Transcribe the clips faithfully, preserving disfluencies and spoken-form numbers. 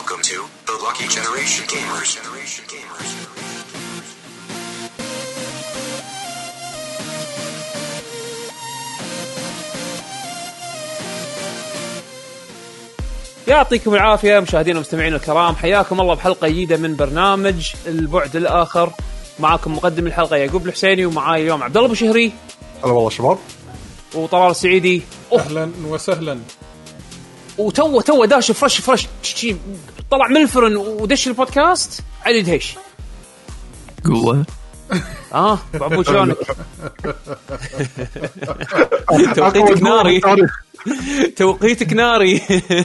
Welcome to the Lucky Generation Gamers. Generation Gamers. يعطيكم العافية مشاهدينا ومستمعينا الكرام، حياكم الله بحلقة جديدة من برنامج البعد الآخر. معكم مقدم الحلقة يعقوب الحسيني، ومعاي اليوم عبد الله ابو شهري. هلا والله شباب. وطلال السعيدي. اهلا وسهلا. وتو تو داش فرش فرش طلع من الفرن ودش البودكاست علي دهش قوة. اه بعبود شلونك؟ توقيتك ناري توقيتك ناري.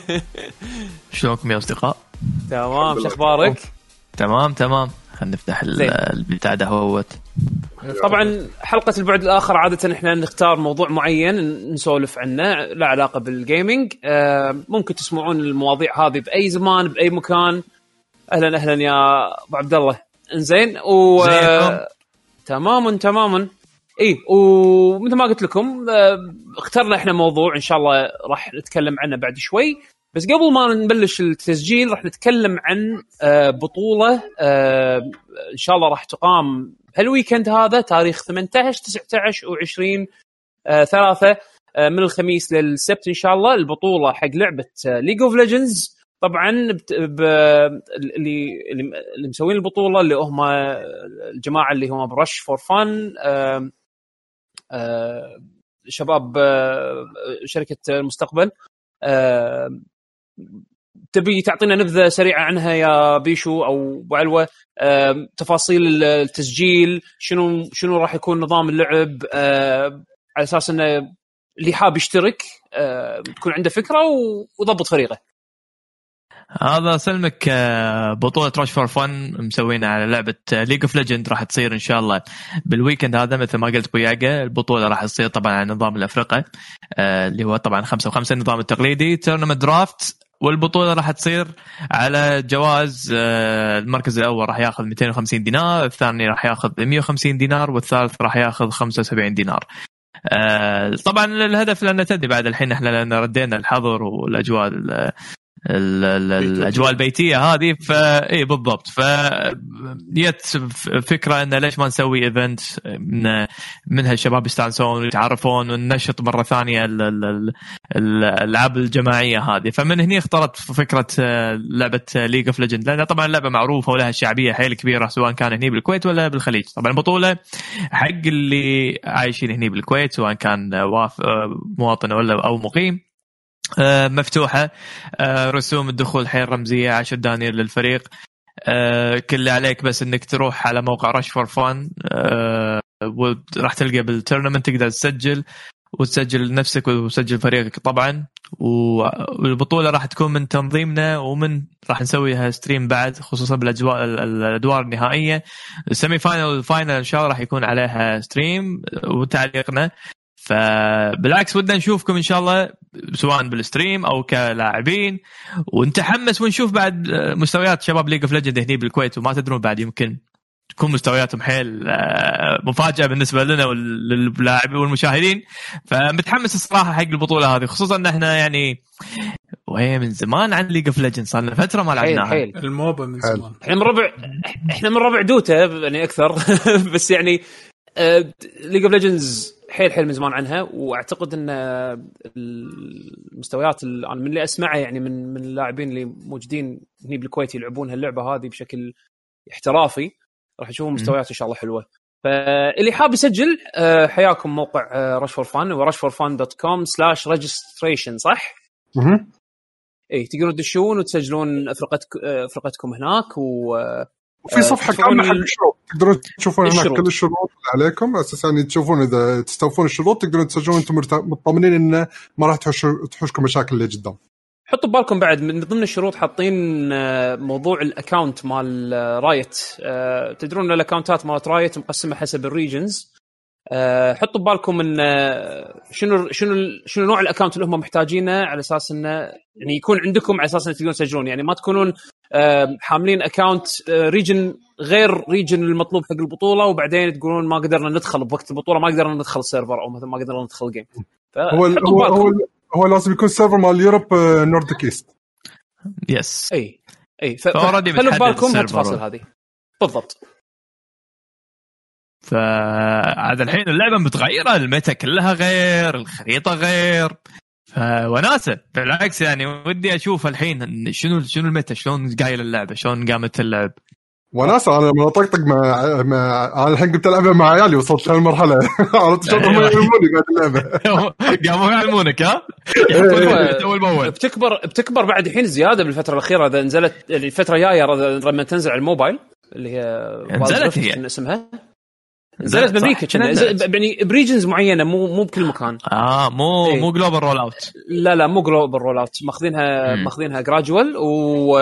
شلونكم يا أصدقاء؟ تمام، شو أخبارك؟ تمام تمام. خلينا نفتح البتاع ده هوت. طبعا حلقة البعد الآخر عادة احنا نختار موضوع معين نسولف عنه لا علاقة بالجيمينج. آه ممكن تسمعون المواضيع هذه بأي زمان بأي مكان. أهلا أهلا يا أبو عبد الله. إنزين و آه تماما تماما. إيه، ومثل ما قلت لكم آه اخترنا احنا موضوع إن شاء الله راح نتكلم عنه بعد شوي. بس قبل ما نبلش التسجيل راح نتكلم عن آه بطولة آه إن شاء الله راح تقام هالويكند هذا تاريخ ثمانية عشر تسعة عشر وعشرين آه ثلاثة آه من الخميس للسبت إن شاء الله. البطولة حق لعبة ليج اوف ليجندز. طبعا بت... ب... اللي اللي مسوين البطولة اللي هم الجماعة اللي هم برش فور فن، آه آه شباب آه شركة المستقبل. آه تبي تعطينا نبذة سريعة عنها يا بيشو أو بعلوة؟ أه، تفاصيل التسجيل، شنو شنو راح يكون نظام اللعب، أه، على أساس إنه اللي حاب يشترك أه، تكون عنده فكرة وضبط فريقه. هذا سلمك بطولة راش فور فن مسوينا على لعبة ليج اوف ليجند، راح تصير إن شاء الله بالويكند هذا مثل ما قلت بوياقة. البطولة راح تصير طبعا على نظام الأفريقيا أه، اللي هو طبعا خمسة وخمسة النظام التقليدي تورنمنت درافت. والبطولة راح تصير على جواز المركز الأول راح ياخذ مئتين وخمسين دينار، الثاني راح ياخذ مئة وخمسين دينار، والثالث راح ياخذ خمسة وسبعين دينار. طبعا الهدف لأن تدري بعد الحين احنا لأن ردينا الحظر والأجواء الأجواء البيتية هذه، فإيه بالضبط. فجت فكرة إن ليش ما نسوي إيفنت من منها الشباب يستانسون ويتعرفون وننشط مرة ثانية الألعاب الجماعية هذه. فمن هنا اخترت فكرة لعبة ليج اوف ليجند، لأنها طبعا لعبة معروفة ولها شعبية حيل كبيرة سواء كان هنا بالكويت ولا بالخليج. طبعا البطولة حق اللي عايشين هنا بالكويت سواء كان مواطن ولا أو مقيم، مفتوحة. رسوم الدخول حين رمزية عشر دنانير للفريق. كل عليك بس انك تروح على موقع رش فور فان وراح تلقى بالتورنمنت تقدر تسجل وتسجل نفسك وتسجل فريقك طبعا. والبطولة راح تكون من تنظيمنا ومن راح نسويها ستريم بعد، خصوصا بالاجواء الادوار النهائية. السيمي فاينل والفاينل ان شاء الله راح يكون عليها ستريم وتعليقنا. فبالعكس ودنا نشوفكم إن شاء الله سواء بالستريم أو كلاعبين، ونتحمس ونشوف بعد مستويات شباب ليج اوف ليجند هني بالكويت. وما تدرون بعد يمكن تكون مستوياتهم حيل مفاجأة بالنسبة لنا واللاعبين والمشاهدين. فمتحمس الصراحة حق البطولة هذه، خصوصا أن احنا يعني وهي من زمان عن ليج اوف ليجند، صار لنا فترة ما لعبناها الموبا من زمان. احنا من ربع احنا من ربع دوتا يعني أكثر. بس يعني ليج اوف ليجندز حيل حيل من زمان عنها. واعتقد ان المستويات اللي انا من اللي اسمعه يعني من من اللاعبين اللي موجودين هنا بالكويت يلعبون هاللعبه هذه بشكل احترافي راح يشوفون مستويات ان شاء الله حلوه. فاللي حاب يسجل حياكم موقع رش فور فان ورش فور فان دوت كوم سلاش ريجستريشن صح؟ اها اي تقدرون تدشون وتسجلون فرقتكم فرقتكم هناك. و وفي صفحة كاملة حق الشروط تقدرون تشوفون هناك كل الشروط اللي عليكم أساساً يعني تشوفون إذا تستوفون الشروط تقدرون تسجلون أنتم مطمئنين إن ما راح تحوش تحوشكم مشاكل اللي قدام. حطوا بالكم بعد من ضمن الشروط حاطين موضوع الأكاونت مال رايت. تدرون الأكاونتات مالت رايت مقسمة حسب الريجنز. حطوا بالكم إن شنو شنو شنو نوع الأكاونت اللي هم محتاجينه على أساس إنه يعني يكون عندكم على أساس إن تقدرون تسجلون. يعني ما تكونون حاملين أكاونت ريجن غير ريجن المطلوب حق البطولة وبعدين تقولون ما قدرنا ندخل بوقت البطولة ما قدرنا ندخل السيرفر أو مثلا ما قدرنا ندخل جيم. هو هو, هو هو لازم يكون سيرفر مال يوروب نورديك ايست. يس اي اي فخلوا بالكم هالتفاصيل هذه بالضبط. فهذا الحين اللعبه متغيره، الميتا كلها غير، الخريطه غير، فوناسه بالعكس يعني ودي اشوف الحين شنو شنو الميتا، شلون قايل اللعبه، شلون قامت اللعب. وناسه انا من طقطق مع مع انا الحين قمت العبها مع عيالي، وصلت لهالمرحله عرفت شلون هم يعلموني بعد اللعبه قاموا يعلمونك ها اول باول. بتكبر بتكبر بعد الحين زياده بالفتره الاخيره، اذا نزلت الفتره الجايه لما تنزل على الموبايل اللي هي نزلت هي اسمها نزلت بامريكا كنا يعني بريجنز معينه، مو مو بكل مكان. اه مو ايه. مو جلوبال رول اوت. لا لا مو جلوبال رول اوت، ماخذينها ماخذينها جراجوال و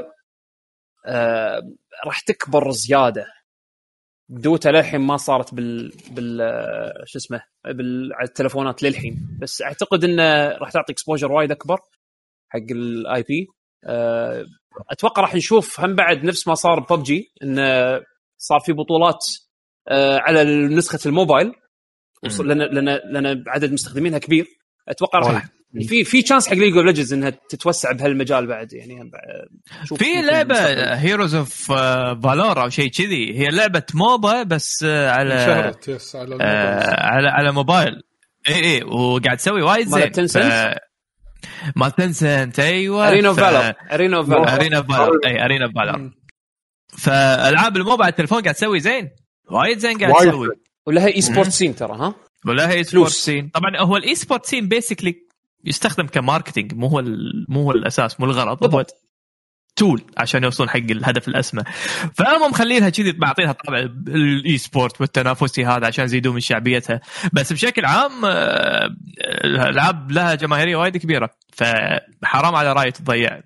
آه... راح تكبر زياده. دوتا للحين ما صارت بال بال شو اسمه بال على التلفونات للحين، بس اعتقد انه راح تعطي اكسبوجر وايد اكبر حق الاي بي. أه... اتوقع راح نشوف هم بعد نفس ما صار ببجي، انه صار في بطولات أه على نسخه الموبايل، لان لان لان عدد مستخدمينها كبير. اتوقع راح في في تشانس حق ليج اوف ليجندز انها تتوسع بهالمجال بعد. يعني في لعبه هيروز اوف فالور او شيء كذي، هي لعبه موبا بس على شهرت يس على آه على على موبايل. اي اي وقاعد تسوي وايد زين. ما تنسنت ايوه ارينا فالور ارينا فالور ارينا فالور اي ارينا فالور. فالعاب الموبا على التليفون قاعد تسوي زين وايد زين قاعد تسوي، ولا هي اي سبورت سين ترى ها ولا هي سبورت سين. طبعا هو الاي سبورت سين بيسكلي يستخدم كماركتينج، مو هو مو هو الاساس، مو الغرض، هو تول عشان يوصلون حق الهدف الاسمى. فهم مخلينها كذي، بعطيها طابع الاي سبورت والتنافسي هذا عشان يزيدوا من شعبيتها. بس بشكل عام الالعاب لها جماهيريه وايد كبيره، فحرام على راي تضيع.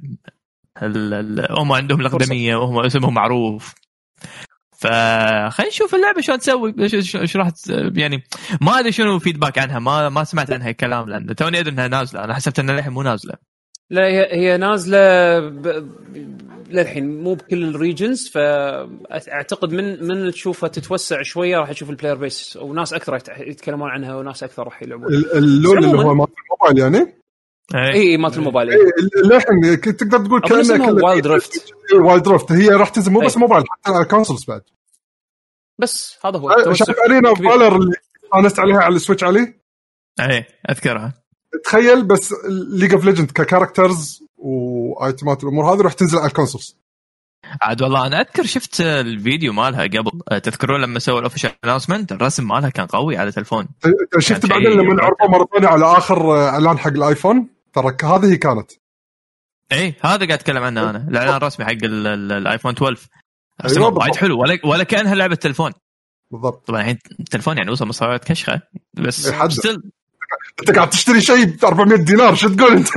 هم عندهم الاقدميه وهم اسمهم معروف. فخلينا نشوف اللعبه شلون تسوي، ايش راح يعني. ما ادري شنو فيدباك عنها، ما ما سمعت عنها كلام، لان توني ادري انها نازله. انا حسبت انها الحين مو نازله. لا هي هي نازله ب... للحين مو بكل الريجنز، فاعتقد من من تشوفها تتوسع شويه راح تشوف البلاير بيس وناس اكثر يتكلمون عنها وناس اكثر راح يلعبون. اللون اللي هو مال الموبايل يعني اي مال الموبايل للحين تقدر تقول كانه وايلد دريفت. وايلد دريفت هي راح تنزل مو بس موبايل، حتى على الكونسولز بعد. بس هذا هو شفت ارينا فالر اللي انست عليها على السويتش عليه. اي اذكرها. تخيل بس ليج اوف ليجند ككاركترز وايتمات الامور هذه راح تنزل على الكونسولز عاد. والله انا اذكر شفت الفيديو مالها قبل، تذكرون لما سووا الاوفيشال اناونسمنت الرسم مالها كان قوي على التلفون. شفت بعدين لما عرضوا مره ثانيه على اخر اعلان حق الايفون، ترى هذه كانت ايه هذا قاعد اتكلم عنه انا، الاعلان الرسمي حق الايفون اثنا عشر. رسمه وايد حلو، ولا ولا كانها لعبه تلفون بالضبط. طبعا الحين التلفون يعني وصل مستويات كشخه، بس ستيل انت قاعد تشتري شيء ب أربعمية دينار، شو تقول انت؟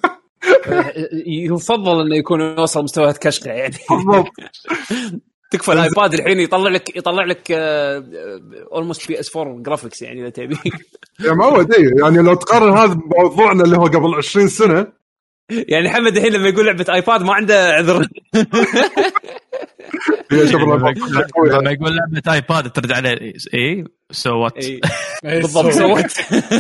يفضل انه يكون يوصل مستويات كشخه يعني. بالضبط. تكفى الايباد الحين يطلع لك يطلع لك اولموست بي اس أربعة جرافيكس يعني اذا تبي. يا معود يعني لو تقارن هذا بموضوعنا اللي هو قبل عشرين سنه، يعني حمد الحين لما يقول لعبه ايباد ما عنده عذر. لما يقول لعبه ايباد ترد عليه ايه سو وات بالضبط سوت.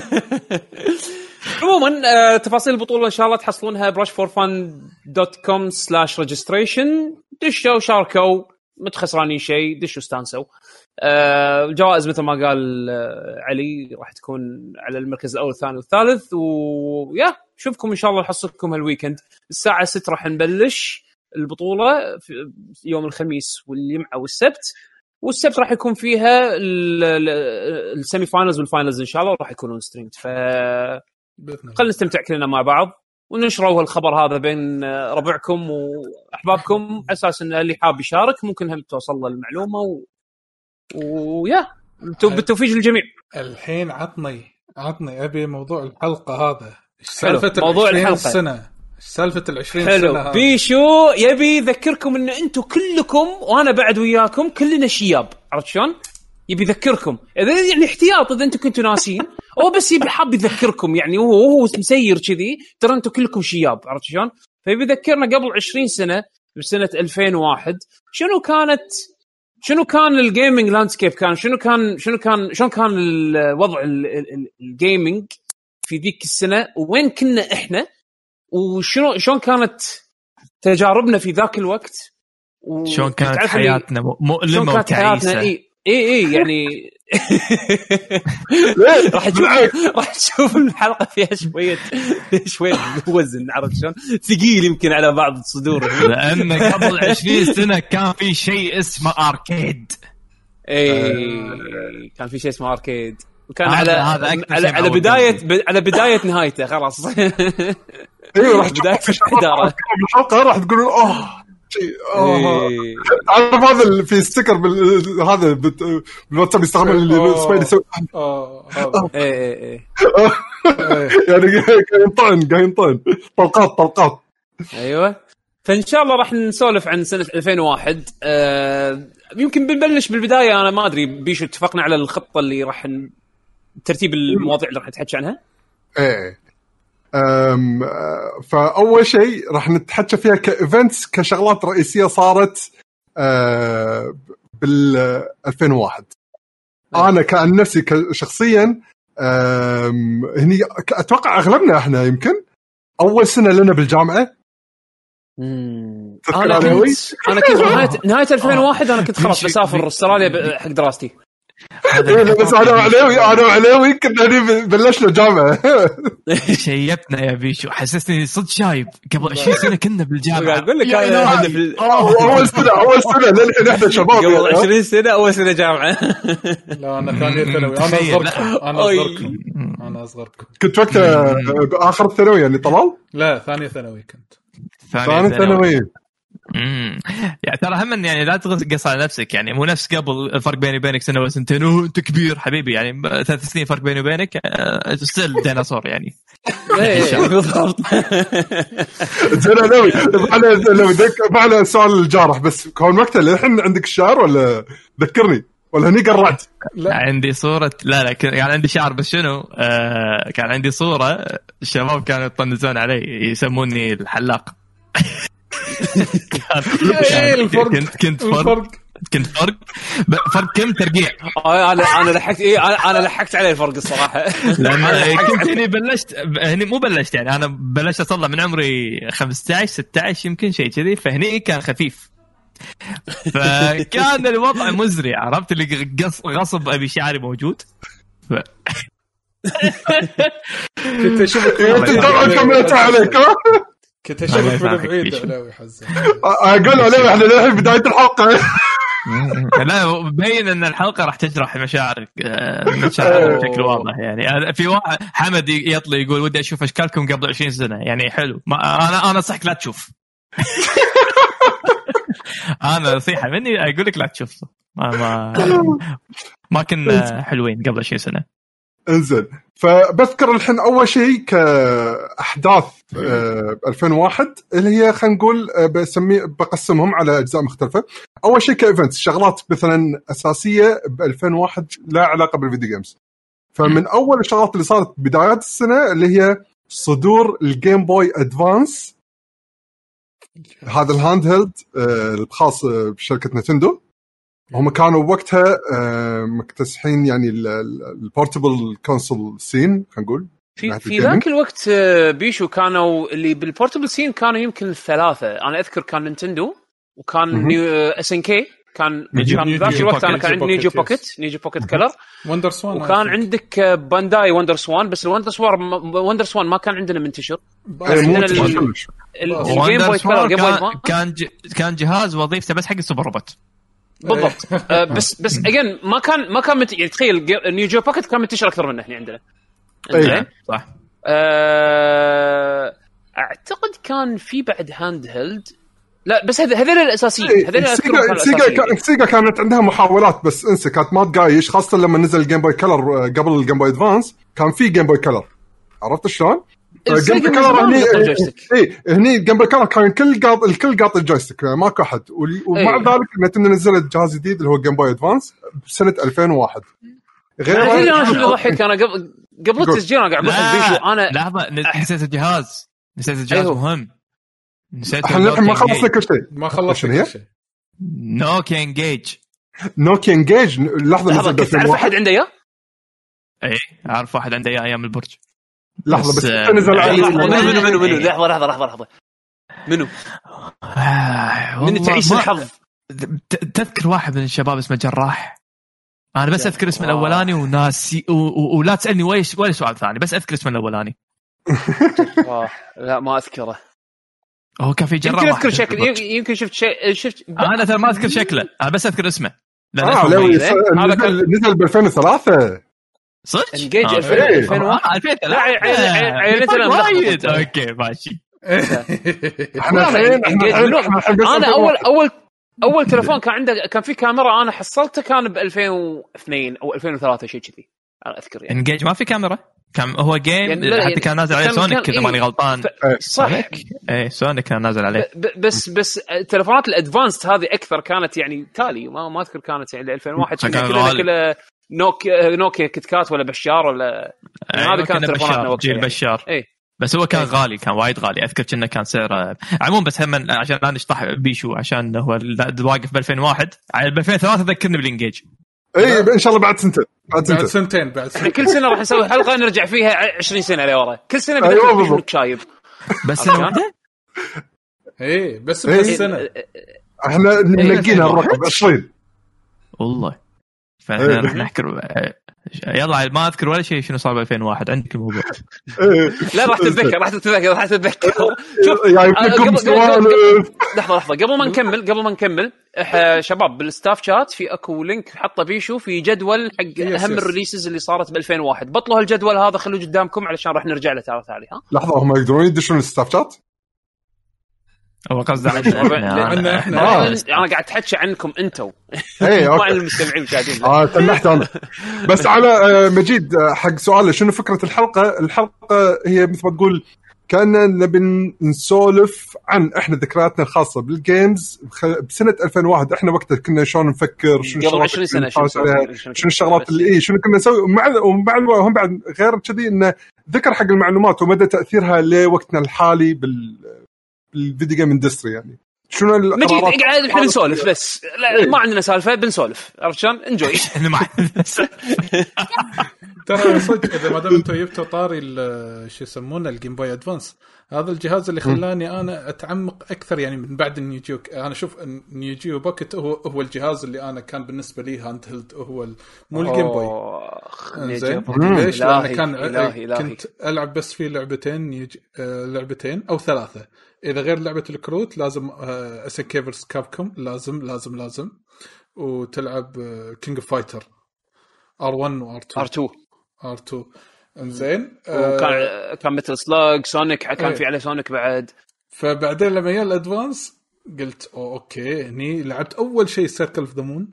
عموما تفاصيل البطوله ان شاء الله تحصلونها براش فور فان دوت كوم سلاش ريجستريشن. دشوا شاركوا ما تخسرانين شيء، دشوا استانسوا. الجوائز مثل ما قال علي راح تكون على المركز الاول والثاني والثالث. ويا شوفكم ان شاء الله نحصلكم هالويكند الساعه ستة راح نبلش البطوله في يوم الخميس والجمعه والسبت. والسبت راح يكون فيها السيمي فاينلز والفاينلز ان شاء الله راح يكونون ستريمد. ف خلينا نستمتع كلنا مع بعض ونشروا الخبر هذا بين ربعكم واحبابكم، اساس ان اللي حاب يشارك ممكن هم توصل له المعلومه و... ويا بالتوفيق للجميع. الحين عطني عطني ابي موضوع الحلقه هذا، سالفه موضوع الحلقه السنه، سالفه العشرين حلو. سنه. بيشو يبي يذكركم ان انتم كلكم وانا بعد وياكم كلنا شياب، عرفت شلون؟ يبي يذكركم اذا يعني احتياط اذا انتم كنتوا ناسين او بس يبي حاب يذكركم يعني هو هو مسير كذي ترى انتم كلكم شياب، عرفت شلون؟ فيبي يذكرنا قبل عشرين سنه بسنه ألفين وواحد شنو كانت شنو كان الجيمنج لاندسكيب، كان شنو كان شنو كان شلون كان الوضع الجيمنج في ذيك السنه، وين كنا احنا، وشنو شلون كانت تجاربنا في ذاك الوقت شلون كانت حياتنا مؤلمه وتعيسه. اي اي اي يعني راح تشوف راح تشوف الحلقه فيها شويه شويه وزن، عرفت شلون ثقيل يمكن على بعض الصدور، لان قبل عشرين سنه كان في شيء اسمه اركيد. اي كان في شيء اسمه اركيد، وكان على على على بدايه ب... على بدايه نهايته خلاص. ايوه راح تشوف الحلقه راح تقول اوه شيء إيه. عارف هذا في ستيكر بال... هذا بالواتساب يستخدم اللي سبايدي يسوي اه ايه ايه يعني قاعد ينطعن قاعد ينطعن طلقات طلقات. ايوه فان شاء الله راح نسولف عن سنه ألفين وواحد. آه يمكن بنبلش بالبدايه. انا ما ادري بيشو اتفقنا على الخطه اللي راح ن... ترتيب المواضيع اللي راح نتحكي عنها. ايه أم فأول شيء راح نتحكي فيها كإيفنتس كشغلات رئيسية صارت أه بال ألفين وواحد. أنا كأن نفسي كشخصيا هني أتوقع أغلبنا إحنا يمكن أول سنة لنا بالجامعة. أنا كنت أنا كنت نهاية نهاية ألفين وواحد أنا كنت خلاص بسافر استراليا حق دراستي. بس انا وعليوي انا وعليوي كنا بلشنا جامعه. شيبتنا يا بيشو، حسسني صدق شايب. قبل عشرين سنه كنا بالجامعه. اقول لك انا في اول سنه اول سنه للحين احنا شباب. قبل عشرين سنه اول سنه جامعه. لا انا ثانيه ثانوي. انا اصغركم انا اصغركم انا اصغركم كنت وقتها باخر الثانوي يعني طلال. لا ثانيه ثانوي كنت ثانيه ثانوي. امم يعني ترى هم يعني لا تقص على نفسك، يعني مو نفس قبل الفرق بيني وبينك سنه ولا سنتين وانت كبير حبيبي، يعني ثلاث سنين فرق بيني وبينك ستيل ديناصور يعني. بالضبط. زين لوي انا لو بدك معنا سؤال الجارح بس كون وقتها الحين عندك شعر ولا ذكرني ولا هني قرعت؟ لا عندي صوره. لا لا كان يعني عندي شعر بس شنو آه كان عندي صوره الشباب كانوا يطنزون علي يسموني الحلاق. كنت كنت فرق كنت فرق فرق كم ترقيع. انا انا لحقت ايه انا لحقت عليه الفرق الصراحه. لان كنت هني بلشت هني مو بلشت يعني انا بلشت اطلع من عمري خمسة عشر ستة عشر يمكن شيء كذي، فهني كان خفيف فكان الوضع مزري، عرفت اللي غصب ابي شعري موجود. كنت اشوفك كملت عليك كنت اشوفك من بعيد علاوي حزن. اقول عليه احنا الحين بدايه الحلقه. لا مبين ان الحلقه راح تجرح مشاعرك مشاعرك بشكل واضح. يعني في واحد حمد يطلع يقول ودي اشوف اشكالكم قبل عشرين سنه، يعني حلو. ما انا انا صحك لا تشوف. انا نصيحه مني اقول لك لا تشوف. ما ما ما كنا حلوين قبل عشرين سنه. انزين فبذكر الحين اول شيء كاحداث ألفين وواحد اللي هي خلينا نقول بسمي بقسمهم على اجزاء مختلفه. اول شيء كايفنتس شغلات مثلا اساسيه ب ألفين وواحد لا علاقه بالفيديو جيمز. فمن اول الشغلات اللي صارت بدايات السنه اللي هي صدور الجيم بوي ادفانس، هذا الهاند هيلد الخاص بشركه نينتندو. هم كانوا بوقتها مكتسحين يعني البورتبل كونسول سين خلينا نقول في في ذاك الوقت. بيشو كانوا اللي بالبورتبل سين كانوا يمكن ثلاثه. انا اذكر كان نينتندو وكان نيو اس ان كي كان كان ذاك الوقت انا كان عندي نيجو بوكيت نيجو بوكيت كلر وندر سوان، وكان عندك بانداي وندر سوان. بس الوندر سوان وندر سوان ما كان عندنا منتشر. عندنا الجيم بوي كلر كان كان جهاز وظيفته بس حق السوبر روبوت بالضبط. آه بس بس اجين ما كان ما كان مت... يعني تخيل نيجو بوكيت كان منتشر اكثر منه هنا عندنا. اي صح. آه اعتقد كان في بعد هاند هيلد. لا بس هذا هذول الاساسيين. هذول سيجا سيجا سيجا كانت عندها محاولات بس انسى كانت ما تقايش، خاصه لما نزل الجيم بوي كلر قبل الجيم بوي ادفانس كان في جيم بوي كلر. عرفت شلون؟ الجيم بوي كلر هني اي هني الجيم بوي كلر كان كل قاط الكل قاط الجويستيك ماكو احد. ومع أيه. ذلك نتندو نزلت جهاز جديد اللي هو الجيم بوي ادفانس بسنه ألفين وواحد. غير انا شو اللي ضحك انا قبل قبل التسجيل انا قاعد بحث بيشو. انا لحظه نسيت الجهاز نسيت الجهاز أيوه. مهم نسيت. احنا ما خلصنا كل شيء ما خلصنا كل شيء. نوكيا انجيج نوكيا انجيج لحظه نزل. تعرف احد عنده اياه؟ اي اعرف واحد عنده اياه ايام البرج. لحظه بس, بس نزل على منو منو منو لحظه لحظه لحظه لحظه منو آه من تعيش الحظ؟ تذكر واحد من الشباب اسمه جراح. انا بس اذكر اسمه الاولاني وناسي و... و... ولا تسالني ويش ولا سؤال ثاني، بس اذكر اسمه الاولاني. جراح لا ما اذكره. هو كان في جراح يمكن اذكر شكل يمكن شفت شيء شفت انا ترى ما اذكر شكله، انا بس اذكر اسمه. آه هذا كان نزل ب ألفين وثلاثة صدق انجيج ألفين وواحد ألفين وثلاثة لا عيلتنا وايد اوكي ماشي. احنا الحين انا اول اول اول تلفون كان عنده كان في كاميرا انا حصلته كان ب ألفين واثنين او ألفين وثلاثة شيء كذي انا اذكر يعني. انجيج ما في كاميرا، كان هو جيم يعني حتى يعني كان نازل عليه سونيك كذا ماني غلطان. صح ايه سونيك كان نازل عليه. بس بس التلفونات الادفانسد هذه اكثر كانت يعني تالي ما ما اذكر كانت يعني ألفين وواحد كلها كلها نوكيا نوكيا كيت كات ولا بشار ولا يعني هذه كانت تلفوناتنا وقتها جيل بشار. ايه بس هو كان غالي، كان وايد غالي. اذكر كنا كان سعره عموما بس هم عشان لا نشطح بيشو عشان هو واقف ب ألفين وواحد على ب ألفين وثلاثة ذكرني بالانجيج. اي ان شاء الله بعد سنتين بعد سنتين, سنتين بعد سنتين. كل سنه راح نسوي حلقه نرجع فيها عشرين سنه لورا، كل سنه بنذكر فيك شايب بس انا ايه بس بالسنه احنا منقينا الرقم عشرين والله. فاحنا راح نحكي يلا ما اذكر ولا شيء شنو صار ب ألفين وواحد. عندك الموضوع لا راح تتذكر راح تتذكر راح تتذكر شوف يعني لكم سؤال. لحظه لحظه قبل ما نكمل قبل ما نكمل شباب بالستاف شات في اكو لينك حطه بيشو في جدول حق اهم الريليسز اللي صارت ب ألفين وواحد. بطلوا هالجدول هذا خلوه قدامكم علشان راح نرجع له تالي تالي. ها لحظه هم يقدرون يدشون الستاف شات؟ هو قصده عندنا احنا انا قاعد اتحكي عنكم انتم مع المستمعين قاعدين. اه تنحت انا بس على مجيد حق سؤال شنو فكره الحلقه. الحلقه هي مثل ما تقول كان نبي نسولف عن احنا ذكرياتنا الخاصه بالجيمز بسنه ألفين وواحد. احنا وقتها كنا شلون نفكر شنو الشغلات شنو الشغلات اللي ايه شنو كنا نسوي مع ومع هم بعد غير كذي انه ذكر حق المعلومات ومدى تاثيرها لوقتنا الحالي بال الفيديو جيم اندستري. يعني شنو القرارات مجيد قاعد احنا نسولف بس لا ما عندنا سالفه بنسولف عرفت شلون انجوي ترى صدق اذا ما دام انتم جبتوا طاري شو يسمونه الجيم بوي ادفانس هذا الجهاز اللي خلاني انا اتعمق اكثر يعني من بعد النيو. انا اشوف النيو بوكيت هو هو الجهاز اللي انا كان بالنسبه لي هاند هيلد هو مو الجيم بوي. زين ليش؟ لان كان إلهي إلهي. كنت العب بس في لعبتين لعبتين او ثلاثه اذا غير لعبه الكروت لازم اسكيفرز كابكوم لازم لازم لازم وتلعب كينج اوف فايتر ار واحد وار تو ار تو ار تو انزين وكان كان مثل سلاج سونيك كان ايه. في عليه سونيك بعد. فبعدين لما جاء الادفانس قلت أو اوكي هني لعبت اول شيء سيركل اوف ذا مون.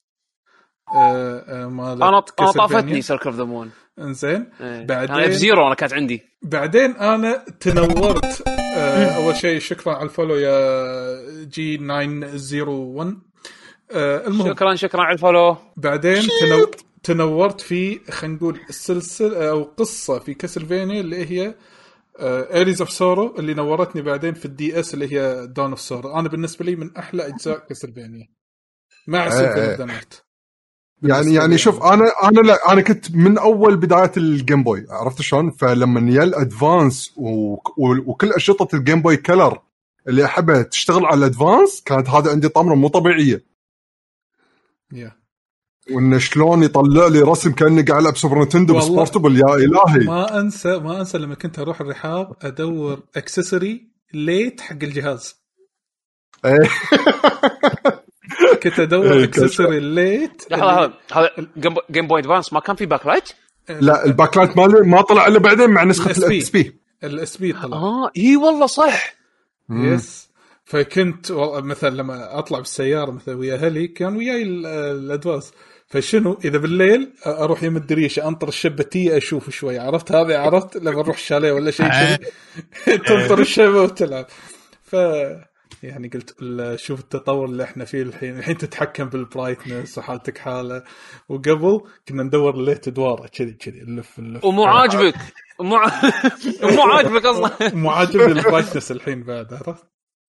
انا طافتني سيركل اوف ذا مون انزين ايه. بعدين انا اف زيرو انا كانت عندي. بعدين انا تنورت اول شيء شكرا على الفولو يا جي تسعة صفر واحد. المهم شكرا شكرا على الفولو. بعدين تنو... تنورت في خلينا نقول السلسله او قصه في كاسلفينيا اللي هي ايريز اوف سورو اللي نورتني بعدين في الدي اس اللي هي دون اوف سورو. انا بالنسبه لي من احلى اجزاء كاسلفينيا مع سيلفر دانت. يعني يعني شوف انا انا لا انا كنت من اول بدايات الجيم بوي عرفت شلون. فلما يال ادفانس و... وكل اشرطه الجيم بوي كلر اللي احبها تشتغل على الادفانس كانت هذا عندي طامره مو طبيعيه. يا yeah. وإن شلون يطلع لي رسم كأني قاعد ألعب سوبر نينتندو بسبورتبل يا إلهي. ما أنسى ما أنسى لما كنت أروح الرحاب أدور أكسسوري ليت حق الجهاز. كنت أدور أكسسوري ليت. هذا هذا جيم بوي أدفانس ما كان في باك لايت. لا الباك لايت ما ما طلع إلا بعدين مع نسخة الإس بي. الإس بي طلع. آه إيه والله صح. يس. فكنت مثلا لما أطلع بالسيارة مثلا ويا أهلي كان وياي الأدواس فشنو إذا بالليل أروح يم الدريشة أنطر الشبتية أشوف شوي عرفت هذا عرفت لما أروح الشاليه ولا شيء كذي تنطر الشبة وتلعب. ف يعني قلت شوف التطور اللي احنا فيه الحين الحين تتحكم بالبرايتنس وحالتك حالة وقبل كنا ندور ليت دواره كذي كذي اللف اللف ومو عاجبك مو مو عاجبك أصلا مو عاجبني البرايتنس الحين بعد عرفت.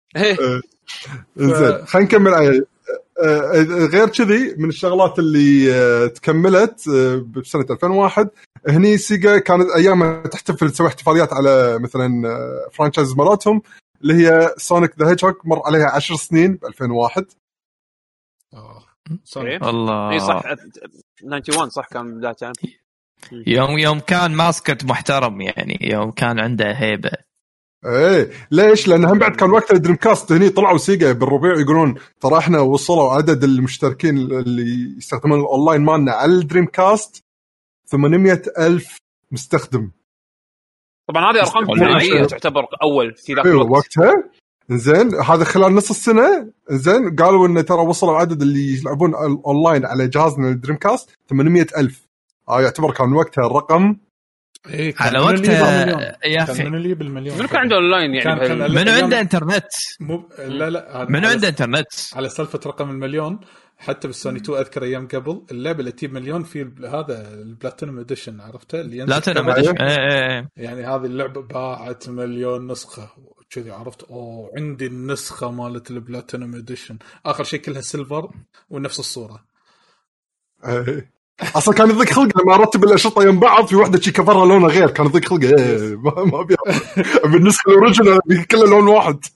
زين خلينا نكمل عليه. غير كذي من الشغلات اللي تكملت بسنة ألفين وواحد هني سيجا كانت أيام تحتفل تسوي احتفاليات على مثلا فرانشايز مراتهم اللي هي سونيك ذا هيدجهوج، مر عليها عشر سنين ب ألفين وواحد. اه الله اي صح واحد وتسعين صح كان بدايته يوم يوم كان ماسكت محترم يعني، يوم كان عنده هيبه. ايه ليش؟ لان هم بعد كان وقت الدريم كاست هني طلعوا سيجا بالربيع يقولون ترى احنا وصلوا عدد المشتركين اللي يستخدمون الاونلاين مالنا على الدريم كاست ثمانمية ألف مستخدم. طبعا هذه ارقام كبيره تعتبر اول في ذاك الوقت وقتها. زين هذا خلال نص السنه. زين قالوا ان ترى وصلوا عدد اللي يلعبون اونلاين على جهازنا الدريم كاست ثمانمية ألف. اه يعتبر كان وقتها الرقم إيه على وقتها يا اخي. من اللي بالمليون منو كان عنده اونلاين يعني؟ كان كان منو عنده انترنت؟ مو لا لا منو عنده انترنت على سالفه رقم المليون. حتى بالسوني تو اذكر ايام قبل اللعبه اللي تجيب مليون في هذا البلاتينوم اديشن، عرفته اللي ينزل بلاتينوم اديشن. يعني هذه اللعبه باعت مليون نسخه كذي، عرفت؟ اوه عندي النسخه مالت البلاتينوم اديشن، اخر شيء كلها سيلفر ونفس الصوره. اصلا كان يضيق خلقه لما ارتب الاشرطه يم بعض، في وحده شي كفرها لونها غير، كان يضيق خلقه. ايه ما بي بالنسبه للاوريجينال كله لون واحد.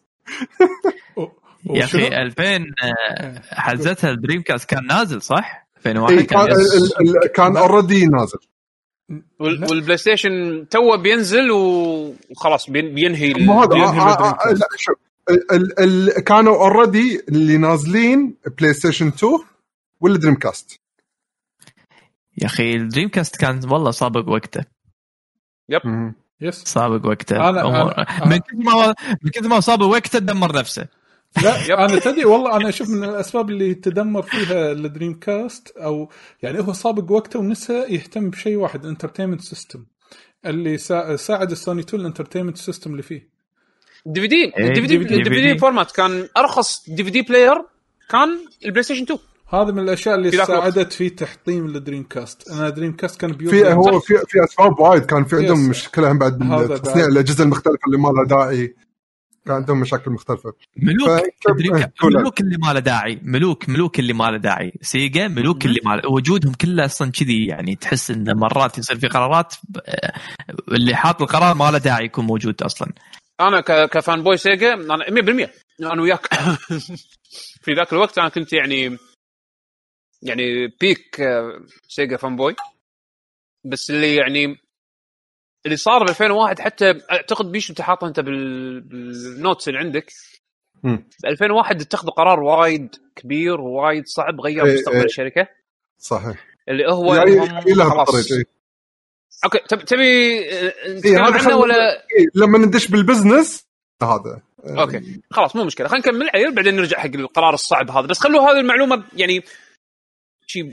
يا اخي ألفين حزتها الدريم كاست كان نازل صح؟ ألفين وواحد إيه كان كان اوريدي نازل، والبلاي ستيشن تو بينزل وخلاص بينهي. لا شوف ال ال كانوا اوريدي اللي نازلين بلاي ستيشن تو والدريم كاست. يا أخي الدريم كاست كان والله سابق وقته. يب يس سابق وقته. أنا أنا من كثر ما من كثر ما سابق وقته دمر نفسه. لا أنا تدري والله أنا أشوف من الأسباب اللي تدمر فيها الدريم كاست، أو يعني هو سابق وقته ونسى يهتم بشيء واحد، الانترتينمنت سيستم اللي ساعد السوني تو الانترتينمنت سيستم اللي فيه دي في دي. الدي في دي الدي في دي فورمات كان أرخص دي في دي بلاير كان البلاي ستيشن تو. هذا من الاشياء اللي ساعدت في تحطيم الدريم كاست. انا دريم كاست كان في هو في في اسباب وايد كان في عندهم مشكله هم بعد تصنيع الاجهزه المختلفه اللي ما لها داعي، كان عندهم مشاكل مختلفه. ملوك ملوك اللي ما له داعي، ملوك ملوك اللي ما له داعي سيجا، ملوك اللي ما وجودهم كله اصلا كذي يعني، تحس ان مرات يصير في قرارات اللي حاط القرار ما له داعي يكون موجود اصلا. انا كفان بوي سيجا انا مية بالمية انا وياك. في ذاك الوقت انا كنت يعني يعني بيك سيجا فان بوي، بس اللي يعني اللي صار ب ألفين وواحد حتى اعتقد بيش انت حاطه انت بالنوتس اللي عندك ب ألفين وواحد اتخذوا قرار وايد كبير ووايد صعب غير ايه مستقبل ايه الشركه. صحيح اللي هو يعني خلاص ايه. اوكي تبي نتكلم عنه ولا إيه لما ندش بالبزنس هذا؟ اوكي خلاص مو مشكله، خلينا نكمل عيل بعدين نرجع حق القرار الصعب هذا، بس خلوا هذه المعلومه يعني شيء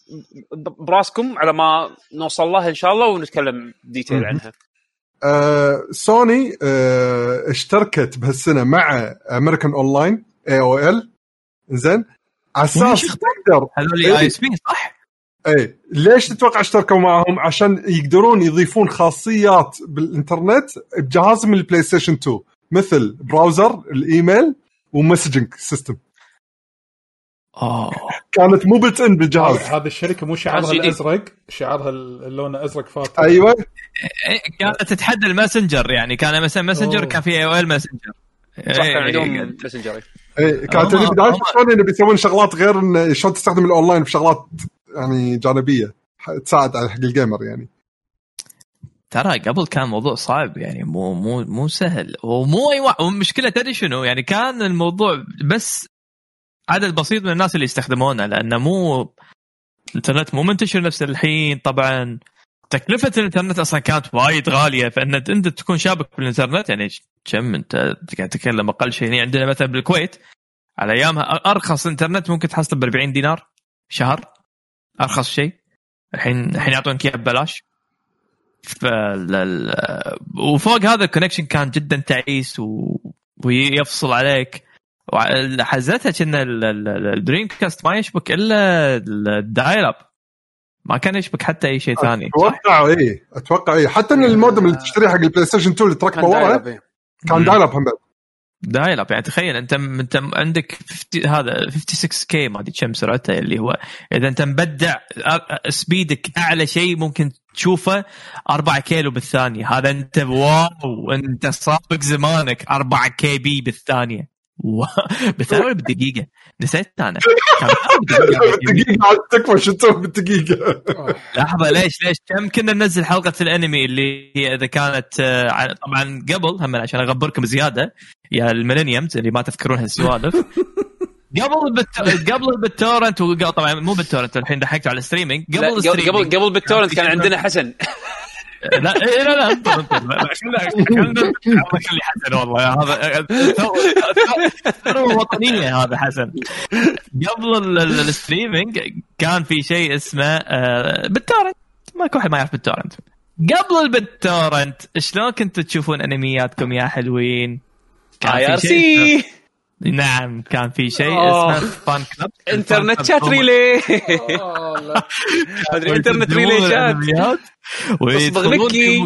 براسكم على ما نوصل لها إن شاء الله ونتكلم ديتيل عنها. آه، سوني آه، اشتركت بهالسنة مع أمريكان أونلاين إيه أو إل. زين على أساس تقدر هذول آي إس بي صح؟ إيه ليش تتوقع اشتركوا معهم؟ عشان يقدرون يضيفون خاصيات بالإنترنت بجهازهم البلاي ستيشن تو، مثل براوزر الإيميل ومسجنج سيستم. آه كانت مو بلت ان بالجهاز. هذه الشركه مو شعارها الازرق، شعارها اللون ازرق فاتح. ايوه كانت تتحدى الماسنجر يعني، كان مثلا ماسنجر كان فيه اي او ال ماسنجر صح، كان عندهم ماسنجر. اي كانت البدايه شلون انه بيسوون شغلات غير ان شلون تستخدم الاونلاين بشغلات يعني جانبيه تساعد على حق الجيمر يعني. ترى قبل كان موضوع صعب يعني، مو مو مو سهل ومو اي واحد. ومشكله تدري شنو يعني، كان الموضوع بس عدد بسيط من الناس اللي يستخدمونه، لأنه مو الإنترنت مو منتشر نفس الحين. طبعا تكلفة الإنترنت أصلا كانت وايد غالية، فإن أنت تكون شابك بالإنترنت يعني كم أنت قاعد تتكلم أقل شيء هنا عندنا مثلا بالكويت على أيامها أرخص إنترنت ممكن تحصل بأربعين دينار شهر، أرخص شيء. الحين الحين يعطونك إياه ببلاش. فال وفوق هذا الكونكشن كان جدا تعيس و... ويفصل عليك. وحزتها كأن الدريم كاست ما يشبك إلا الدايل أب، ما كان يشبك حتى أي شيء ثاني. أتوقع إيه أتوقع إيه حتى إن المودم اللي تشتريه حق البلاي ستيشن تو اللي تركبه ورا كان دايل أب هم بعد. دايل اب يعني تخيل انت انت عندك هذا خمسة وخمسين كي ما ادري كم سرعته اللي هو اذا انت مبدع سبيدك اعلى شيء ممكن تشوفه أربعة كيلو بالثانيه. هذا انت واو انت سابق زمانك أربعة كي بي بالثانيه بالثانيه بالدقيقه. نسيت انا بالدقيقه على تكفى شو تسوي بالدقيقه. لحظه ليش ليش كم كنا ننزل حلقه الانمي اللي هي اذا كانت طبعا قبل هم عشان اغبركم زياده يا الميلينيوم اللي ما تذكرون هالسوالف قبل بت... قبل بالتورنت وطبعا مو بالتورنت الحين ضحكت على الستريمينج قبل الستريمينج قبل قبل بالتورنت كان عندنا حسن. لا لا لا اللي حسن والله هذا ثروة وطنية هذا حسن. قبل الستريمينج كان في شيء اسمه بالتورنت ما كل واحد ما يعرف بالتورنت. قبل بالتورنت شلون كنتوا تشوفون انمياتكم يا حلوين؟ كان في شيء نعم كان في شيء اسمه فان كلاب انترنت شات ريلي ادري انترنت ريلي شات اصبغ لكي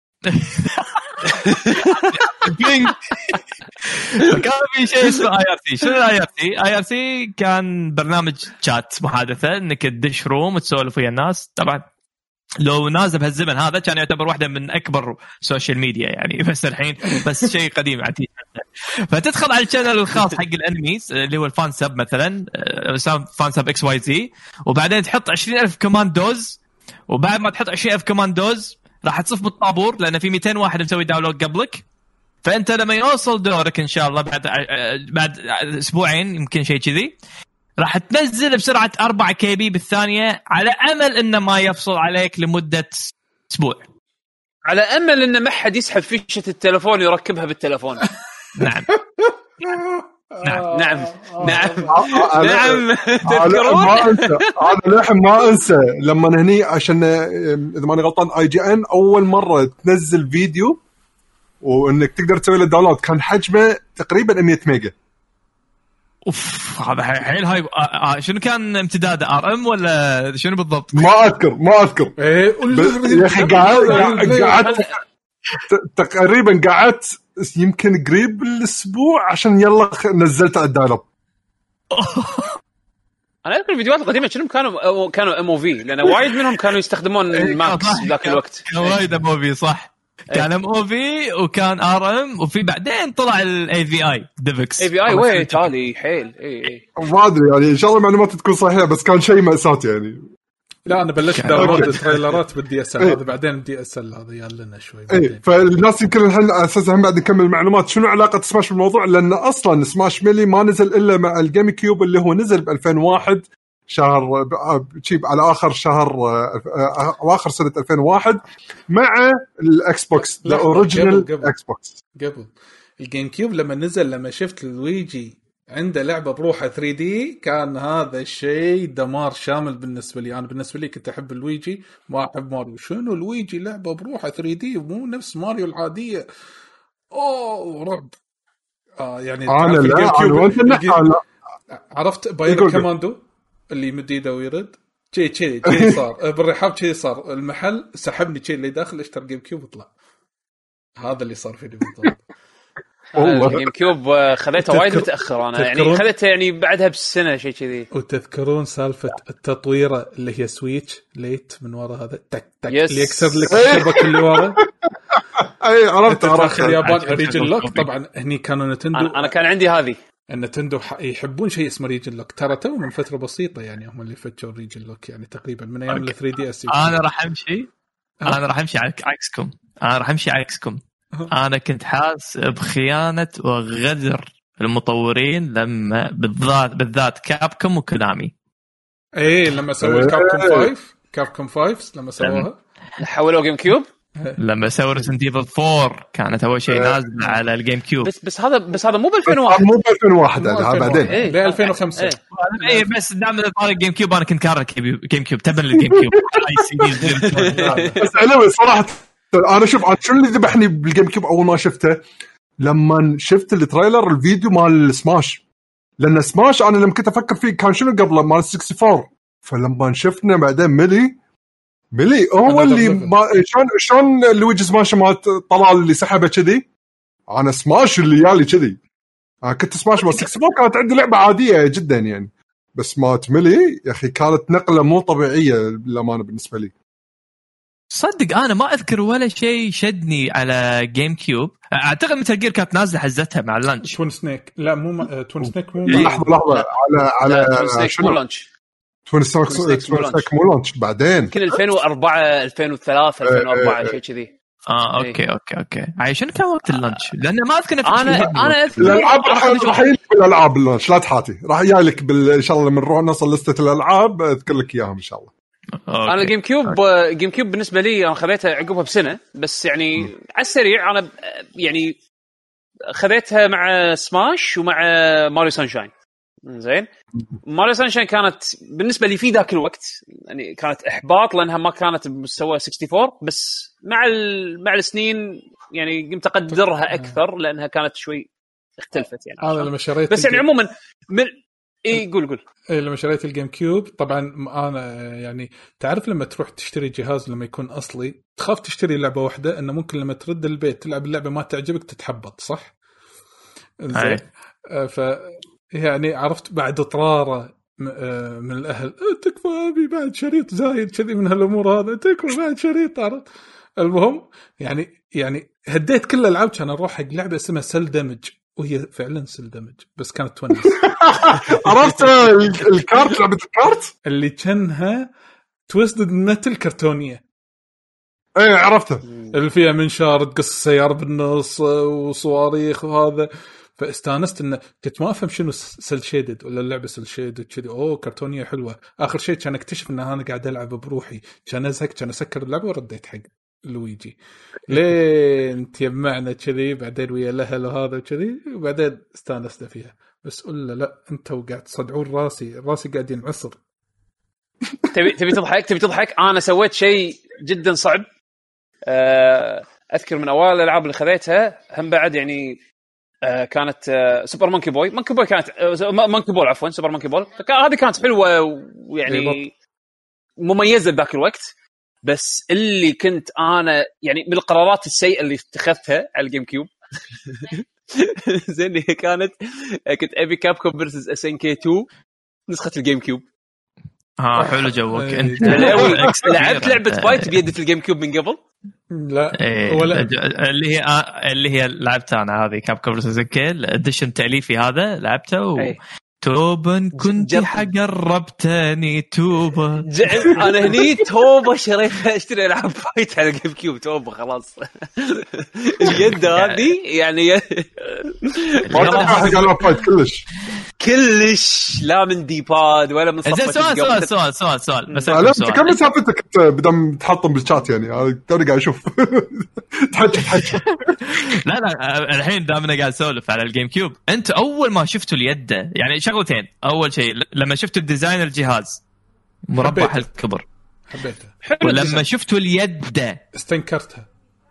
كان في شيء اسمه اي ار سي. شنو الاي ار سي؟ اي ار سي كان برنامج شات محادثه انك تدش روم وتسولف ويا الناس. طبعا لو نازل بهالزمن هذا كان يعتبر واحدة من أكبر سوشيال ميديا يعني بس الحين بس شيء قديم عتيق. فتدخل على الشانل الخاص حق الأنميز اللي هو الفان سب مثلا فان سب إكس واي زي وبعدين تحط عشرين ألف كوماندوز وبعد ما تحط عشرين ألف كوماندوز راح تصف بالطابور لأن في مئتين واحد مسوي داونلود قبلك. فأنت لما يوصل دورك إن شاء الله بعد بعد أسبوعين يمكن شيء كذي راح تنزل بسرعة أربعة كي بي بالثانية على أمل إنه ما يفصل عليك لمدة أسبوع. على أمل إنه ما حد يسحب فيشة التلفون يركبها بالتلفون. نعم نعم نعم نعم نعم تذكرون؟ ما أنسى هذا لحم ما أنسى لما هني عشان إذا ماني غلطان آي جي إن أول مرة تنزل فيديو وإنك تقدر تسوي له داونلود كان حجمه تقريبا مية ميجا. اوف هذا حيل هاي آه شنو كان امتداده ار ام ولا شنو بالضبط؟ ما اذكر ما اذكر يا اخي قعدت قعدت تقريبا قعدت يمكن قريب الاسبوع عشان يلا نزلت على الدايلاب. انا اذكر الفيديوهات القديمه شنو كانوا كانوا ام او في لان وايد منهم كانوا يستخدمون الماكس ذاك الوقت. كان وايد ام او في صح كان ام او في وكان ار ام وفي بعدين طلع الاي في اي ديفكس اي في اي وين تالي حيل اي اي ما ادري يعني ان شاء الله معلومات تكون صحيحه بس كان شيء مأساة يعني. لا انا بلشت داونلود تريلرات بالدي اس ال هذا بعدين الدي اس ال هذا يالنا شوي بعدين. فالناس يمكن الحين اساسا هم بعد نكمل معلومات شنو علاقه سماش بالموضوع لان اصلا سماش ميلي ما نزل الا مع الجيم كيوب اللي هو نزل ب ألفين وواحد شهر تشيب على اخر شهر اواخر سنه ألفين وواحد مع الاكس بوكس الاوريجينال اكس بوكس. قبل الجيم كيوب لما نزل لما شفت لويجي عنده لعبه بروحه ثري دي كان هذا الشيء دمار شامل بالنسبه لي. انا بالنسبه لي كنت احب لويجي ما احب ماريو. شنو لويجي لعبه بروحه ثري دي مو نفس ماريو العاديه. اوه رعب. اه يعني انا لا عرفت بايرو كوماندو اللي يمد ايده ويرد شيء شيء شيء صار بالرحاب شيء صار المحل سحبني شيء اللي داخل اشتري جيم كيوب وطلع. هذا اللي صار فيني بالضبط. الجيم كيوب خذيته وايد متاخر انا يعني خذيته يعني بعدها بسنه شيء كذي. وتذكرون سالفه التطويره اللي هي سويتش ليت من ورا هذا تك تك اللي يكسر لك الشبكه اللي ورا. اي عرفت عرفت اليابان ريجن لوك. طبعا هني كانوا نتندو انا كان عندي هذه النتندو يحبون شيء اسمه ريجن لوك ترى تو من فتره بسيطه يعني هم اللي فتشوا ريجن لوك يعني تقريبا من ايام ال ثري دي اس. انا راح امشي انا راح امشي عكسكم انا راح امشي عكسكم انا كنت حاس بخيانه وغدر المطورين لما بالذات بالذات كابكوم وكونامي. ايه لما سووا كابكوم خمسة كابكوم خمسة لما سووها حولوا جيم كيوب لما سووا ريزنت ايفل فور كانت اول شيء نازل على الجيم كيوب. بس بس هذا بس هذا مو ب ألفين وواحد مو ب ألفين وواحد هذا بعدين ب ألفين وخمسة. اي بس دام طارق جيم كيوب انا كنت كاره جيم كيوب تبن الجيم كيوب. بس انا صراحه انا شوف انا شنو اللي ذبحني بالجيم كيوب اول ما شفته لما شفت التريلر الفيديو مال سماش لان سماش انا لما كنت افكر فيه كان شنو قبله مال أربعة وستين فلما شفنا بعدين ميلي ميلي هو اللي ما شلون شلون لويجي سماش ما طلال اللي سحبه كذي انا سماش اللي يالي كذي انا كنت سماش بس ستة وستين كانت عندي لعبه عاديه جدا يعني، بس ما تملي يا اخي كانت نقله مو طبيعيه للامانه بالنسبه لي. صدق انا ما اذكر ولا شيء شدني على جيم كيوب. اعتقد مثل جير كانت نازله حزتها مع اللانش. توين سنيك لا مو م... توين سنيك مو لحظه لحظه على على توين سنيك مو لانش. توين سنيك مو لانش بعدين يمكن ألفين وأربعة ألفين وثلاثة ألفين وأربعة شيء كذي. اه اوكي اوكي اوكي عشان كان وقت اللانش لان ما اذكر انا انا اذكر الالعاب راح راح يجي بالالعاب اللانش لا تحاتي راح يجيلك بال... ان شاء الله لما نروح نوصل لسته الالعاب اذكر لك اياهم ان شاء الله. أوكي. انا جيم كيوب جيم كيوب بالنسبه لي انا خذيتها عقبها بسنه بس يعني م. على السريع انا يعني خذيتها مع سماش ومع ماريو سانشاين. زين ماريو سانشاين كانت بالنسبه لي في ذاك الوقت يعني كانت احباط لانها ما كانت بمستوى أربعة وستين بس مع مع السنين يعني قمت اقدرها اكثر لانها كانت شوي اختلفت يعني. انا لما شريت بس يعني عموما من اي قول قول لما شريت الجيم كيوب طبعا انا يعني تعرف لما تروح تشتري جهاز لما يكون اصلي تخاف تشتري لعبه واحده انه ممكن لما ترد البيت تلعب اللعبه ما تعجبك تتحبط صح. زين ف يعني عرفت بعد اطراره من الاهل تكفى ابي بعد شريط زايد كذي من هالامور هذا تكفى بعد شريط عرفت. المهم يعني يعني هديت كل الالعاب كان اروح حق لعبه اسمها سل دمج وهي فعلا سل دمج بس كانت تونس. عرفت الكارت لعبه الكارت اللي كانها تويستد ميتل كرتونيه. ايه عرفتها اللي فيها منشار تقص السيارة بالنص وصواريخ وهذا. فاستانست إن كنت ما أفهم شنو سل شيدد ولا اللعبة سل شيدد كذي أوه كرتونية حلوة. آخر شيء كان أكتشف إن أنا قاعد ألعب بروحي كان أزهق كان أسكر اللعبة ورديت حق لويجي لين تجمعنا كذي بعدين ويا الأهل وهذا كذي وبعدين استانست فيها. بس قل لا أنت وقاعد تصدعون راسي راسي قاعد ينعصر. تبي تبي تضحك تبي تضحك أنا سويت شيء جدا صعب. أذكر من أوائل الألعاب اللي خذيتها هم بعد يعني كانت سوبر مونكي بوي مونكي بوي كانت مونكي بول عفوا سوبر مونكي بول. هذه كانت حلوة ويعني مميزة ذاك الوقت. بس اللي كنت أنا يعني من القرارات السيئة اللي اتخذتها على الجيم كيوب زين هي كانت كنت أبي كابكوم فيرسز إس إن كي اثنين نسخة الجيم كيوب. ها حلو جوك انت. لعبت لعبة فايت بيدة الجيم كيوب من قبل؟ لا إيه ولا اللي هي اللي هي لعبتها انا هذه كاب كوفرز كيل اديشن تأليفي هذا لعبته و... أي. توبا كنت حقربتني توبا انا هني توبا شريت اشتري العاب فايت على الجيم كيوب توبا خلاص. اليد هذه يعني ما حق على فايت كلش كلش لا من ديباد ولا من صفة. سؤال سؤال سؤال سؤال سؤال بس لا كم مسافتك بدم تحطهم بالشات يعني توني قاعد اشوف تحكي تحكي. لا لا الحين دامنا قاعد اسولف على الجيم كيوب. انت اول ما شفتوا اليد يعني شغلتين. اول شيء لما شفتوا الديزاين الجهاز مربع الكبر حبيته ولما شفتوا اليد استنكرتها.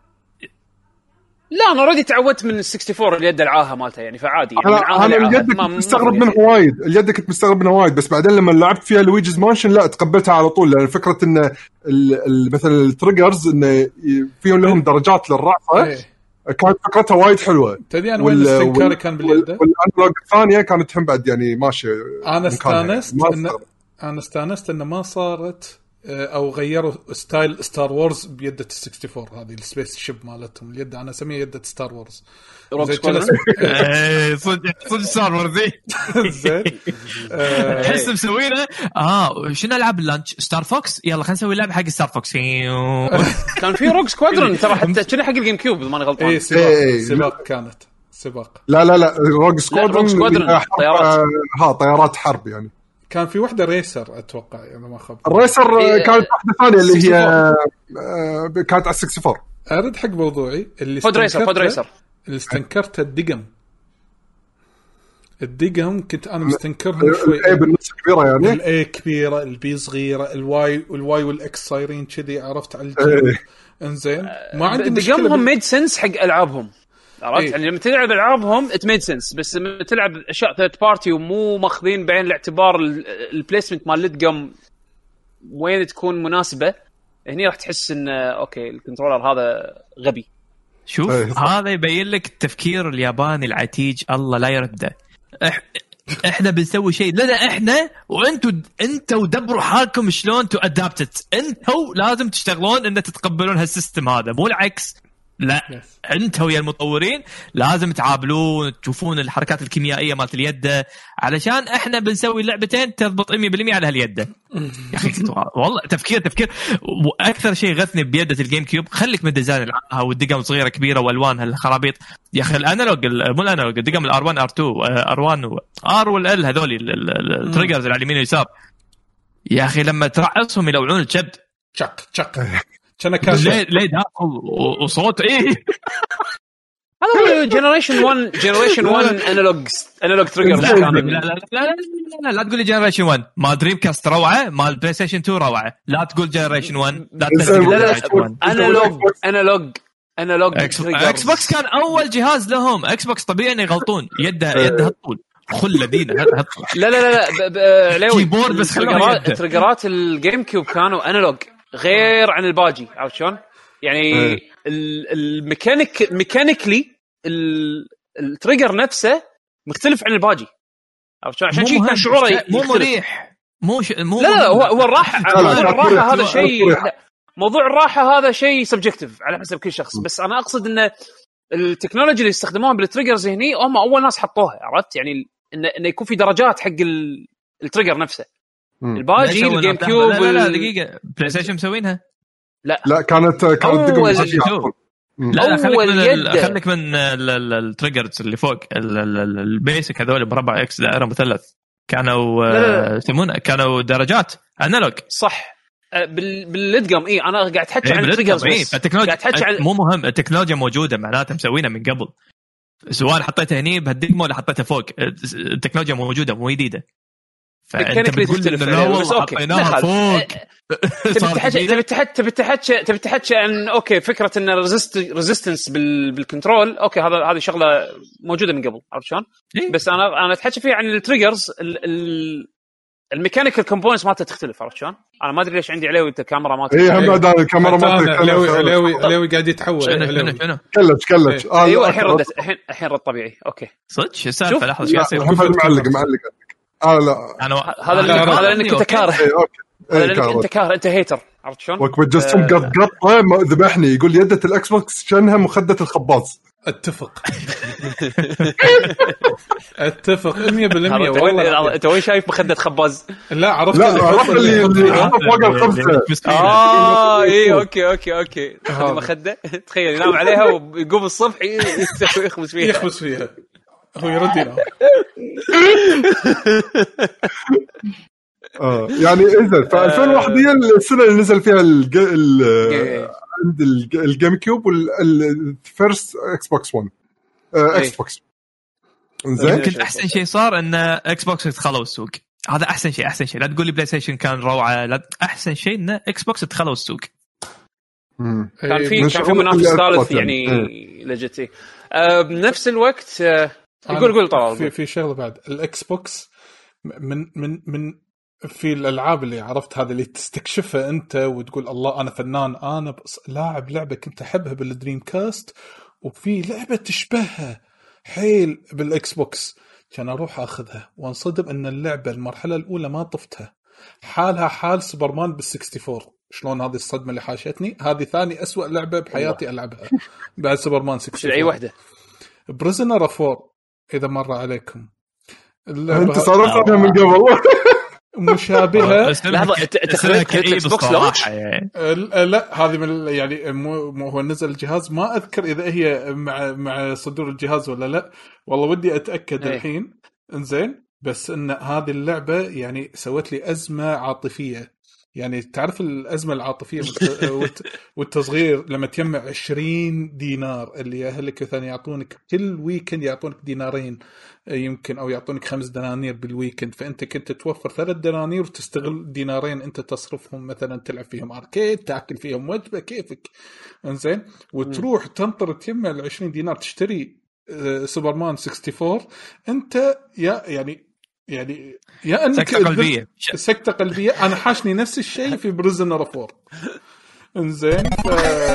لا انا ردي تعودت من ال أربعة وستين اليد العاهه مالتها يعني فعادي يعني انا, أنا اليد كنت مستغرب منها وايد اليد كنت مستغرب منها وايد بس بعدين لما لعبت فيها لويجيز مانشن لا تقبلتها على طول لان فكره ان مثلا التريجرز انه فيهم لهم درجات للرعفه ايه. كانت فكرتها وايد حلوه. تدري انا وين الاستنكار كان باليد والانالوج الثانيه كانت هم بعد يعني ماشي. انا استانست إن انا استانست انه ما صارت او غيروا ستايل ستار وورز بيدة ال أربعة وستين هذه السبيس شيب مالتهم اليد انا اسميها يدة ستار وورز. ايه صدق صدق ستار وورز زين احس مسوينا اه شنو العاب اللانش ستار فوكس يلا خلينا نسوي لعبه حق ستار فوكس. كان في روك سكوادرون ترى حتى كنا حق الجيم كيوب ما انا غلطان. ايه سباق سباق كانت سباق. لا لا لا روك سكوادرون طيارات ها طيارات حرب يعني. كان في واحدة ريسر أتوقع يعني ما خاب. الريسر إيه كانت واحدة ثانية اللي هي آه كانت على ستة وستين. أرد حق موضوعي اللي فود ريسر فود ريسر اللي استنكرت الدقم الدقم كنت أنا مستنكرهم شوي. الأي بالنص كبيرة يعني. الأي كبيرة البي صغيرة الواي والواي والإكس صايرين كذي عرفت على الجيم. إنزين ما عندي مشكلة. دقمهم ميد سنس حق ألعابهم. عرفت إيه؟ يعني لما تلعب العابهم ات ميد سنس بس لما تلعب اشياء ثيرد بارتي ومو ماخذين بعين الاعتبار البليسمنت مال الدقم وين تكون مناسبه هني راح تحس ان اوكي الكنترولر هذا غبي شوف هذا يبين لك التفكير الياباني العتيج الله لا يرده. إح... احنا بنسوي شيء لا لا احنا وانتوا انتوا دبروا حالكم شلون تو ادابتت. انتوا لازم تشتغلون ان تتقبلون هالسيستم هذا مو العكس. لا انتوا يا المطورين لازم تعابلون تشوفون الحركات الكيميائيه مالت اليد علشان احنا بنسوي لعبتين تضبط مية بالمية على هاليد. يا اخي والله تفكير تفكير. واكثر شيء غثني بيده الجيم كيوب خليك من الديزاين والدقم صغيره كبيره والوانها الخرابيط يا اخي. الانالوج مو الانالوج الدقم الار واحد ار اثنين ار واحد ار والال هذول التريجرز على اليمين واليسار يا اخي لما ترعصهم يلوعون الكبد تشك تشك كان كاش ليه ليه داخل وصوت ايه. هذا جنريشن واحد جنريشن واحد انالوج انالوج تريجرز. لا لا لا لا لا لا تقول لي جنريشن واحد ما دريم كاست روعه ما البلاي ستيشن اثنين روعه. لا تقول جنريشن واحد لا تقول انالوج انالوج انالوج اكس بوكس كان اول جهاز لهم. اكس بوكس طبيعي انه يغلطون يده يده هالطول خله دينا. لا لا لا لا كيبورد بس خلوه تريجرات الجيم كيوب كانوا انالوج غير عن الباجي. عرفت شلون يعني الميكانيك ميكانيكلي التريجر نفسه مختلف عن الباجي. عرفت شلون عشان شيء كان شعوره مو مريح مو ش... مو لا لا هو هو الراحه الراحه هذا شيء. موضوع الراحه هذا شيء سبجكتيف على حسب كل شخص. بس انا اقصد ان التكنولوجيا اللي يستخدموها بالتريجرز هني هم اول ناس حطوها. عرفت يعني ان انه يكون في درجات حق التريجر نفسه. الباجي الجيم كيوب لا لا دقيقه بلاي ستيشن مسوينها. لا لا كانت كانت دقم لا لا خليك من خليك من التريجرز اللي فوق البيسك هذول مربع اكس دائره مثلث كانوا يسمونه كانوا درجات انالوج صح باللدقم. اي انا قاعد احكي عن التريجرز بس التكنولوجيا عن... مو مهم التكنولوجيا موجوده معناتها مسوينها من قبل سواء حطيتها هني بهالدقم ولا حطيتها فوق التكنولوجيا موجوده مو جديده. فانت بتقول انه لا والله حطيناها فوق. تبي تحكي تبي تحكي تبي تحكي تبي تحكي عن اوكي فكره ان ريزيست ريزيستنس بالكنترول اوكي هذا هذه شغله موجوده من قبل. عرفت شلون بس انا انا اتحكي فيه عن التريجرز الميكانيكال كومبوننتس مالته تختلف. عرفت شلون انا ما ادري ليش عندي عليه الكاميرا مالته اي هم هذا الكاميرا مالته علوي علوي علوي قاعد يتحول شنو شنو كلش كلش ايوه الحين ردت الحين الحين رد طبيعي اوكي صدق شو السالفه لحظه شو يصير معلق معلق اه لا انا هذا هذا لانك انت كاره هذا لانك انت كاره انت هيتر. عرفت شلون وقت جسم قط قط ذبحني يقول يده الاكس بوكس شنها مخده الخباز. اتفق اتفق مية بالمية والله. انت وين شايف مخده خباز؟ لا عرفت لا عرفت اللي يحط فوق الخبزه. اه اي اوكي اوكي اوكي هذه مخده تخيل ينام عليها ويقوم الصبح يخبز فيها يخبز فيها هو يرد ينام. اه يعني اذا ف ألفين وواحد هي السنه اللي نزل فيها الج... ال... عند الجيم كيوب والفيرست اكس بوكس واحد اكس بوكس. زين يمكن احسن شيء صار ان اكس بوكس دخلوا السوق. هذا احسن شيء احسن شيء. لا تقول لي بلاي ستيشن كان روعه لا احسن شيء ان اكس بوكس دخلوا السوق. كان في كان في منافس ثالث يعني لجتي أه بنفس الوقت أه يقول قول طلال في في شغله بعد الاكس بوكس من من من في الالعاب اللي عرفت هذا اللي تستكشفها انت وتقول الله انا فنان انا لاعب لعبه كنت احبها بالدريم كاست وفي لعبه تشبهها حيل بالاكس بوكس كان اروح اخذها وانصدم ان اللعبه المرحله الاولى ما طفتها حالها حال سوبرمان بالستة وستين. شلون هذه الصدمه اللي حاشتني. هذه ثاني أسوأ لعبه بحياتي العبها بعد سوبرمان ستة وستين. اي واحده بريزنر فور اذا مر عليكم انت صرفت عنها من قبل مشابهه. لحظه انت خليت اكس بوكس لونش لا هذه من يعني مو هو نزل الجهاز ما اذكر اذا هي مع مع صدور الجهاز ولا لا والله ودي اتاكد ايه. الحين انزين بس ان هذه اللعبه يعني سوت لي ازمه عاطفيه. يعني تعرف الازمه العاطفيه والتصغير لما تجمع عشرين دينار اللي اهلك ثاني يعطونك كل ويكند يعطونك دينارين يمكن او يعطونك خمس دنانير بالويكند فانت كنت توفر ثلاث دنانير وتستغل دينارين انت تصرفهم مثلا تلعب فيهم اركيد تاكل فيهم وجبه كيفك انزين وتروح تنطر تجمع العشرين دينار تشتري سوبرمان ستة وستين. انت يا يعني يعني يا انك سكتة قلبية سكتة قلبية. انا حاشني نفس الشيء في بريزنر فور انزين ف...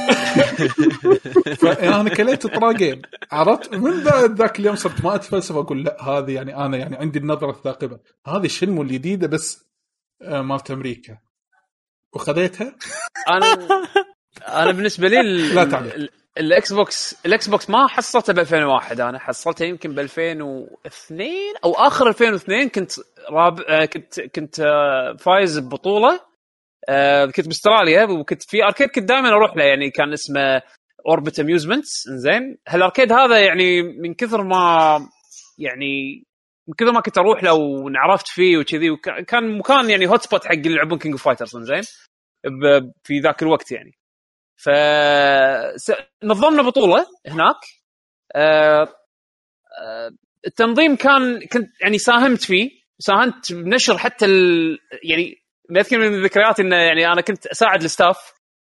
فانا كليت طراقين عرفت من ذاك اليوم صرت ما اتفلسف اقول لا هذه يعني انا يعني عندي النظره الثاقبه هذه شنمو الجديده بس مالت امريكا وخذيتها. انا انا بالنسبه لي لا تعليق. الاكس بوكس الاكس بوكس ما حصلته ب ألفين وواحد، انا حصلته يمكن ب ألفين واثنين او اخر ألفين واثنين. كنت رابع كنت كنت فايز ببطوله، كنت باستراليا وكنت في اركيد كنت دائما اروح له، يعني كان اسمه اوربت اميوزمنتس. زين هالاركيد هذا يعني من كثر ما يعني من كثر ما كنت اروح له ونعرفت فيه وكذي، وكان مكان يعني هوت سبوت حق اللي يلعبون كينج اوف فايترز. زين في ذاك الوقت يعني فنظمنا بطولة هناك. التنظيم كان كنت يعني ساهمت فيه، ساهمت بنشر حتى ال... يعني أذكر من الذكريات إنه يعني أنا كنت أساعد الستاف.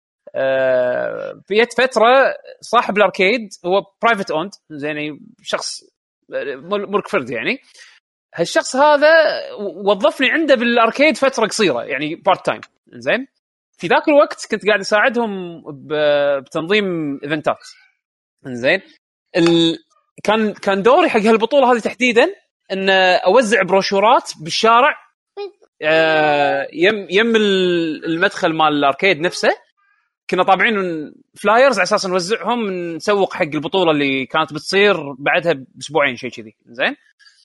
في فترة صاحب الأركيد هو برايفت أوند، زين شخص ملك فرد يعني. هالشخص هذا وظفني عنده بالأركيد فترة قصيرة يعني بارت تايم. زين في ذاك الوقت كنت قاعد أساعدهم بتنظيم إيفنتات. إنزين ال... كان كان دوري حق هالبطولة هذه تحديداً إن أوزع بروشورات بالشارع آه يم يم المدخل مال الأركيد نفسه. كنا طابعين فلايرز على أساس نوزعهم نسوق حق البطولة اللي كانت بتصير بعدها بأسبوعين شيء كذي. إنزين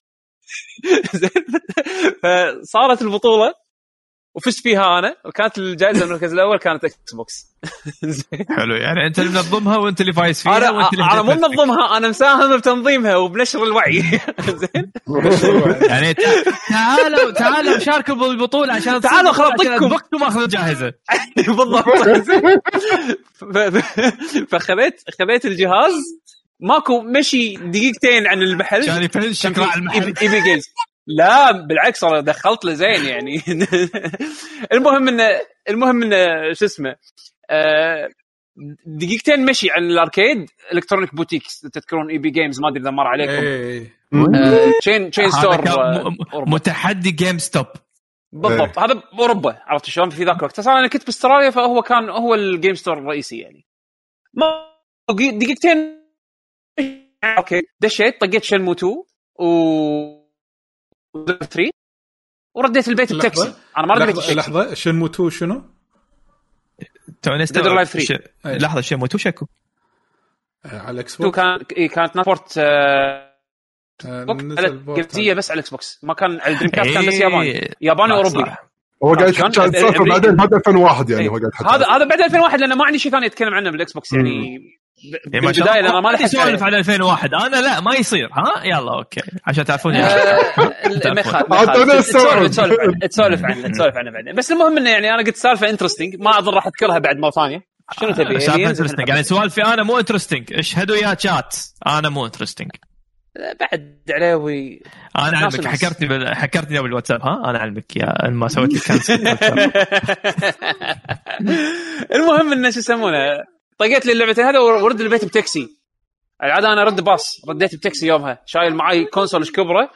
فصارت البطولة وفزت فيها انا، وكانت الجائزه المركز الاول كانت اكس بوكس. حلو، يعني انت اللي منظمها وانت اللي فايز فيها. انا وانت اللي انا مو منظمها، انا مساهم بتنظيمها وبنشر الوعي. زين يعني تعالوا تعالوا شاركوا بالبطوله عشان تعالوا خلطكم وقت ما اخذوا جائزه. بالضبط. فخذيت خذيت الجهاز ماكو مشي دقيقتين عن المحل عشان يفل شكرا المحل ايبي جيمز. لا بالعكس انا دخلت له زين يعني. المهم انه المهم انه شو اسمه دقيقتين مشي عن الاركيد الكترونيك بوتيك. تذكرون اي بي جيمز؟ ما ادري اذا مر عليكم. تشين تشين ستور متحدي جيم ستوب بالضبط. هذا باوروبا عرفت شلون في ذاك الوقت. انا كنت باستراليا فهو كان هو الجيم ستور الرئيسي يعني. ما دقيقتين اوكي دشيت طقيت شنمو تو و ثلاثة ورديت البيت بتاكسي. انا ما رديت الشيء. لحظه شنمو تو شنو؟ توني ستار ش... لحظه شنمو تو شكو على الاكس بوكس كان كانت نابورت قلتيه بس على الاكس بوكس، ما كان على الدريم كاست. كان بس ياباني ياباني اوروبي. هو قاعد يحكي عن سالفه بعدين بعد ألفين وواحد يعني. هو قاعد هذا هذا بعد ألفين وواحد لانه ما عندي شيء ثاني اتكلم عنه بالاكس بوكس يعني. بالبدايه انا ما لحقت اسولف على ألفين وواحد. انا لا ما يصير. ها يلا اوكي عشان تعرفون يا تسولف عنه تسولف عنه بعدين. بس المهم انه يعني انا قلت سالفه انترستينج ما اظن راح اذكرها بعد مره ثانيه. شنو تبي يعني سوالفي انا مو انترستينج. اشهدوا يا شات انا مو انترستينج بعد عليوي. انا علمك حكرتني بال... حكرتني بالواتساب. ها انا علمك يا ما سويت لك كانسل. المهم انه شو يسمونه طقيت لي اللعبتين هذا ورد البيت بتاكسي. العاده انا رد باص، رديت بتاكسي يومها شايل معي كونسول كبره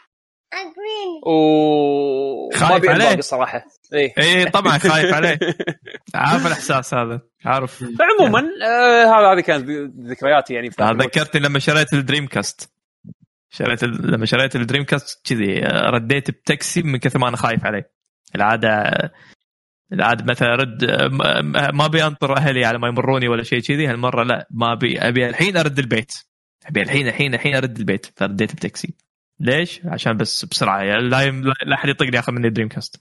و خايف عليه الصراحه. اي اي طبعا خايف عليه. عارف الاحساس هذا عارف. فعموما آه هذا هذه كانت ذكرياتي يعني. ذكرتني لما شريت الدريم كاست. شريت ال... لما شريت الدريم كاست كذي رديت بتاكسي من كثر ما انا خايف عليه. العاده العاده مثلا رد ما ابي انطر اهلي على ما يمروني ولا شيء كذي. هالمره لا ما ابي ابي الحين ارد البيت. ابي الحين الحين الحين ارد البيت. فرديت بتاكسي. ليش؟ عشان بس بسرعه يعني لا لا احد يطقني ياخذ مني دريم كاست.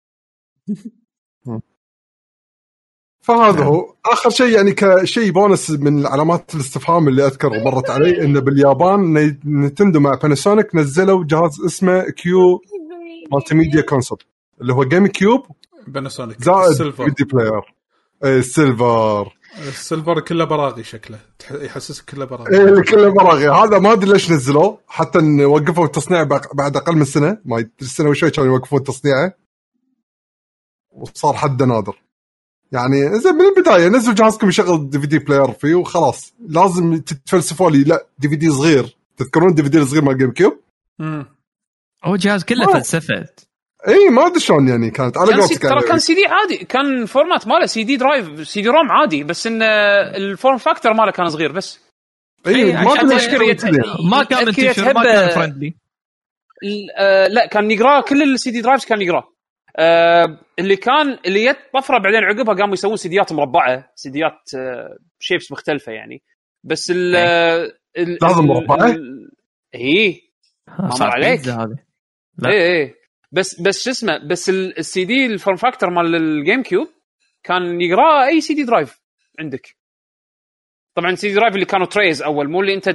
فهذا هو اخر شيء يعني كشيء بونس من علامات الاستفهام اللي اذكر مرت علي انه باليابان نينتندو مع باناسونيك نزلوا جهاز اسمه كيو مالتي ميديا كونسول اللي هو جيم كيوب باناسونيك زائد فيديو بلاير. اي السيلفر السيلفر كله براغي شكله يحسسك كله براغي. ايه كله براغي. هذا ما ادري ليش نزلوه حتى ان وقفوا التصنيع بعد اقل من سنه. ما يدري سنه وشوي كانوا يوقفون تصنيعه وصار حد نادر يعني. زين من البدايه نزلوا جهازكم يشغل دي في دي بلاير فيه وخلاص. لازم تتفلسفوا لي لا دي في دي صغير. تذكرون دي في دي الصغير مال جيم كيوب؟ امم هو جهاز كله فلسفه. اي ما ادري شلون يعني كانت على كان سي... قولتك ترى كان سي دي عادي، كان فورمات ماله سي دي درايف سي دي روم عادي، بس ان الفورم فاكتور ماله كان صغير بس. اي ما عشان ادري تذكر يت... ما كان منتشر، ما كان فرندلي. آه لا كان يقرا كل السي دي درايفز كان يقرا. آه اللي كان اللي يت طفره بعدين عقبها قاموا يسوون سيديات مربعه، سيديات آه شيبس مختلفه يعني. بس ال ال لازم مربعه اي ما مر عليك هذه اي اي بس بس شو اسمه، بس السي دي الفورم فاكتور مال الجيم كيوب كان يقرا اي سي دي درايف عندك. طبعا سي دي درايف اللي كانوا تريز اول، مو اللي انت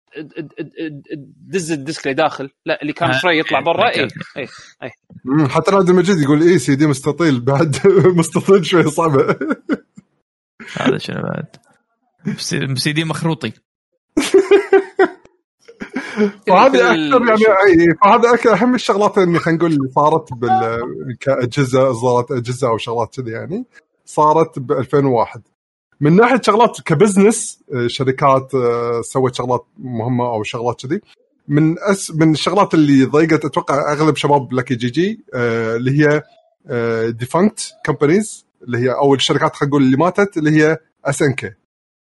دز الديسك لداخل، لا اللي كان تري يطلع برا. اي اي اي حتى نادر المجيد يقول اي سي دي مستطيل بعد مستطيل شوي صعبه. هذا شنو بعد سي دي مخروطي. وهذه اكثر يعني اي فهذا اكثر اهم الشغلات اللي خلينا نقول اللي صارت بال كاجهزه اصدارات اجهزه او شغلات كذي يعني صارت ب ألفين وواحد. من ناحيه شغلات كبزنس شركات سوت شغلات مهمه او شغلات كذي، من أس من الشغلات اللي ضيقت اتوقع اغلب شباب لكي جي جي اللي هي ديفانكت كومبانيز اللي هي اول شركات خلينا نقول اللي ماتت اللي هي اس ان كي.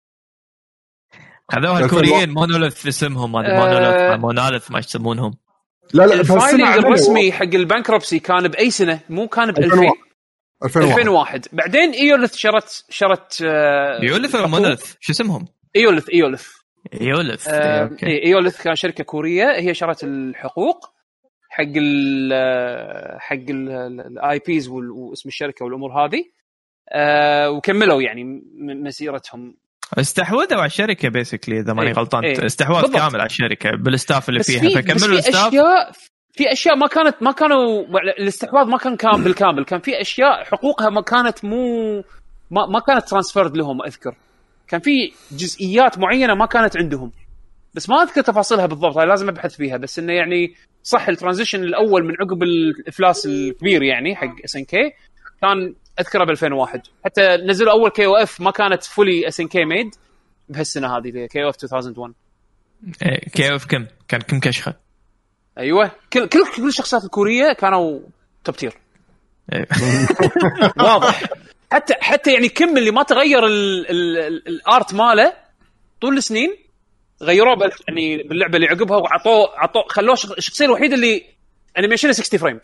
هذول الكوريين مونوليث اسمهم، هذا مونوليث مونوليث ما يسمونهم. لا لا الفايلنج الرسمي حق البانكربسي كان باي سنه؟ مو كان ب ألفين ألفين وواحد. بعدين ايولث شرت شرت ايولث ولا مونوليث شو اسمهم؟ ايولث ايولث ايولث آه اوكي. ايولث كان شركه كوريه، هي شرت الحقوق حق ال حق الاي بيز واسم الشركه والامور هذه، آه وكملوا يعني مسيرتهم. استحوذوا على الشركه بيسكلي اذا ماني غلطان. ايه. استحواذ بالضبط. كامل على الشركه بالستاف اللي فيها، في فكملوا الستاف. اشياء في اشياء ما كانت ما كانوا الاستحواذ ما كان كامل بالكامل، كان في اشياء حقوقها ما كانت مو ما, ما كانت ترانسفيرد لهم. اذكر كان في جزئيات معينه ما كانت عندهم، بس ما اذكر تفاصيلها بالضبط، لازم ابحث فيها. بس انه يعني صح الترانزيشن الاول من عقب الافلاس الكبير يعني حق اس ان كي كان اذكره ب ألفين وواحد. حتى نزلوا اول كي او اف ما كانت فولي اس ان كي ميد بهالسنه هذه، كي او اف ألفين وواحد. ايه كي او اف كم كان كم كشخه. ايوه كل كل كل الشخصيات الكوريه كانوا توب تير. إيه. واضح. حتى حتى يعني كم اللي ما تغير ال ال ال الارت ماله طول السنين غيروه يعني باللعبه اللي عقبها وعطوه عطوه خلوه الشخصيه الوحيده اللي انيميشن ستين فريم،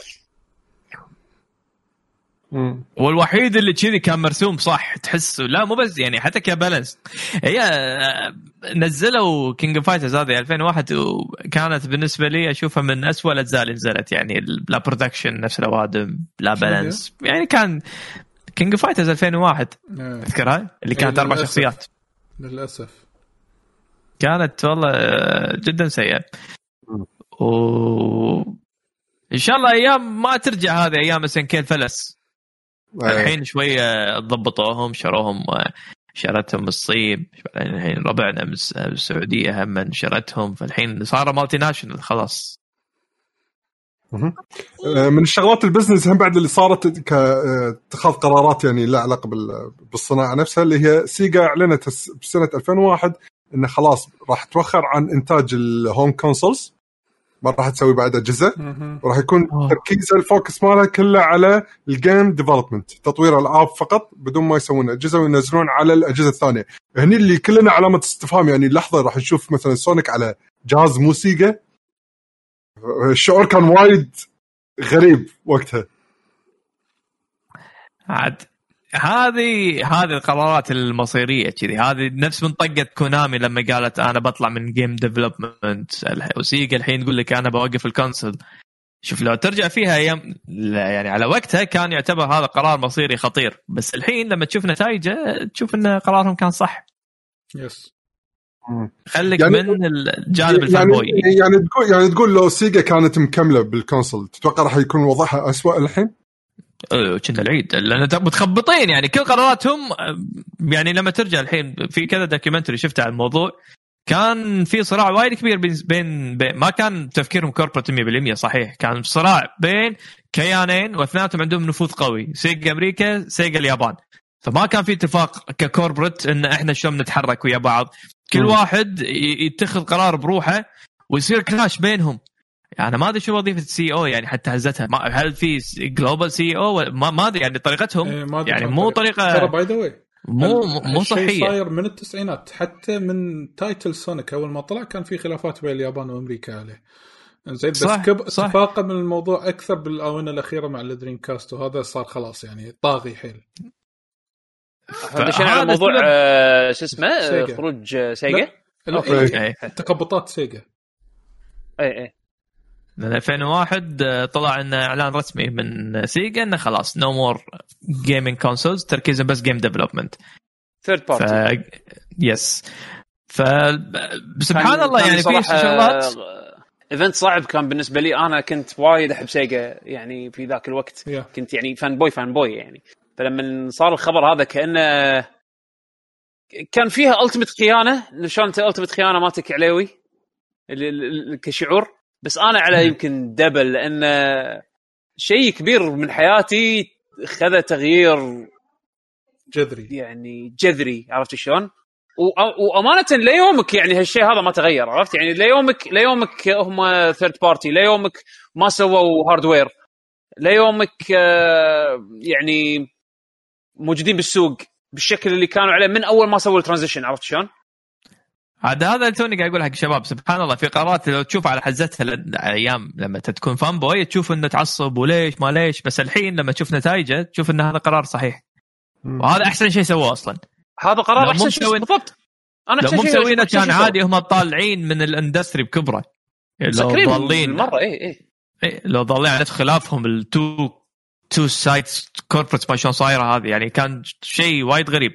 والوحيد اللي كذي كان مرسوم صح تحس. لا مو بس يعني حتى كبالانس. هي نزلوا كينج اوف فايترز هذه ألفين وواحد وكانت بالنسبه لي اشوفها من أسوأ الاجزاء اللي نزلت، يعني لا برودكشن نفس الاوادم لا بالانس. يعني كان كينج اوف فايترز ألفين وواحد تذكرها اللي كانت اربع شخصيات. للاسف كانت والله جدا سيئه. و ان شاء الله ايام ما ترجع هذه ايام سنكين فلس. الحين شويه ضبطوهم شروهم شرتهم الصين، الحين ربعنا من السعوديه هم شرتهم، فالحين صار مالتي ناشونال خلاص. من الشغلات البزنس هم بعد اللي صارت كاتخاذ قرارات يعني لا علاقه بالصناعه نفسها، اللي هي سيجا اعلنت بسنه ألفين وواحد انه خلاص راح توخر عن انتاج الهوم كونسولز، ما راح تسوي بعد أجهزة، وراح يكون تركيزها الفوكس مالها كله على الجيم ديفلوبمنت، تطوير ألعاب فقط بدون ما يسوون أجهزة وينزلون على الأجهزة الثانية. هني اللي كلنا علامة استفهام، يعني لحظة راح نشوف مثلا سونيك على جهاز موسيقى. الشعور كان وايد غريب وقتها. عاد هذه هذه القرارات المصيريه كذي، هذه نفس من طقه كونامي لما قالت انا بطلع من جيم ديفلوبمنت، وسيجا الحين يقول لك انا بوقف الكونسول. شوف لو ترجع فيها ايام يعني على وقتها كان يعتبر هذا قرار مصيري خطير، بس الحين لما تشوف نتائجه تشوف ان قرارهم كان صح. يس خليك يعني من الجانب يعني الفانبوي. يعني تقول يعني تقول لو سيجا كانت مكمله بالكونسول تتوقع راح يكون وضعها أسوأ الحين؟ ايه كنا العيد لان متخبطين يعني كل قراراتهم. يعني لما ترجع الحين في كذا دوكيومنتري شفت على الموضوع، كان في صراع وايد كبير بين, بين, بين ما كان تفكيرهم كوربريت مية بالمية صحيح، كان صراع بين كيانين واثنيناتهم عندهم نفوذ قوي، سيجا امريكا سيجا اليابان. فما كان في اتفاق ككوربريت ان احنا شلون نتحرك ويا بعض، كل م. واحد يتخذ قرار بروحه ويصير كلاش بينهم. يعني انا ما ادري شو وظيفه السي او يعني حتى هزتها ما هل في جلوبال سي او ما ما ادري يعني طريقتهم إيه ما يعني مو طريقه ترى باي ذا واي مو مو صحيه صاير من التسعينات حتى من تايتل سونيك اول ما طلع كان في خلافات بين اليابان وامريكا عليه زين بس كب تفاقم الموضوع اكثر بالاونه الاخيره مع الدريم كاست وهذا صار خلاص يعني طاغي حيل. هذا شنو على موضوع آه شو اسمه خروج سيجا تقبطات سيجا اي اي من ألفين وواحد طلع إن إعلان رسمي من سيجا إنه خلاص no more gaming consoles تركيزا بس game development third party ف... yes فسبحان الله يعني في شغلات ايفنت صعب كان بالنسبه لي. انا كنت وايد احب سيجا يعني في ذاك الوقت yeah. كنت يعني فان بوي فان بوي يعني. فلما صار الخبر هذا كأنه كان فيها التيمت خيانه نشان انت التيمت خيانه ماتك عليوي كشعور بس انا على يمكن دبل لان شيء كبير من حياتي خذ تغيير جذري يعني جذري عرفت شلون. وامانه ليومك يعني هالشيء هذا ما تغير عرفت يعني ليومك ليومك هم ثيرد بارتي ليومك ما سووا هاردوير ليومك يعني موجودين بالسوق بالشكل اللي كانوا عليه من اول ما سووا الترانزيشن عرفت شلون. هذا هذا توني قاعد اقول حق الشباب سبحان الله في قرارات لو تشوف على حزتها ايام لما تكون فان بوي تشوف انه تعصب وليش ما ليش بس الحين لما تشوف نتائجه تشوف ان هذا قرار صحيح وهذا احسن شيء سووه اصلا. هذا قرار احسن شيء بالضبط. انا لو مو مسوينه كان عادي هم طالعين من الاندستري بكبره لو ضالين مره اي اي إيه لو ضالين على خلافهم التو تو سايتس كوربريت ما شلون صايره هذه يعني كان شيء وايد غريب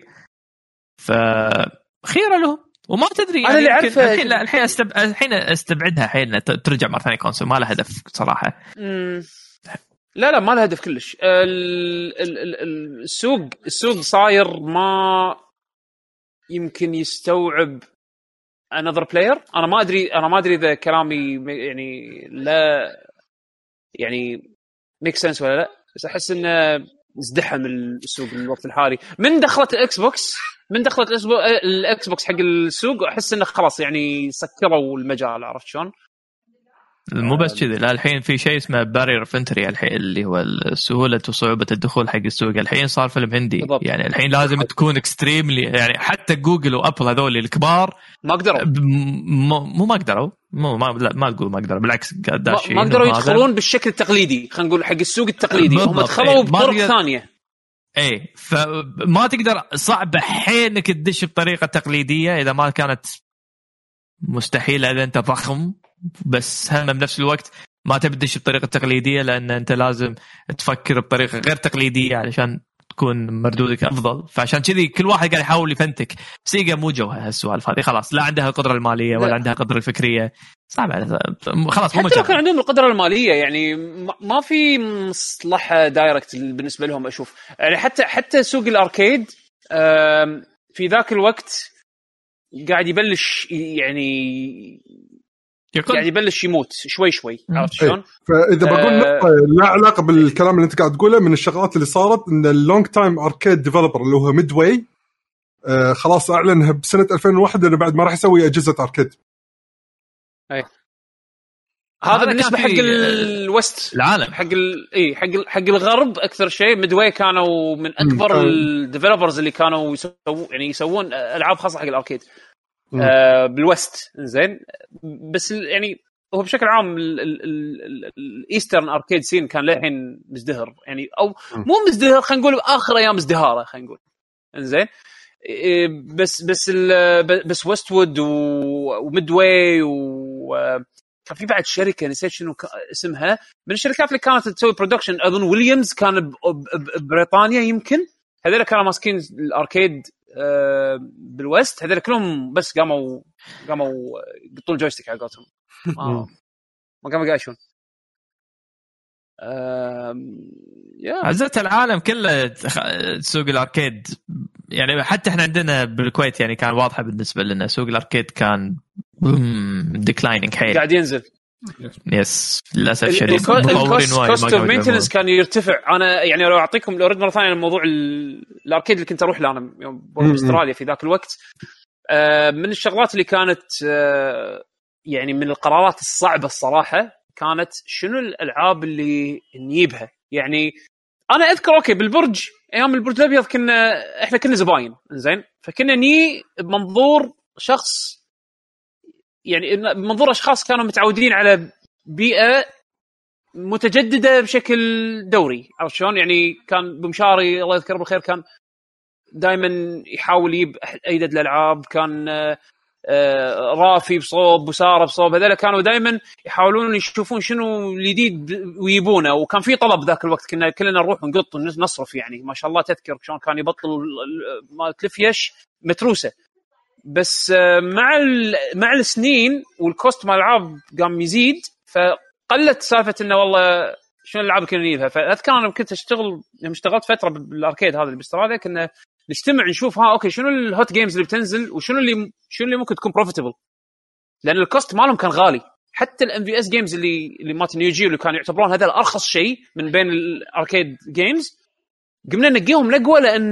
فخيره لهم وما تدري يعني أنا اللي الحين لا الحين استب... الحين استبعدها حين ترجع مرة ثانية كونسول ما لها هدف صراحة. مم. لا لا ما لها هدف كلش. ال... ال... ال... السوق السوق صاير ما يمكن يستوعب another player. أنا ما أدري أنا ما أدري إذا كلامي يعني لا يعني make sense ولا لا بس أحس إنه ازدحم السوق الوقت الحالي من دخلت الإكس بوكس من دخلت الإكس بوكس حق السوق أحس إنه خلاص يعني سكروا المجال عرفت شلون. مو بس كذا لا الحين في شيء اسمه بارير اوف انتري الحين اللي هو سهولة وصعوبة الدخول حق السوق الحين صار فيلم هندي بالضبط. يعني الحين لازم تكون اكستريملي يعني حتى جوجل وابل هذول الكبار ما قدروا مو ما قدروا مو ما لا ما تقول ما قدروا بالعكس داشين ما قدروا يدخلون بالشكل التقليدي خلينا نقول حق السوق التقليدي هم دخلوا بطرق ثانية اي فما تقدر صعب حينك تدش بطريقة تقليدية اذا ما كانت مستحيلة اذا انت ضخم بس هم بنفس الوقت ما تبدش بطريقة تقليدية لأن أنت لازم تفكر بطريقة غير تقليدية علشان تكون مردودك أفضل. فعشان كذي كل واحد قاعد يحاول يفنتك. سيجا مو جوها هالسوالف هذه خلاص لا عندها القدرة المالية ولا لا. عندها القدرة الفكرية صعب على خلاص مو مجال. كان عندهم القدرة المالية يعني ما في مصلحة دايركت بالنسبة لهم أشوف يعني حتى حتى سوق الأركيد في ذاك الوقت قاعد يبلش يعني يقول. يعني يبلش يموت شوي شوي عرفت شلون. فاذا بقول نقطه آه لا علاقه بالكلام اللي انت قاعد تقوله من الشغلات اللي صارت ان اللونج تايم اركيد ديفلوبر اللي هو ميدواي آه خلاص اعلن بسنه ألفين وواحد انه بعد ما راح يسوي اجهزه اركيد. اي هذا بالنسبه حق الوست العالم حق ال... اي حق ال... حق الغرب اكثر شيء ميدواي كانوا من اكبر الديفلوبرز اللي كانوا يسوون يعني يسوون العاب خاصه حق الاركيد آه بالوست زين. بس يعني هو بشكل عام الايسترن اركيد سين كان للحين مزدهر يعني او مو مزدهر خلينا نقول اخر ايام ازدهاره خلينا نقول انزين. بس بس بس ويست وود وميدواي وكان في بعد شركه نسيت شنو اسمها من الشركات اللي كانت تسوي برودكشن اظن ويليامز كان ببريطانيا يمكن هذول كانوا ماسكين الاركيد بالوست هذول كلهم بس قاموا قاموا يقطون جويستيك على قولتهم ما ما قاموا يعيشون. عزت العالم كله سوق الاركيد يعني حتى احنا عندنا بالكويت يعني كان واضحه بالنسبه لنا سوق الاركيد كان ديكلايننج حيل قاعد ينزل يس للاسف شديد. الكوست اوف مينتنس كان يرتفع. انا يعني لو اعطيكم لو ارد مره ثانيه الموضوع الاركيد اللي كنت اروح له انا يوم باستراليا في ذاك الوقت من الشغلات اللي كانت يعني من القرارات الصعبه الصراحه كانت شنو الالعاب اللي نجيبها. يعني انا اذكر اوكي بالبرج ايام البرج الابيض كنا احنا كنا زباين زين، فكنا ني بمنظور شخص يعني بمنظور اشخاص كانوا متعودين على بيئه متجدده بشكل دوري. عرفت شلون؟ يعني كان بمشاري الله يذكره بالخير كان دائما يحاول يجيب ايدد الالعاب، كان رافي بصوب وساره بصوب، هذول كانوا دائما يحاولون يشوفون شنو الجديد ويبونه. وكان في طلب ذاك الوقت كنا كلنا نروح ونقط ونصرف يعني ما شاء الله. تذكر شلون كان يبطل ما تلفيش متروسه. بس مع مع السنين والكوست مال الالعاب قام يزيد، فقلت سالفه انه والله شنو الالعاب كنا نجيبها. فاذكر انا كنت اشتغل لما اشتغلت فتره بالاركيد هذا اللي باستراليا، كنا نجتمع نشوف ها اوكي شنو الهوت جيمز اللي بتنزل وشنو اللي شنو اللي ممكن تكون بروفيتبل، لان الكوست مالهم كان غالي. حتى الام في اس جيمز اللي اللي مات نيو جيو اللي كانوا يعتبرون هذا ارخص شيء من بين الاركيد جيمز، قمنا ننقيهم نقوه لان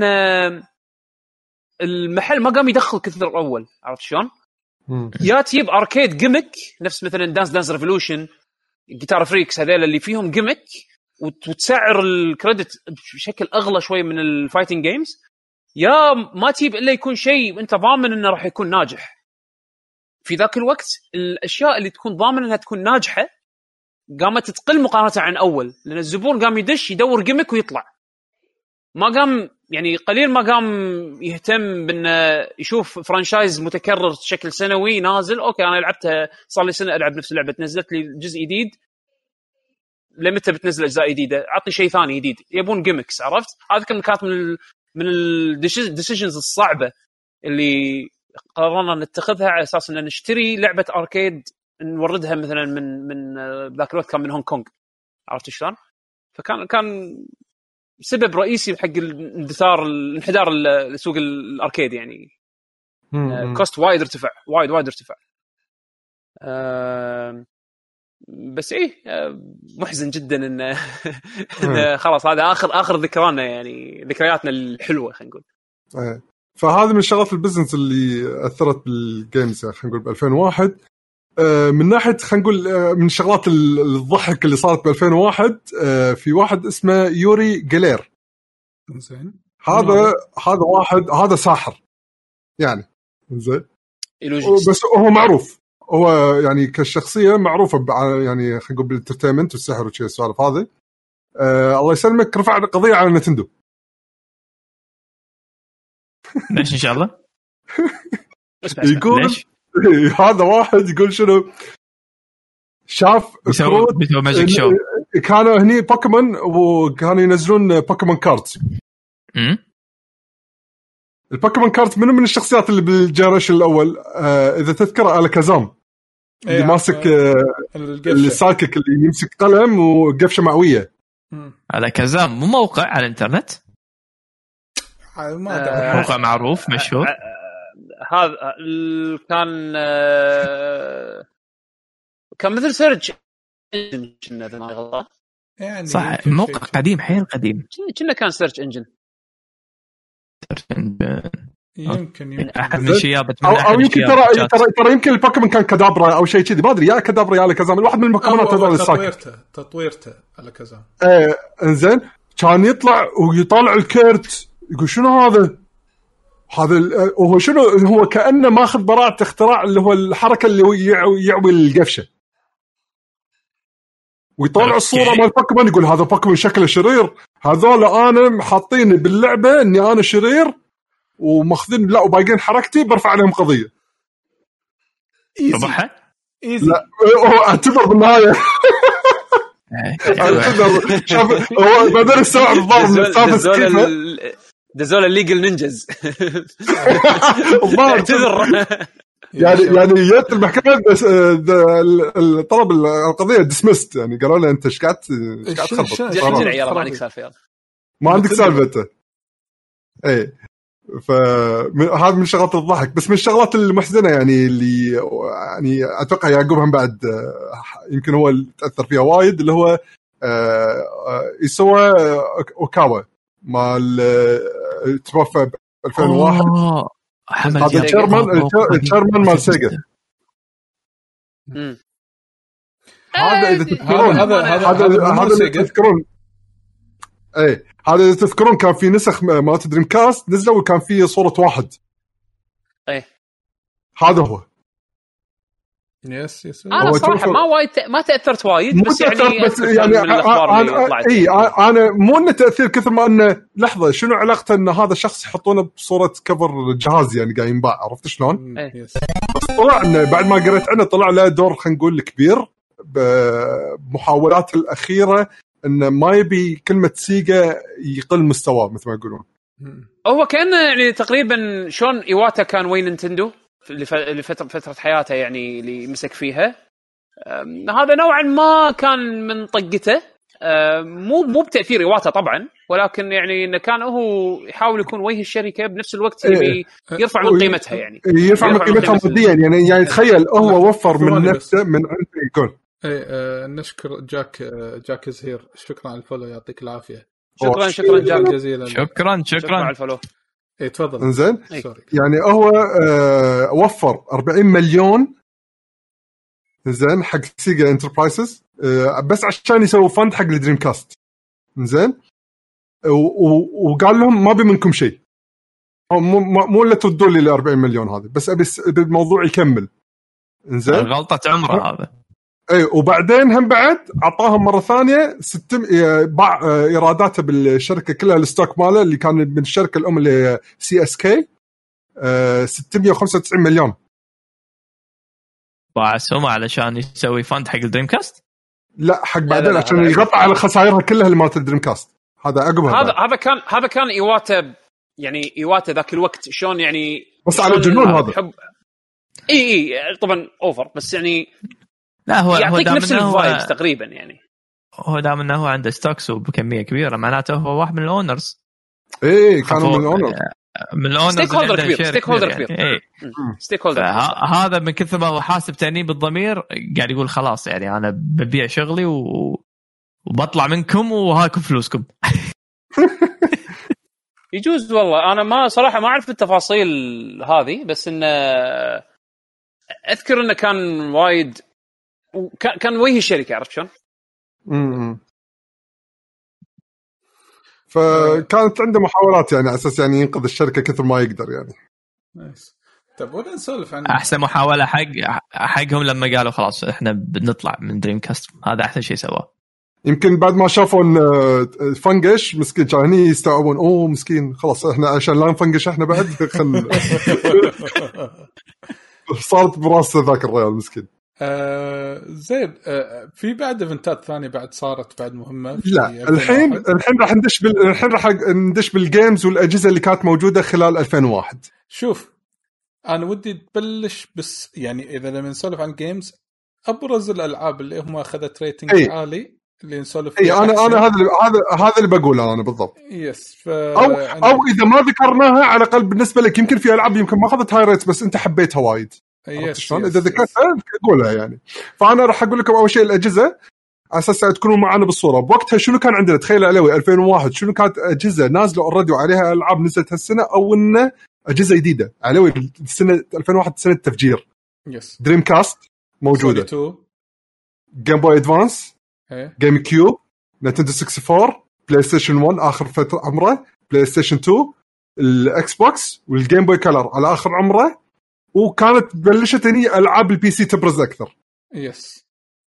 المحل ما قام يدخل كثر اول. عرفت شلون؟ يا تجيب اركيد جيمك نفس مثلا دانس دانس ريفولوشن، جيتار فريكس، هذول اللي فيهم جيمك وتسعر الكريدت بشكل اغلى شوي من الفايتنج جيمز، يا ما تجيب الا يكون شيء انت ضامن انه راح يكون ناجح. في ذاك الوقت الاشياء اللي تكون ضامن انها تكون ناجحه قامت تقل مقارنه عن اول، لان الزبون قام يدش يدور جيمك ويطلع، ما قام يعني قليل ما قام يهتم بانه يشوف فرانشايز متكرر بشكل سنوي نازل. اوكي انا لعبتها صار لي سنه العب نفس اللعبه، نزلت لي جزء جديد، لمتى بتنزل اجزاء جديده؟ اعطي شيء ثاني جديد، يبون جيمكس. عرفت؟ هذا كانت من ال من الديسيجنز الصعبه اللي قررنا نتخذها على اساس ان نشتري لعبه اركيد نوردها مثلا من من ذاك الوقت كان من هونغ كونغ. عرفت شلون؟ فكان كان سبب رئيسي حق الاندثار الانحدار السوق الاركيد يعني. كوست وايد ارتفع وايد وايد ارتفع. أه بس ايه محزن جدا ان, إن خلاص هذا اخر اخر ذكرانا يعني ذكرياتنا الحلوه خلينا نقول. فهذه من شغلات البزنس اللي اثرت بالجيمز خلينا نقول ب ألفين وواحد. من ناحيه خلينا نقول من شغلات الضحك اللي صارت ب ألفين وواحد، في واحد اسمه يوري جلير. زين هذا هذا واحد هذا ساحر يعني زين، بس هو معروف، هو يعني كشخصيه معروفه يعني خلينا نقول بالانترتينمنت والسحر وشيء السوالف هذه. أه الله يسلمك، رفع قضيه على نينتندو. ليش ان شاء الله؟ يقول هذا واحد يقول شنو شاف كروت كانوا هني بوكيمون وكانوا ينزلون بوكيمون كاردز. امم البوكيمون كارت منو من الشخصيات اللي بالجنريشن الاول؟ آه اذا تذكر الكازام اللي ماسك آه اللي ساكك اللي يمسك قلم وقفشه معويه. الكازام مو موقع على الانترنت؟ ما آه موقع معروف مشهور. هذا كان آه كان مثل سيرج انجن كنا ما غلط يعني صح، موقع قديم حيل قديم كنا كان سيرش انجن يمكن يمكن احد من الشيابات او, أو يمكن ترى ترى ترى يمكن البوكيمون كان كدابرا او شيء كذي ما ادري، يا كدابرا يا كذا واحد من البوكيمونات هذول الساكت تطويرته تطويرته على كذا. ايه انزين كان يطلع ويطالع الكيرت يقول شنو هذا هذا وهو شنو هو كأنه ماخذ براءة اختراع اللي هو الحركة اللي هو يعوي القفشة ويطلع الصورة مال بوكيمون يقول هذا بوكيمون شكله شرير، هذول أنا حاطين باللعبة إني أنا شرير وماخذين لا وباقين حركتي برفع عليهم قضية. صباحا لا هو اعتبر بالنهاية شوف هو بدل الساعة الضرب من السالفة سكيفة دزول الليجل نينجز اعتذر يعني يعني جت المحكمة بس الطلب القضية ديسمست يعني قالوا له انت ايش قاعد ايش قاعد تخبط ما عندك سالفة ما عندك سالفة انت اي. فهذا من شغلات الضحك. بس من الشغلات المحزنة يعني اللي يعني اتوقع يعقوب هم بعد يمكن هو اللي تأثر فيها وايد اللي هو يسوى اوكاوا مال توفى ب ألفين وواحد. هذا الشيرمان الشيرمان مال سيجا. هذا اذا تذكرون هذا هذا هذا هذا اللي تذكرون اي هذا اللي تذكرون كان في نسخ مالت دريم كاست نزلوا وكان فيه صورة واحد ايه هذا هو. يس يس انا صراحه ما وايد ما تاثرت وايد بس يعني بس يعني أنا اي انا مو انه تاثير كثر ما انه لحظه شنو علاقته ان هذا شخص يحطونه بصوره كفر جهاز يعني قاعد ينباع عرفت شلون؟ إيه. بس طلع انه بعد ما قريت عنه طلع له دور خلينا نقول كبير بمحاولات الاخيره انه ما يبي كلمه سيجا يقل مستواه مثل ما يقولون. هو كان يعني تقريبا شلون ايواتا كان وين نينتندو لفترة فترة حياته يعني اللي مسك فيها. هذا نوعا ما كان من طقته مو مو بتأثير إيواتا طبعا ولكن يعني إنه كان هو يحاول يكون وجه الشركة بنفس الوقت يبي يرفع من قيمتها يعني يرفع من قيمتها ماديا يعني يعني تخيل هو وفر من نفسه من عنده يقول ايه آه نشكر جاك آه جاك زهير شكرا على الفولو يعطيك العافية. شكرا شكرا جاك جزيلا شكرا شكرا على الفولو. ايه تفضل. انزين يعني هو آه وفر أربعين مليون زين حق سيجا انتربرايزز آه بس عشان يسوي فند حق الدريم كاست زين وقال لهم ما بي منكم شيء مو مو اللي تردوا لي ال أربعين مليون هذه بس ابي الموضوع يكمل زين غلطه عمره هذا. اي وبعدين هم بعد عطاهم مره ثانيه ستم باع ايراداته بالشركه كلها الستوك ماله اللي كان من الشركه الام اللي سي اس كي ستمية وخمسة وتسعين مليون باع اسهمه علشان يسوي فند حق الدريم كاست. لا حق بعدين عشان يغطي على خسائرها كلها اللي مالت الدريم كاست. هذا عقب هذا هذا كان هذا كان ايواتا يعني ايواتا ذاك الوقت شلون يعني بس على الجنون هذا حب... اي اي طبعا اوفر بس يعني لا هو يعطيك هو نفس الفايبس تقريبا يعني هو دام انه هو عنده ستوكس وبكميه كبيره معناته هو واحد من الاونرز. ايه كانوا من الاونرز من الاونرز ستيك هولدر كبير ستيك هولدر كبير ايه ستيك هولدر هذا من كثر ما هو حاسب تأنيب الضمير قاعد يقول خلاص يعني انا ببيع شغلي و... وبطلع منكم وهاكم فلوسكم. يجوز والله انا ما صراحه ما اعرف التفاصيل هذه بس انه اذكر انه كان وايد كان وجه الشركه عرفت شلون. امم فكانت عنده محاولات يعني على اساس يعني ينقذ الشركه كثر ما يقدر يعني. نايس. طب ولا نسولف عن احسن محاوله حق حقهم لما قالوا خلاص احنا بنطلع من دريم كاست هذا احسن شيء سواه. يمكن بعد ما شافوا ان فنقش مسكين كانوا يستوعبون اوه مسكين خلاص احنا عشان لا نفنقش احنا بعد خل صارت براسه ذاك الرجال مسكين. آه زين آه في بعد ايفنتات ثانيه بعد صارت بعد مهمه. لا الحين الحين راح ندش بال الحين راح ندش بالجيمز والاجهزه اللي كانت موجوده خلال ألفين وواحد. شوف انا ودي تبلش بس يعني اذا لما نسولف عن جيمز ابرز الالعاب اللي هم اخذت ريتنج أي. عالي اللي نسولف اي انا انا هذا هذا هذا اللي بقوله انا بالضبط. يس ف... او او اذا ما ذكرناها على الاقل بالنسبه لك يمكن في العاب يمكن ما اخذت هاي ريت بس انت حبيتها وايد. يس اذا ذكرتها اقولها يعني. فانا راح اقول لكم اول شيء الاجهزه على اساس تكونوا معنا بالصوره. بوقتها شنو كان عندنا تخيل علوي ألفين وواحد شنو كانت اجهزه نازله اوريدي وعليها العاب نزلت هالسنه او انه اجهزه جديده علوي السنه ألفين وواحد سنه تفجير. يس دريم كاست موجوده جيم بوي ادفانس جيم كيوب نينتندو أربعة وستين بلاي ستيشن واحد اخر فتره عمره بلاي ستيشن اثنين الاكس بوكس والجيم بوي كلر على اخر عمره وكانت بلشت هني العاب البي سي تبرز اكثر. يس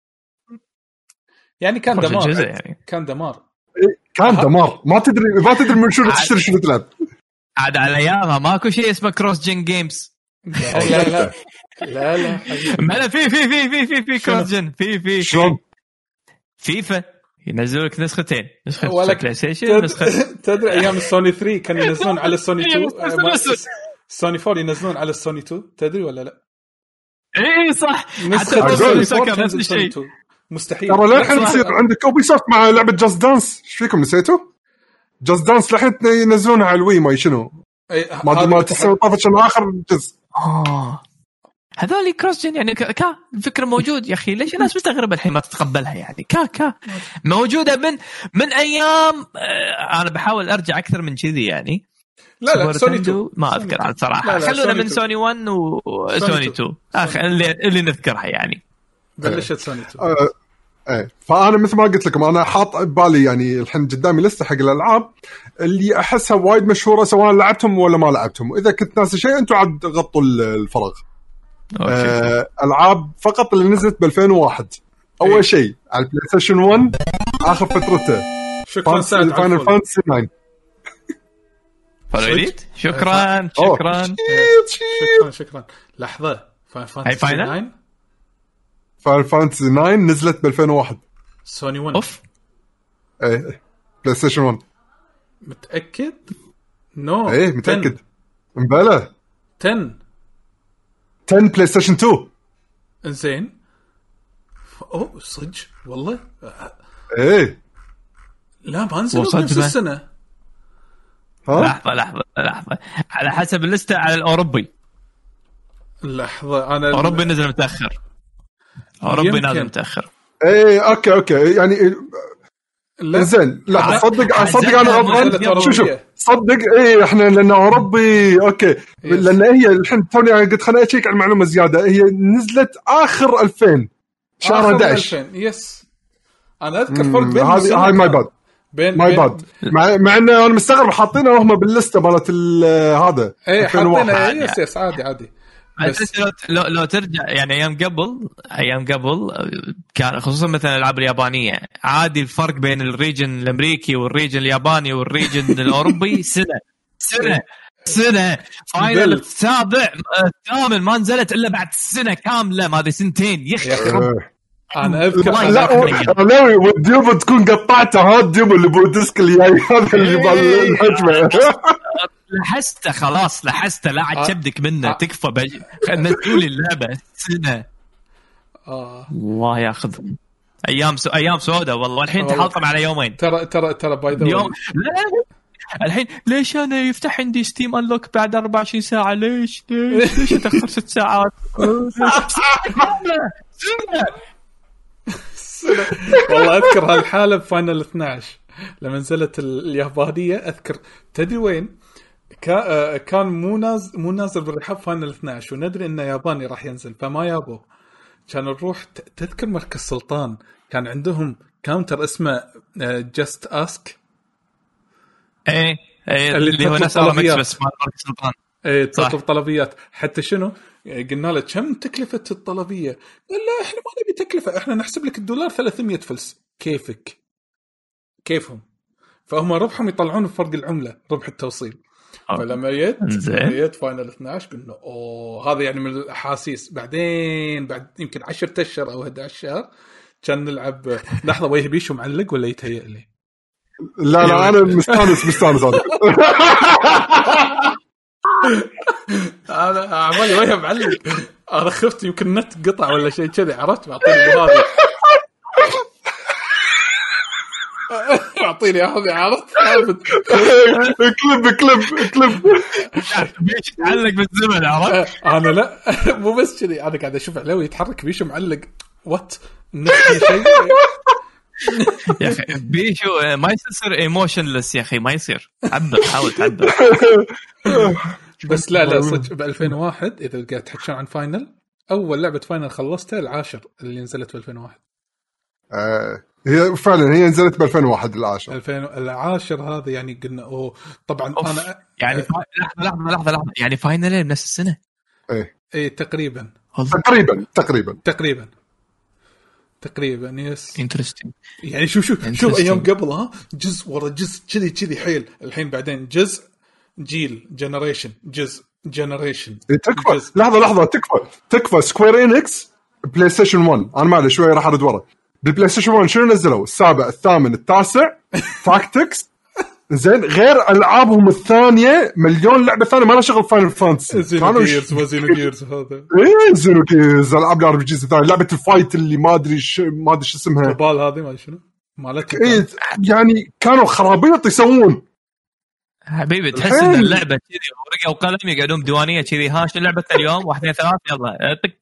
يعني كان دمار يعني. كان دمار كان دمار ما تدري ما تدري من شنو تشتري شنو تلعب. عاد على ايامها ماكو شيء اسمه كروس جن جيمز. لا لا لا لا ما في في في في في في كروس جن في في شلون فيفا ينزلوا لك نسختين نسخه بلاي ستيشن تد... نسخه تدري ايام السوني ثري كانوا ينزلون على السوني اثنين سوني فور ينزلون على السوني اثنين تدري ولا لا؟ ايه صح حتى السوني فور نفس الشيء مستحيل. ترى للحين تصير عندك اوبي سوفت مع لعبه جاست دانس ايش فيكم نسيتوا؟ جاست دانس لحين ينزلونها على الوي ما شنو ما ما تسوي طافش اخر جزء. اه هذول كروس جن يعني كا الفكره موجود يا اخي ليش الناس مستغربه الحين ما تتقبلها يعني كا كا موجوده من من ايام. انا بحاول ارجع اكثر من كذي يعني. لا لا سوني اثنين ما اذكر عن صراحه خلونا من سوني واحد وسوني اثنين اخ اللي اللي نذكرها يعني. بلشت سوني اثنين آه ايه فانا مثل ما قلت لكم انا حاط ببالي يعني الحين قدامي لسه حق الالعاب اللي احسها وايد مشهوره سواء لعبتهم ولا ما لعبتهم، واذا كنت ناسي شيء انتم عاد غطوا الفراغ. آه العاب فقط اللي نزلت ب ألفين وواحد. اول إيه؟ شيء على البلاي ستيشن واحد اخر فترته شكرا سعد فاينل فانتسي تسعة. فريد شكرا شكرا شكرا شكرا. لحظه فاينل فانتسي تسعة فاينل فانتسي تسعة نزلت ب ألفين وواحد سوني واحد. اوف ايه بلاي ستيشن واحد. متاكد؟ نو no. ايه متاكد مبلا عشرة عشرة بلاي ستيشن اثنين. انزين اوه صدق والله. ايه لا ما نزلوا نفس السنه. ها لحظه لحظه لحظه على حسب اللسته على الاوروبي. لحظه انا اوروبي نزل متاخر. اوروبي نازل متاخر. ايه اوكي اوكي يعني زين. لا صدق صدق انا غلطان. شوف شوف صدق ايه احنا لان اوروبي اوكي لان هي الحين توني قلت خليني اشيك على المعلومه زياده. هي نزلت اخر ألفين شهر أحد عشر. يس انا اذكر فرق بين هذه هاي ماي باد ماي باد مع مع انه انا مستغرب حاطينه هم باللسته مالت هذا ايه حاطينه. يس يس عادي عادي. بس لو لو ترجع يعني ايام قبل ايام قبل كان خصوصا مثلا الالعاب اليابانيه عادي الفرق بين الريجن الامريكي والريجن الياباني والريجن الاوروبي سنه سنه سنه. فاينل السابع الثامن ما نزلت الا بعد سنه كامله، ما هذه سنتين يخرب. انا اذكر لا لا والديوب تكون قطعته هذا الديوب اللي بودسك اللي جاي هذا اللي بالحجمه لحسته خلاص لحسته لا عاد تبدك منه تكفى بجي خلنا نقول اللعبه سنه. اه والله ياخذ ايام سو... ايام سوداء والله. الحين تحطم على يومين. ترى ترى ترى باي ذا يوم لا الحين ليش انا يفتح عندي ستيم انلوك بعد أربعة وعشرين ساعه؟ ليش ليش ليش اتاخر ست ساعات؟ والله اذكر هالحاله بفاينل اثناشر لما نزلت اليابانيه. اذكر تدري وين كان مو نازل مو نازل بالرحاب فاينل اثناشر وندري انه ياباني راح ينزل فما يابو. كان نروح تذكر مركز سلطان كان عندهم كاونتر اسمه جاست اسك. ايه ايه اللي هو نفس ارامكس بس مال مركز سلطان. ايه تطلب طلبيات. حتى شنو قلنا له كم تكلفه الطلبيه؟ قال لا احنا ما نبي تكلفه احنا نحسب لك الدولار ثلاثمية فلس. كيفك كيفهم. فهم ربحهم يطلعون فرق العمله ربح التوصيل. فلما جيت جيت فاينل اثناشر قلنا اوه هذا يعني من الاحاسيس. بعدين بعد يمكن عشرة اشهر او أحد عشر شهر كان نلعب. لحظه ويه بيشو معلق ولا يتهيأ لي؟ لا لا انا مستانس مستانس هذا انا عمالي ويه معلق. انا خفت يمكن نت قطع ولا شيء كذا عرفت. بعطيني هذا اعطيني هذا عرفت. كليب كليب كليب بيش تعلق بالزمن عرفت. انا لا مو بس كذي انا قاعد اشوف عليه يتحرك بيشو معلق وات نفس شيء يا اخي. بيشو ما يصير ايموشنلس يا اخي ما يصير. عبر حاول تعبر. بس لا لا صدق ب ألفين وواحد اذا قاعد تحكي عن فاينل اول لعبه فاينل خلصتها العاشر اللي نزلت ب ألفين وواحد. آه هي فعلا هي نزلت ب ألفين وواحد العاشر. ألفين العاشر هذا يعني قلنا اوه طبعا أوف. انا يعني فا... لحظه لحظه لحظه لحظه يعني فاينل بنفس السنه. ايه ايه تقريبا تقريبا تقريبا تقريبا تقريبا يس انترستين. يعني شوف شوف شوف ايام قبل ها جزء ورا جزء كذي كذي حيل. الحين بعدين جزء جيل جنريشن جزء جنريشن إيه تكفى. لحظه لحظه تكفى تكفى سكوير إنكس بلاي ستيشن واحد. انا ما ادري شوي راح ارد ورا. بالبلاي ستيشن واحد شنو نزلوا؟ السابع الثامن التاسع تاكتكس زين غير العابهم الثانيه مليون لعبه ثانيه ما لها شغل فاينل فانتسي. كانوا جيرز وزينو جيرز هذا ايه زينو جيرز العاب الار بي جي الثانيه لعبه الفايت اللي ما ادري ش... ما ادري شو اسمها بال هذه ما شنو مالك. ايه يعني كانوا خرابيط يسوون حبيبي تحس ان اللعبه كذي ورقه وقلم يقعدون بديوانيه كذي ها شو لعبه اليوم واحد اثنين ثلاث يلا طق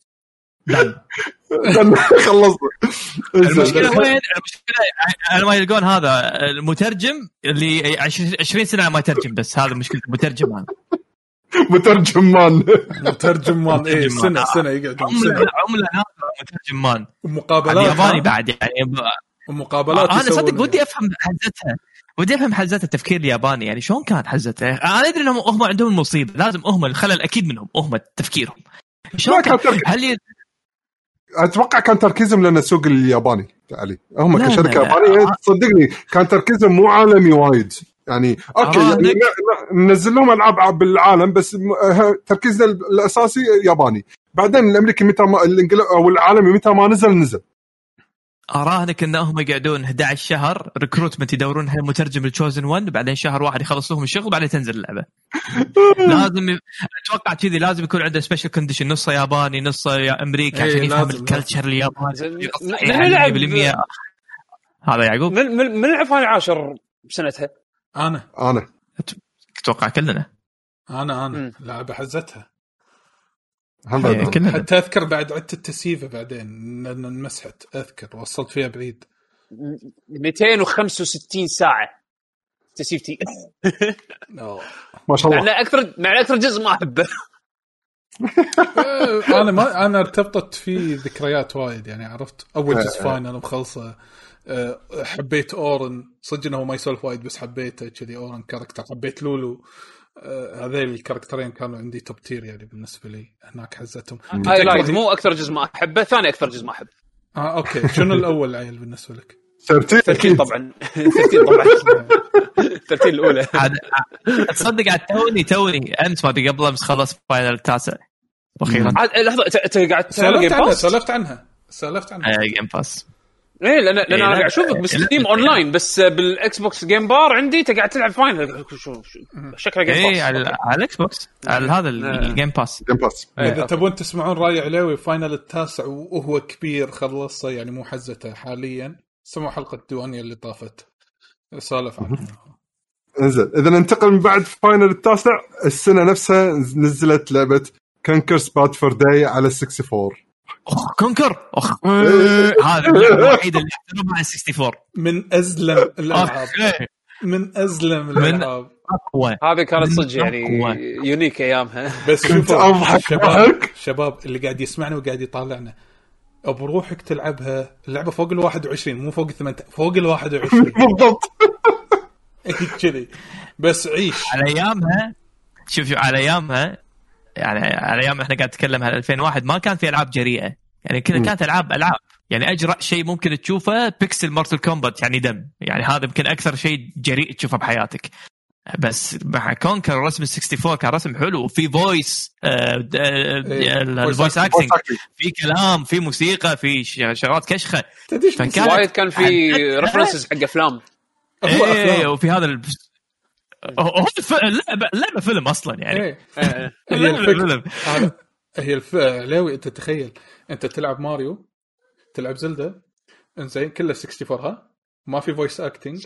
خلصنا. المشكله وين المشكله انا ما يلقون هذا المترجم اللي عشرين سنه ما يترجم بس هذا مشكله المترجم هذا مترجمان مترجمان ايه سنه سنه يقعدون عمله سنه عمله ناظره مترجمان ومقابلات الياباني بعد يعني ومقابلات انا يسوون صدق ودي افهم حزتها ودي افهم حزتها التفكير الياباني يعني شلون كانت حزتها. انا ادري انهم هم عندهم المصيبه لازم هم الخلل اكيد منهم هم تفكيرهم شلون كان هل ي... اتوقع كان تركيزهم لنا سوق الياباني علي هم لا كشركه لا لا. يابانيه صدقني كان تركيزهم مو عالمي وايد يعني اوكي يعني ننزل لهم العاب بالعالم بس تركيزنا الاساسي ياباني بعدين الامريكي متى ما الانجليزي او العالمي متى ما نزل نزل. اراهنك انهم يقعدون إحدى عشر شهر ريكروتمنت يدورون على مترجم للتشوزن واحد بعدين شهر واحد يخلص لهم الشغل بعدين تنزل اللعبه. لازم ي... اتوقع كذي لازم يكون عنده سبيشال كونديشن نص ياباني نص امريكا عشان يفهم الكلتشر الياباني نلعب بالمية. هذا يعقوب من من من العب فاينل عشر بسنتها انا انا اتوقع كلنا انا انا لعبه حزتها كلنا. حتى اذكر بعد عدت التسييفه بعدين انمسحت اذكر وصلت فيها بعيد مئتين وخمسة وستين ساعه تسيفتي ما شاء الله مع اكثر مع اكثر جزء ما احبه. انا ما انا ارتبطت في ذكريات وايد يعني عرفت اول جزء فاينل مخلصه حبيت اورن صدق انه ما يسولف وايد بس حبيته كذي اورن كاركتر حبيت لولو هذول الكاركترين كانوا عندي توب تير يعني بالنسبه لي هناك حزتهم. هاي لايت مو اكثر جزء ما احبه ثاني اكثر جزء ما احب. اه اوكي شنو الاول عيل بالنسبه لك؟ ثلاثين طبعا ثلاثين طبعا ثلاثين الاولى. تصدق على توني توني امس ما قبل امس خلص فاينل التاسع واخيرا. لحظه انت قاعد سولفت عنها سولفت عنها سولفت عنها اي جيم باس ايه لان لان انا قاعد اشوفك بستيم اونلاين بس بالاكس بوكس جيم بار عندي انت قاعد تلعب فاينل شو شكله جيم باس اي على الاكس بوكس على هذا الجيم باس جيم باس. اذا تبون تسمعون راي علاوي فاينل التاسع وهو كبير خلصه يعني مو حزته حاليا سمعوا حلقه الديوانيه اللي طافت سولف عنها. انزين اذا ننتقل من بعد فاينل التاسع السنه نفسها نزلت لعبه كونكرز باد فور داي على أربعة وستين. اخ كونكر اخ هذا الوحيد اللي احترمها على أربعة وستين من ازلم الالعاب من ازلم الالعاب هذه كانت صدق يعني يونيك ايامها. بس شوفوا شباب شباب اللي قاعد يسمعنا وقاعد يطالعنا بروحك تلعبها اللعبه فوق الواحد وعشرين مو فوق الثمانية فوق الواحد وعشرين بالضبط كذي بس عيش على ايامها. شوف شوف على ايامها يعني على ايام احنا قاعد نتكلم على ألفين وواحد ما كان في العاب جريئه يعني كذا كانت العاب العاب يعني اجرأ شيء ممكن تشوفه بيكسل مارتل كومبات يعني دم يعني هذا يمكن اكثر شيء جريء تشوفه بحياتك. بس مع كونكر رسم أربعة وستين كان رسم حلو وفي فويس الفويس اكتنج في كلام في موسيقى في شغلات كشخه وايد كان في ريفرنسز حق افلام ايه وفي هذا ال... هو اللعبه اللعبه فيلم اصلا يعني إيه. هي الفيلم هي الفيلم انت تخيل انت تلعب ماريو تلعب زلدة انزين كله أربعة وستين ها ما في فويس اكتنج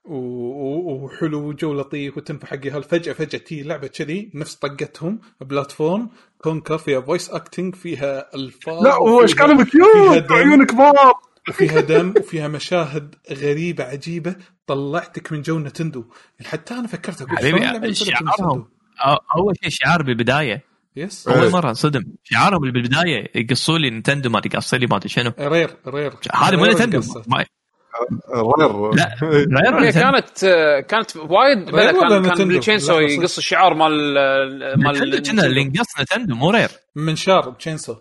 وحلو وجو لطيف وتنفع حقي هالفجأة فجأة تي لعبة كذي نفس طقتهم بلاتفورم كونكر فيها فويس اكتنج فيها الفاظ لا هو اشكالهم كيوت عيون كبار وفيها دم وفيها مشاهد غريبة عجيبة طلعتك من جو نتندو حتى أنا فكرت أقول شلون لعبة شعارهم أول شيء شعار بالبداية يس أول مرة صدم شعارهم بالبداية يقصوا لي نتندو ما تقصوا لي ما أدري شنو رير رير هذا مو نتندو رير لا رير كانت كانت وايد كان بالتشينسو يقص الشعار مال مال كنا اللي نقص نتندو مو رير من شار بتشينسو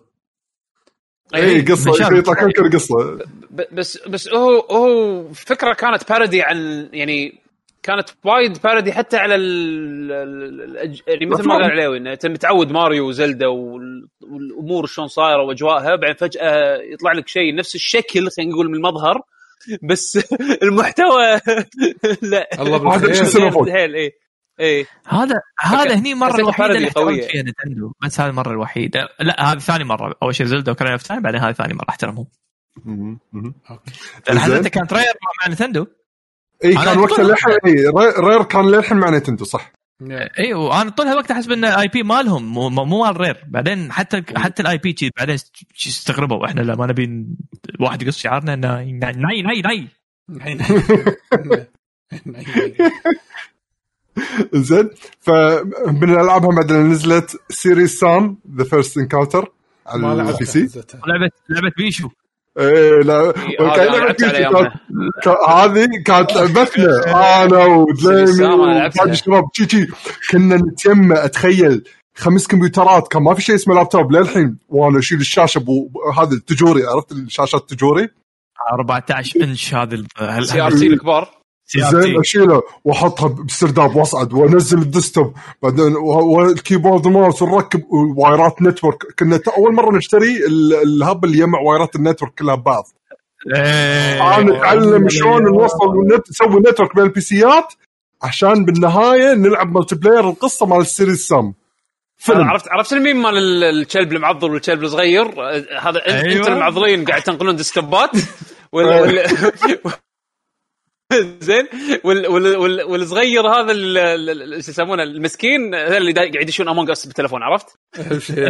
اي قصه يطلع كل قصه بس بس هو هو فكره كانت بارودي عن يعني كانت وايد بارودي حتى على ال يعني مثل ما قال عليوي انه انت متعود ماريو وزلدا والامور شلون صايره واجواءها بعدين فجاه يطلع لك شيء نفس الشكل خلينا نقول من المظهر بس المحتوى لا الله بالخير ايه ايه هذا هذا هني مره الوحيده اللي احترمت فيها نتندو بس هذه المره الوحيده لا هذه ثاني مره اول شيء زلدا وكرين اوف تايم بعدين هذه ثاني مره احترمهم اوكي الحين كانت رير مع نتندو اي كان وقت اللحن رير كان للحين مع نتندو صح اي وانا طول هالوقت احسب ان اي بي مالهم مو مو مال رير بعدين حتى حتى الاي بي تي بعدين استغربوا احنا لا ما نبي واحد يقص شعارنا ناي ناي ناي ناي زين. فمن الالعاب هم بعدين نزلت سيريس سام ذا فيرست انكاونتر على البي سي. لعبه لعبه بيشو. ايه لا هذه كانت لعبتنا انا ودليمي وبعض الشباب شي شي كنا نتجمع. اتخيل خمس كمبيوترات كان ما في شيء اسمه لابتوب للحين وانا اشيل الشاشه ابو هذا التجوري عرفت الشاشات التجوري أربعة عشر انش هذا السي ار تي الكبار زين اشيله واحطها بسرداب واصعد وانزل الديسكتوب بعدين والكيبورد ماوس ونركب وايرات نتورك. كنا اول مره نشتري الهب اللي يجمع وايرات النتورك كلها ببعض. انا نتعلم شلون نوصل ونت نسوي نتورك بين البيسيات عشان بالنهايه نلعب مالتي بلاير القصه مال السيريس سام. عرفت عرفت الميم مال الكلب المعضل والكلب الصغير هذا. أيوة. انت المعضلين قاعد تنقلون ديسكتوبات وال زين وال وال والصغير هذا اللي يسمونه المسكين هذا اللي قاعد يدشون امونج اس بالتليفون. عرفت اهم شيء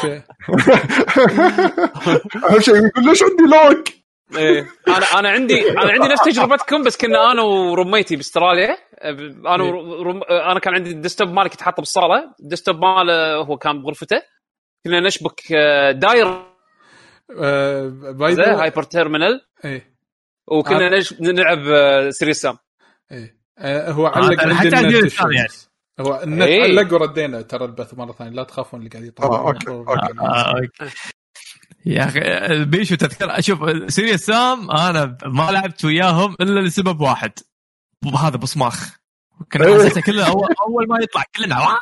اهم شيء يقول ليش عندي لوك. ايه انا انا عندي انا عندي نفس تجربتكم بس كنا انا ورميتي باستراليا. انا ورم... انا كان عندي الديسكتوب مالي كنت حاطه بالصاله. الديسكتوب ماله هو كان بغرفته. كنا نشبك داير بايدر هايبر تيرمينال. ايه وكنا نش... نلعب سيريس سام. ايه هو علق عندنا يعني. هو النت إيه. علق وردينا ترى البث مره ثانيه لا تخافون اللي قاعد يطلع. آه، أوكي. أوكي. آه، أوكي. يا اخي بيشو تذكر اشوف سيريس سام انا ما لعبت وياهم الا لسبب واحد هذا بصماخ. كنا حسيته كله اول اول ما يطلع كلنا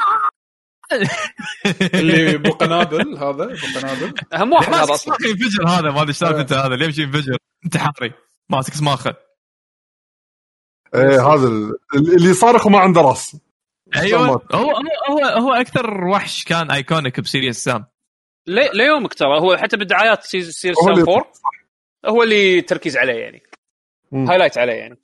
اللي بقنابل. هذا بقنابل اهم واحد هذا اصلا ينفجر. هذا ما ادري سالفته هذا اللي يمشي ينفجر انتحاري ماسك صماخه. ايه هذا اللي صارخ وما عنده راس. ايوه هو هو هو اكثر وحش كان ايكونيك بسيريس سام ليه ليومك ترى. هو حتى بالدعايات سيريس سام أربعة هو اللي تركيز عليه يعني هايلايت عليه يعني.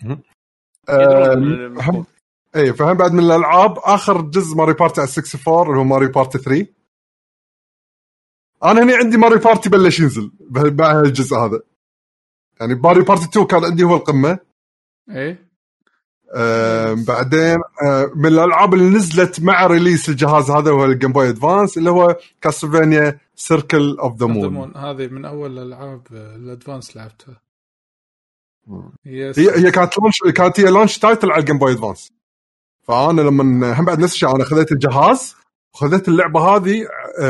أه ايه فهم. بعد من الالعاب اخر جزء ماري بارتي على أربعة وستين اللي هو ماري بارتي ثلاثة. انا هني عندي ماري بارتي بلش ينزل مع الجزء هذا يعني. ماري بارتي اثنين كان عندي هو القمه. ايه آه بعدين آه من الالعاب اللي نزلت مع ريليس الجهاز هذا هو الجيم بوي ادفانس اللي هو كاسلفينيا سيركل اوف ذا مون. هذه من اول الالعاب الادفانس لعبتها. هي هي كانت لونش كانت هي لونش تايتل على الجيم بوي ادفانس. فانا لما هم بعد نفس الشيء انا خذيت الجهاز وخذيت اللعبه هذه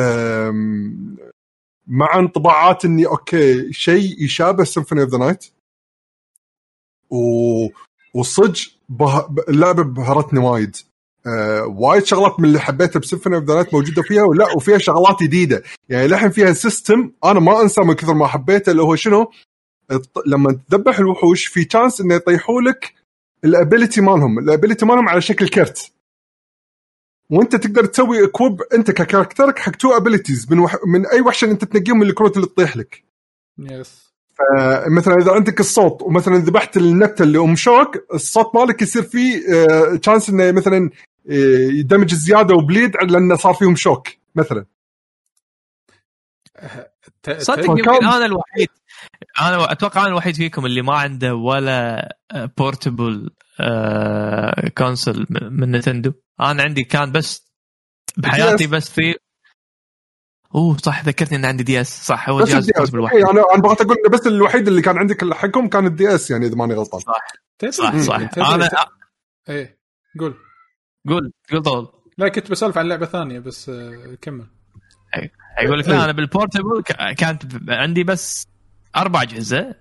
مع انطباعات اني اوكي شيء يشابه سيمفوني اوف ذا نايت و والصج به... اللعبه بهرتني وايد. آه... وايد شغلات من اللي حبيتها بسيمفوني اوف ذا نايت موجوده فيها ولا وفيها شغلات جديده يعني. لحن فيها سيستم انا ما انسى من كثر ما حبيته اللي هو شنو لما تذبح الوحوش في تشانس انه يطيحوا لك الابيليتي مالهم. الابيليتي مالهم على شكل كرت وانت تقدر تسوي اكوب انت ككاركترك حق تو ابيليتيز من, وح... من اي وحش انت تنقيهم من الكروت اللي تطيح لك. يس مثلا اذا عندك الصوت ومثلا ذبحت النبته اللي ام شوك الصوت مالك يصير فيه تشانس انه مثلا يدمج الزياده وبليد لانه صار فيهم شوك مثلا. صدق يمكن انا الوحيد انا اتوقع انا الوحيد فيكم اللي ما عنده ولا بورتبل كونسول من نينتندو. انا عندي كان بس بحياتي بس في اوه صح ذكرتني ان عندي دي اس. صح هو جهاز الوحيد. اي انا انا بغيت اقول بس الوحيد اللي كان عندي كل حقهم كان الدي اس يعني اذا ماني غلطان. صح صح صح انا ايه قول قول قول طول. لا كنت بسولف عن لعبه ثانيه بس كمل. يقول لك لا انا بالبورتبل كانت عندي بس اربع اجهزه.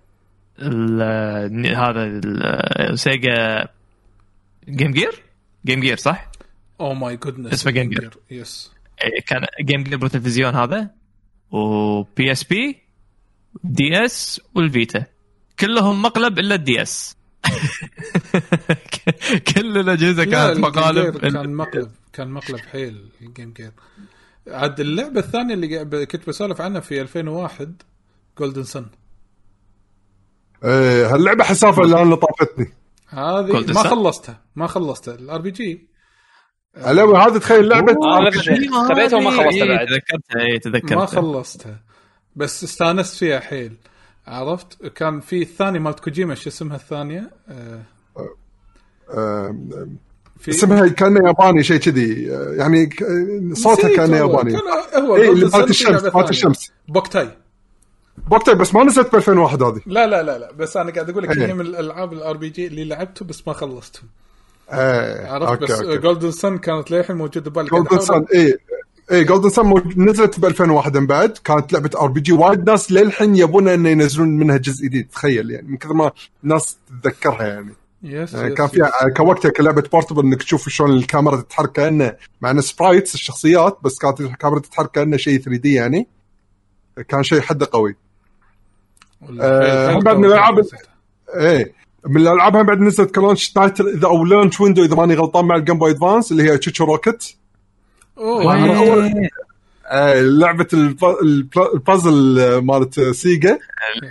هذا سيجا جيم جير جيم جير صح. او ماي جودنس اسمه جيم جير. يس كان جيم جير بالتلفزيون هذا وبي اس بي دي اس والفيتا كلهم مقلب الا الدي اس. كل الاجهزه كانت مقالب. كان مقلب كان مقلب حيل الجيم جير. عاد اللعبه الثانيه اللي كنت بسولف عنها في ألفين وواحد جولدن سن. ايه هاللعبه حسافه اللي انا طافتني هذه ما خلصتها ما خلصتها الار بي جي. اللعبه هذه تخيل لعبه خذيتها وما خلصتها بعد. تذكرتها ايه تذكرتها ما خلصتها بس استانست فيها حيل. عرفت كان في الثاني مالت كوجيما شو اسمها الثانيه أه... أه... اسمها كانه ياباني شيء كذي يعني صوتها كانه ياباني اي اللي مالت الشمس مالت الشمس بوكتاي بوكتاي بس ما نزلت ب ألفين وواحد هذه لا لا لا لا بس انا قاعد اقول لك هي من الالعاب الار بي جي اللي لعبته بس ما خلصتهم ايه عرفت بس جولدن سن كانت للحين موجوده بالك جولدن سن اي اي جولدن سن نزلت ب ألفين وواحد من بعد كانت لعبه ار بي جي وايد ناس للحين يبون ان ينزلون منها جزء جديد تخيل يعني من كثر ما الناس تتذكرها يعني يس يعني يس كان فيها كوقتها كلعبه بورتبل انك تشوف شلون الكاميرا تتحرك كانه مع ان سبرايتس الشخصيات بس كانت الكاميرا تتحرك كانه شيء ثري دي يعني كان شيء حده قوي. هم بعد من الالعاب ايه من الالعاب هم بعد نزلت كلونش تايتل اذا او لونش ويندو اذا ماني غلطان مع الجيم بوي ادفانس اللي هي تشيتشو روكت. اوه آه لعبه البازل مالت سيجا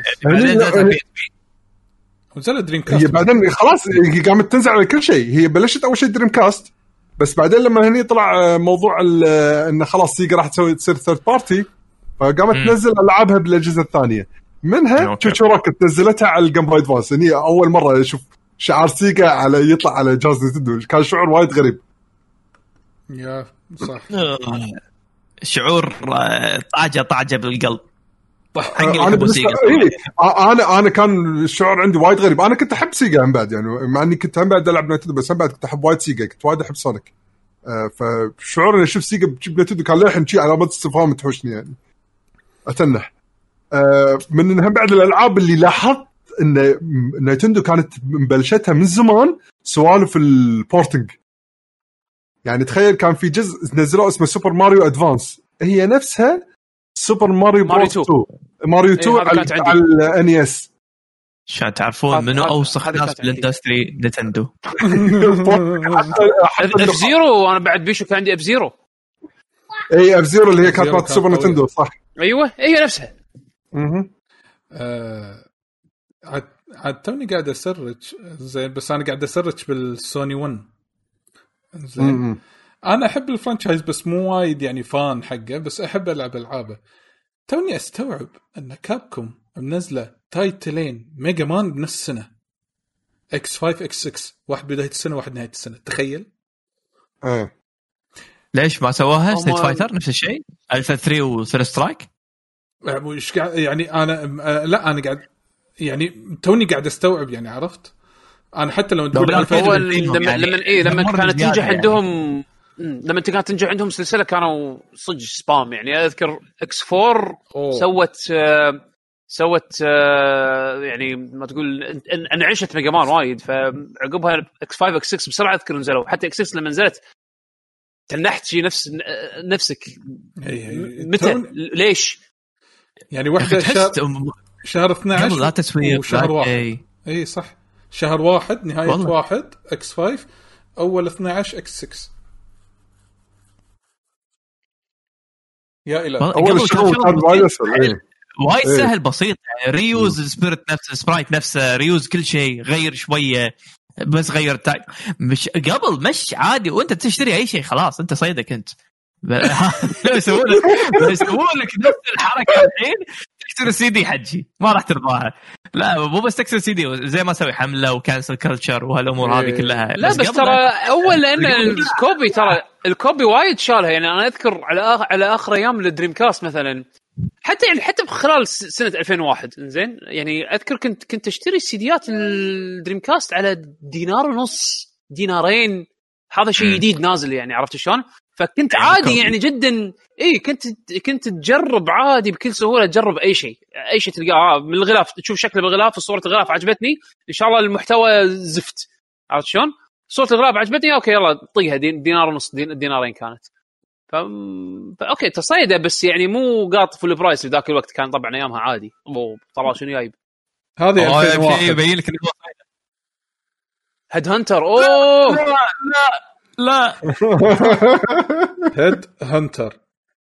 نزلت دريم كاست. هي بعدين خلاص هي قامت تنزل على كل شيء. هي بلشت اول شيء دريم كاست بس بعدين لما هني طلع موضوع انه خلاص سيجا راح تسوي تصير ثيرد بارتي فقامت تنزل العابها بالاجهزه الثانيه منها تشيتشو روكت نزلتها على الجيم بوي ادفانس. هي اول مره اشوف شعار سيجا على يطلع على جهاز نينتندو كان شعور وايد غريب. يا صح شعور طاجه طاجه بالقلب. انا إيه؟ انا انا كان الشعور عندي وايد غريب. انا كنت احب سيجا هم بعد يعني مع اني كنت هم بعد العب نينتندو بس هم بعد كنت احب وايد سيجا كنت وايد احب سونيك. آه فشعور اني اشوف سيجا بجيب نينتندو كان للحين شيء على مود استفهام تحوشني يعني اتنح. آه من هم بعد الالعاب اللي لاحظت ان نينتندو كانت مبلشتها من زمان سوالف البورتنج. يعني تخيل كان في جزء نزلوه اسمه سوبر ماريو ادفانس هي نفسها سوبر ماريو بروس تو ماريو تو على الان اس. عشان تعرفون منو اوسخ ناس بالاندستري نينتندو. اف زيرو انا بعد بيشو كان عندي اف زيرو. اي اف زيرو اللي هي كانت مالت سوبر نينتندو صح. ايوه هي نفسها. اها عاد عاد توني قاعد اسرج زين بس انا قاعد اسرج بالسوني ون زين. انا احب الفرانشايز بس مو وايد يعني فان حقه بس احب العب العابه. توني استوعب ان كابكوم منزله تايتلين ميجا مان بنفس السنه اكس خمسة اكس ستة واحد بدايه السنه واحد نهايه السنه تخيل. اه ليش ما سواها ستريت فايتر نفس الشيء الفا ثري وثير سترايك مش يعني انا لا انا قاعد يعني توني قاعد استوعب يعني عرفت. انا حتى لو تقول هو لما لما ايه لما كانت تنجح يعني. عندهم لما كانت تنجح عندهم سلسله كانوا صج سبام يعني. اذكر اكس فور أوه. سوت آه سوت آه يعني ما تقول ان عشت ميجا مان وايد فعقبها اكس خمسة اكس ستة بسرعه اذكر نزلوا حتى اكس ستة لما نزلت تنحت شيء نفس نفسك متى ليش يعني واحده شهر شهر اثنا عشر لا تسويق وشهر واحد اي اي صح شهر واحد نهايه والله. واحد اكس خمسة اول اثنا عشر اكس ستة يا إله اول شيء كان وايد سهل وايد سهل بسيط يعني ريوز السبيرت نفسه سبرايت نفسه ريوز كل شيء غير شويه بس غير تاك مش قبل مش عادي وانت تشتري اي شيء خلاص انت صيدك انت يسوون يسوون لك نفس الحركه الحين تكسر السي دي حجي ما راح ترضاها. لا مو بس تكسر سي دي زي ما سوي حمله وكانسل كلتشر وهالامور هذه كلها. لا بس, بس ترى اول لان الكوبي ترى الكوبي وايد شالها يعني. انا اذكر على آخر على اخر ايام الدريم كاست مثلا حتى يعني حتى خلال سنه ألفين وواحد زين يعني اذكر كنت كنت اشتري سيديات الدريم كاست على دينار ونص دينارين. هذا شيء جديد نازل يعني عرفت شلون. فكنت عادي يعني جدا اي كنت كنت تجرب عادي بكل سهوله تجرب اي شيء اي شيء تلقاه من الغلاف تشوف شكله بالغلاف صوره الغلاف عجبتني ان شاء الله المحتوى زفت عرفت شلون. صوره الغلاف عجبتني اوكي يلا طيها دينار ونص دينارين كانت ف... اوكي تصيده بس يعني مو قاطف البرايس في ذاك الوقت كان طبعا ايامها عادي ابو طلع شنو جايب هذه ألفين وواحد يبين لك انه هيد هانتر. اوه لا لا لا هيد هانتر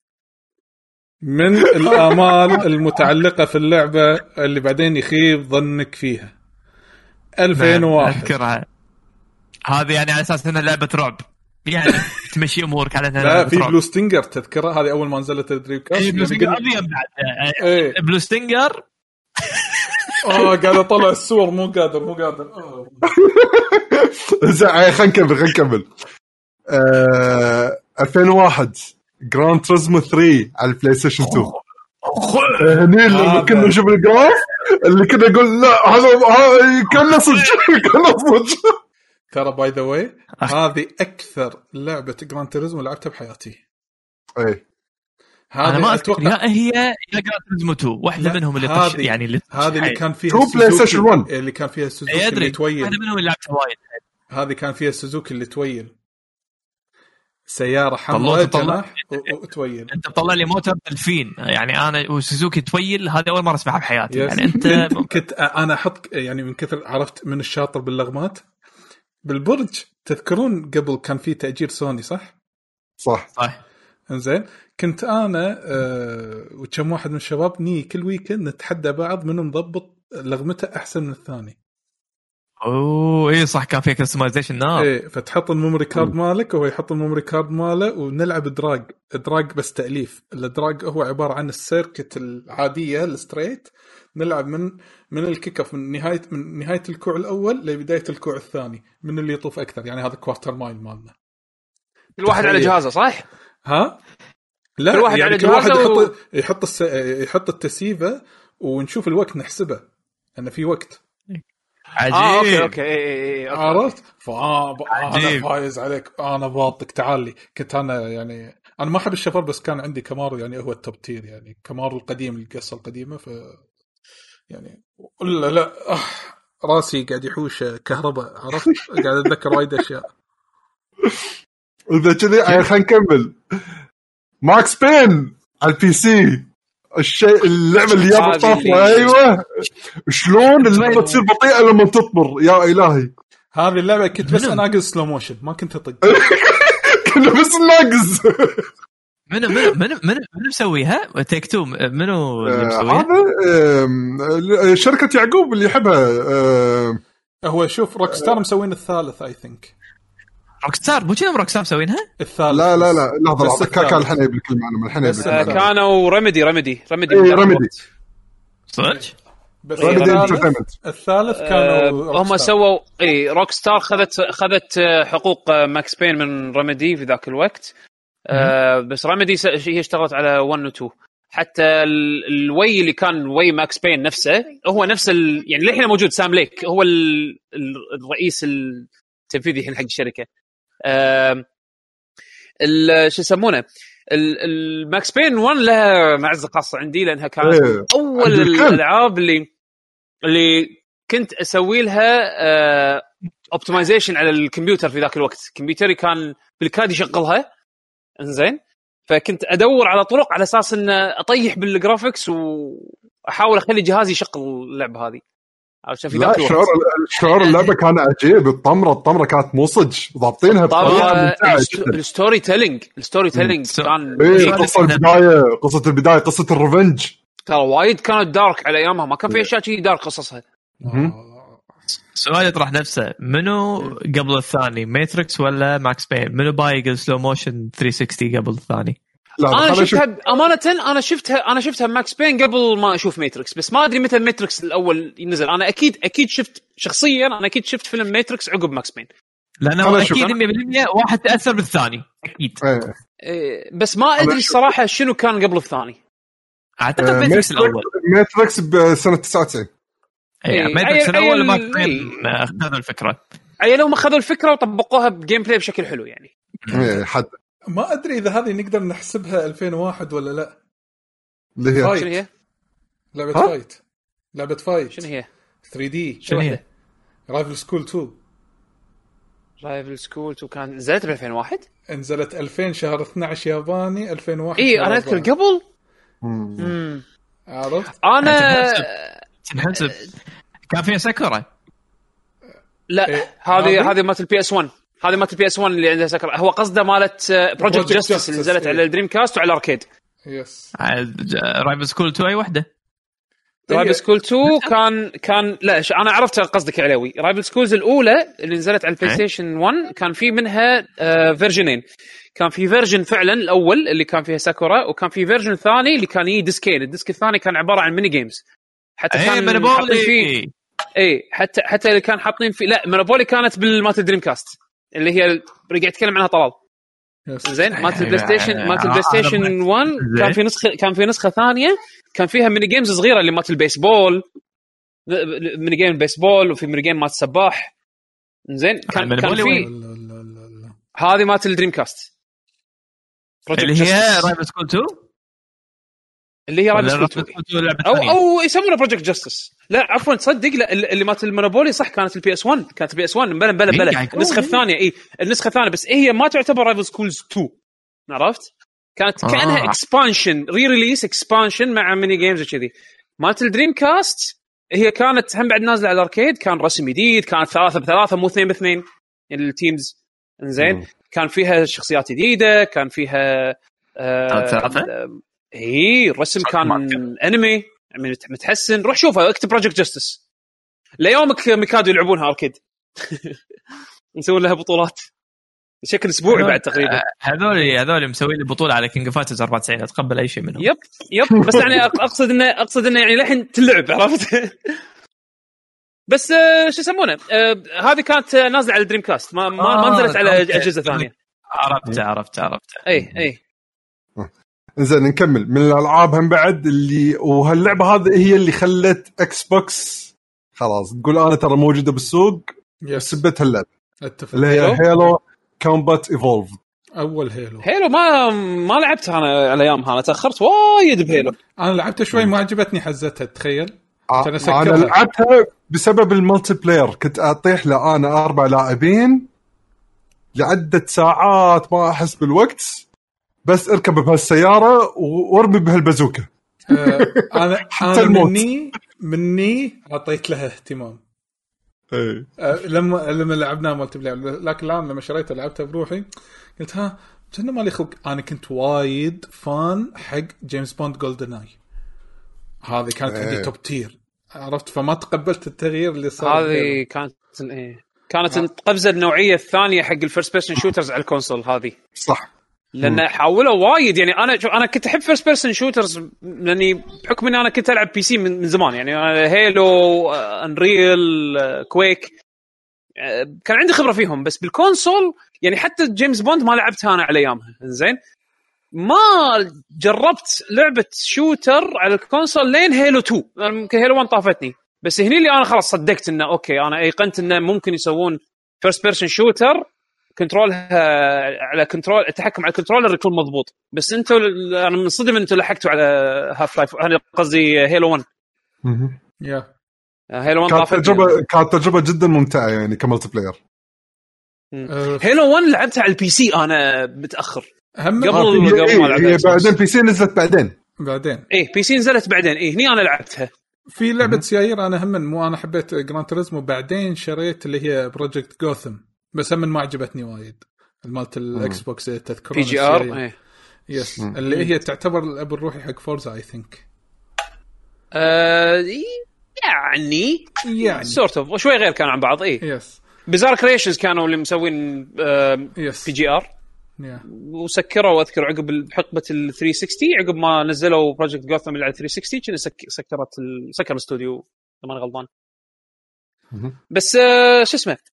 من الآمال المتعلقة في اللعبة اللي بعدين يخيب ظنك فيها. ألفين وواحد أذكرها هذه يعني على أساس أنها لعبة رعب يعني تمشي أمورك على أنها لا في بلو ستينجر تذكرها هذه أول ما نزلت الدريم كاست. إيه بلو ستينجر إيه. بلو ستينجر آه قاعد أطلع الصور مو قادر مو قادر زين خلينا نكمل خلينا نكمل آه... ألفين وواحد جراند تريزمو ثري على البلاي ستيشن تو. هني لما كنا نشوف الجراف اللي كنا نقول لا هذا كان صدق كان صدق. ترى باي ذا واي هذه اكثر لعبه جراند تريزمو لعبتها بحياتي. اي انا ما اتوقع لا هي يا جراند تريزمو تو واحده منهم اللي طش يعني اللي هذه اللي كان فيها سوزوكي اللي كان فيها سوزوكي اللي تويل. واحده منهم اللي لعبتها وايد. هذه كان فيها سوزوكي اللي تويل سياره حمراء جناح وتويل. انت طلع لي موتر دلفين يعني انا وسوزوكي تويل هذا اول مره اسمعها بحياتي. يس. يعني انت كنت انا احط يعني من كثر عرفت من الشاطر باللغمات بالبرج. تذكرون قبل كان في تأجير سوني صح صح صح انزين كنت انا أه وكم واحد من الشباب ني كل ويكند نتحدى بعض منو مضبط لغمته احسن من الثاني. اوه ايه صح كان في كستمايزيشن نار. ايه فتحط الميموري كارد مالك وهو يحط الميموري كارد ماله ونلعب دراج دراج بس تأليف. الدراج هو عبارة عن السيركت العادية الستريت نلعب من من الكيك اوف من نهاية من نهاية الكوع الأول لبداية الكوع الثاني من اللي يطوف أكثر يعني هذا كوارتر مايل مالنا. الواحد على جهازه صح؟ ها؟ لا كل واحد يعني على كل واحد جهازه يحط و... يحط الس... يحط التسيفة ونشوف الوقت نحسبه أن في وقت. عجيب. آه، أوكي أوكي إيه إيه عرفت فأنا فايز عليك أنا باطك تعالي. كنت أنا يعني أنا ما أحب الشفر بس كان عندي كامارو يعني هو التوب تير يعني كامارو القديم القصة القديمة ف يعني ولا لا آه راسي قاعد يحوش كهرباء عرفت قاعد أتذكر وايد أشياء. إذا كذي خلينا نكمل ماكس بين على البي سي الشيء اللعبة اللي يابا طافرة. أيوة شلون اللعبة تصير بطيئة لما تطمر يا إلهي. هذه اللعبة كنت بس أناقز سلو موشن ما كنت أطق كنا بس ناقز. منو منو منو منو مسويها تيك تو منو اللي مسويها؟ هذا شركة يعقوب اللي يحبها. هو شوف روكستار مسوين الثالث اي ثينك. روكستار مو كذا روكستار مسوينها الثالث. لا لا لا لحظة كان الحين يبلك المعلومة الحين يبلك كانوا رمدي رمدي رمدي اي رمدي صدق رمدي انترتينمنت. الثالث كانوا هم سووا اي روكستار خذت خذت حقوق ماكس بين من رمدي في ذاك الوقت. آه بس رمدي هي اشتغلت على واحد و اثنين حتى الوي اللي كان وي ماكس بين نفسه هو نفس ال... يعني للحين موجود سام ليك هو ال... الرئيس التنفيذي الحين حق الشركه. آه ال... شو يسمونه الماكس بين واحد لها معزه خاصه عندي لانها كانت إيه. اول الالعاب اللي اللي كنت اسوي لها اوبتمايزيشن على الكمبيوتر في ذاك الوقت. كمبيوتري كان بالكاد يشغلها انزين فكنت ادور على طرق على اساس ان اطيح بالجرافيكس واحاول اخلي جهازي يشغل اللعبه هذه عشان في ذاك الوقت. شعور شعور اللعبه كان عجيب. الطمره الطمره كانت مو صدق ضابطينها بطريقه ممتعه. الستوري تيلينج الستوري تيلينج كان إيه قصه البدايه قصه البدايه قصه الريفنج ترى وايد كانت دارك على ايامها ما كان في اشياء شيء دارك قصصها. سؤال يطرح نفسه منو قبل الثاني ماتريكس ولا ماكس بين؟ منو بايق سلو موشن ثلاثمية وستين قبل الثاني؟ انا شفتها شوف... امانه انا شفتها انا شفتها ماكس بين قبل ما اشوف ماتريكس بس ما ادري متى ماتريكس الاول ينزل. انا اكيد اكيد شفت شخصيا انا اكيد شفت فيلم ماتريكس عقب ماكس بين لانه اكيد مية بالمية واحد تاثر بالثاني اكيد. إيه بس ما ادري الصراحه شنو كان قبل الثاني. اعتقد ماتريكس الاول ماتريكس بسنه تسعة وتسعين. اي ماتريكس الاول ما كان اخذوا الفكره اي لو ما اخذوا الفكره وطبقوها بجيم بلاي بشكل حلو يعني. اي حد ما ادري اذا هذه نقدر نحسبها ألفين وواحد ولا لا. اللي هي شنو هي لعبه فايت لعبه فايت شنو هي ثري دي شنو هي رايفل سكول تو. رايفل سكول تو كان نزلت ب ألفين وواحد نزلت ألفين شهر اثناشر ياباني ألفين وواحد. اي انا اذكر قبل امم عرفت انا تنحسب كان فيها ساكورا. لا إيه. هذه هذه مالت البي اس واحد هذه مالت البي اس واحد اللي عندها سكر. هو قصده مالت بروجكت جاستس اللي نزلت إيه. على الدريم كاست وعلى الاركيد. يس رايفل سكول تو اي وحده. رايفل سكول تو كان كان لا انا عرفت قصدك عليوي. رايفل سكولز الاولى اللي نزلت على البلاي ستيشن واحد كان في منها آه فيرجنين. كان في فيرجن فعلا الاول اللي كان فيها ساكورا وكان في فيرجن ثاني اللي كان يي ديسكين. الديسك الثاني كان عباره عن ميني جيمز حتى كان حاطين فيه اي حتى حتى اللي كان حاطين في لا مونوبولي كانت بالمات دريم كاست اللي هي رجع يتكلم عنها طلال زين مات البلاي ستيشن مات البلاي ستيشن واحد كان في نسخه كان في نسخه ثانيه كان فيها ميني جيمز صغيره اللي مات البيسبول ميني جيم البيسبول وفي ميني جيم مات السباح زين كان كان في هذه مات الدريم كاست اللي هي رايفل سكول تو اللي هي رايفل سكول تو او او يسمونه بروجكت جاستس لا عفوا تصدق لا اللي مات المونوبولي صح كانت البي اس واحد كانت البي اس واحد بلا بلا بلا النسخه الثانيه اي النسخه الثانيه بس هي ما تعتبر رايفل سكولز تو عرفت كانت كانها آه. اكسبانشن ري ريليس اكسبانشن مع ميني جيمز وكذي مات الدريم كاست هي كانت هم بعد نازله على الاركيد كان رسم جديد كانت ثلاثة بثلاثة مو اثنين باثنين التيمز انزين كان فيها شخصيات جديده كان فيها ثلاثة اي الرسم كان انمي متحسن روح شوفها اكتب بروجكت جاستس ليومك ميكادو يلعبونها اركيد نسوي لها بطولات بشكل اسبوعي بعد تقريبا هذول هذول مسوين البطوله على كينج فايترز أربعة وتسعين اتقبل اي شيء منهم يب يب بس يعني اقصد انه اقصد انه يعني لحين تلعب عرفت بس آه شو يسمونه آه هذه كانت نازله على الدريم كاست ما ما, آه ما نزلت على اجهزه ثانيه عرفت عرفت عرفت اي اي زين نكمل من الالعاب هم بعد اللي وهاللعبه هذه هي اللي خلت اكس بوكس خلاص تقول انا ترى موجوده بالسوق سبت هاللعبه اللي هي هيلو كومبات ايفولف اول هيلو هيلو ما ما لعبتها انا على ايامها انا تاخرت وايد بهيلو انا لعبتها شوي ما عجبتني حزتها تخيل آه انا لعبتها بسبب الملتي بلاير كنت اطيح له انا اربع لاعبين لعدة ساعات ما احس بالوقت بس اركب بهالسياره وارمي بهالبازوكه آه انا انا مني مني اعطيت لها اهتمام اي آه لما لما لعبنا ملتي بلاير لكن الان لما شريتها لعبتها بروحي قلت ها كنا مالي خلق انا كنت وايد فان حق جيمس بوند جولدن اي هذه كانت عندي توب تير عرفت فما تقبلت التغيير اللي صار هذه كانت ايه كانت القفزه النوعيه الثانيه حق الفيرست بيرسون شوترز على الكونسول هذه صح لان حاولوا وايد يعني انا شوف انا كنت احب فيرست بيرسون شوترز لاني بحكم اني انا كنت العب بي سي من زمان يعني هيلو انريل كويك كان عندي خبره فيهم بس بالكونسول يعني حتى جيمس بوند ما لعبتها انا على ايامها زين ما جربت لعبه شوتر على الكونسول لين هيلو تو يمكن هيلو واحد طافتني بس هني اللي انا خلاص صدقت انه اوكي انا ايقنت انه ممكن يسوون فيرست بيرسون شوتر كنترولها على كنترول التحكم على الكنترولر يكون مضبوط بس انتوا انا منصدم انتوا لحقتوا على هاف لايف انا قصدي هيلو واحد يا هيلو واحد كانت تجربه كانت تجربه جدا ممتعه يعني كملتي بلاير هيلو واحد لعبتها على البي سي انا متاخر قبل قبل ما لعبتها بعدين بي سي نزلت بعدين بعدين ايه بي سي نزلت بعدين ايه هني انا لعبتها في لعبه سيايير انا هم مو انا حبيت جراند توريزمو بعدين شريت اللي هي بروجكت جوثم بس هم ما عجبتني وايد مالت الاكس بوكس تذكرون بي جي ار ايه يس مم. اللي هي تعتبر الاب الروحي حق فورزا اي ثينك آه يعني يعني سورت اوف وشوي غير كانوا عن بعض ايه يس بيزار كريشنز كانوا اللي مسوين آه بي جي ار yeah. وسكروا واذكر عقب حقبه ال ثلاثمية وستين عقب ما نزلوا بروجكت جوثم اللي على ثلاثمية وستين كنا سك... سكرت ال... سكر الاستوديو لما انا غلطان بس آه شو اسمه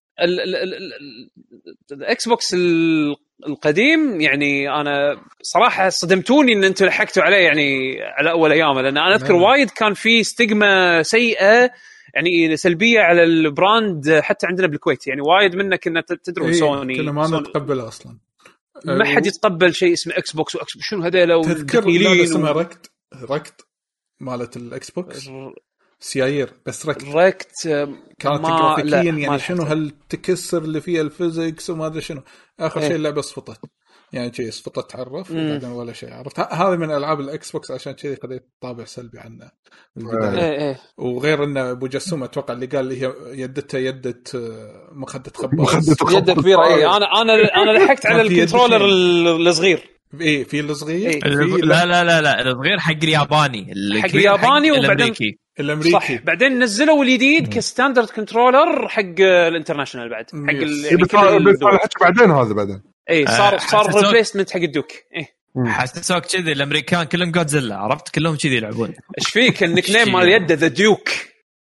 الاكس بوكس القديم يعني انا صراحه صدمتوني ان انتم لحقتوا عليه يعني على اول ايامه لان انا اذكر وايد كان في ستيغما سيئه يعني سلبيه على البراند حتى عندنا بالكويت يعني وايد منك كنا تدرون إيه سوني كنا ما نتقبله اصلا ما حد يتقبل شيء اسمه اكس بوكس واكس شنو هذا لو تذكر لا اسمها ركت ركت مالت الاكس بوكس سيايير بس ركت ركت كانت جرافيكيا يعني شنو هل تكسر اللي فيها الفيزيكس وما ادري شنو اخر ايه. شيء اللعبه صفطت يعني شيء صفطت تعرف وبعدين ولا شيء عرفت هذا من العاب الاكس بوكس عشان كذي خذيت طابع سلبي عنه بالبدايه ايه ايه. وغير انه ابو جسوم اتوقع اللي قال هي يدته يده مخده خباز يده كبيره اي انا انا انا لحقت على الكنترولر الصغير ايه في الصغير إيه. لا لا لا لا الصغير حق الياباني حق الياباني وبعدين الامريكي صح بعدين نزلوا الجديد كستاندرد كنترولر حق الانترناشونال بعد حق يعني بعدين هذا بعدين اي صار صار ريبليسمنت حق الدوك ايه حسسوك كذي الامريكان كلهم جودزيلا عرفت كلهم كذي يلعبون ايش فيك النيك نيم مال يده ذا ديوك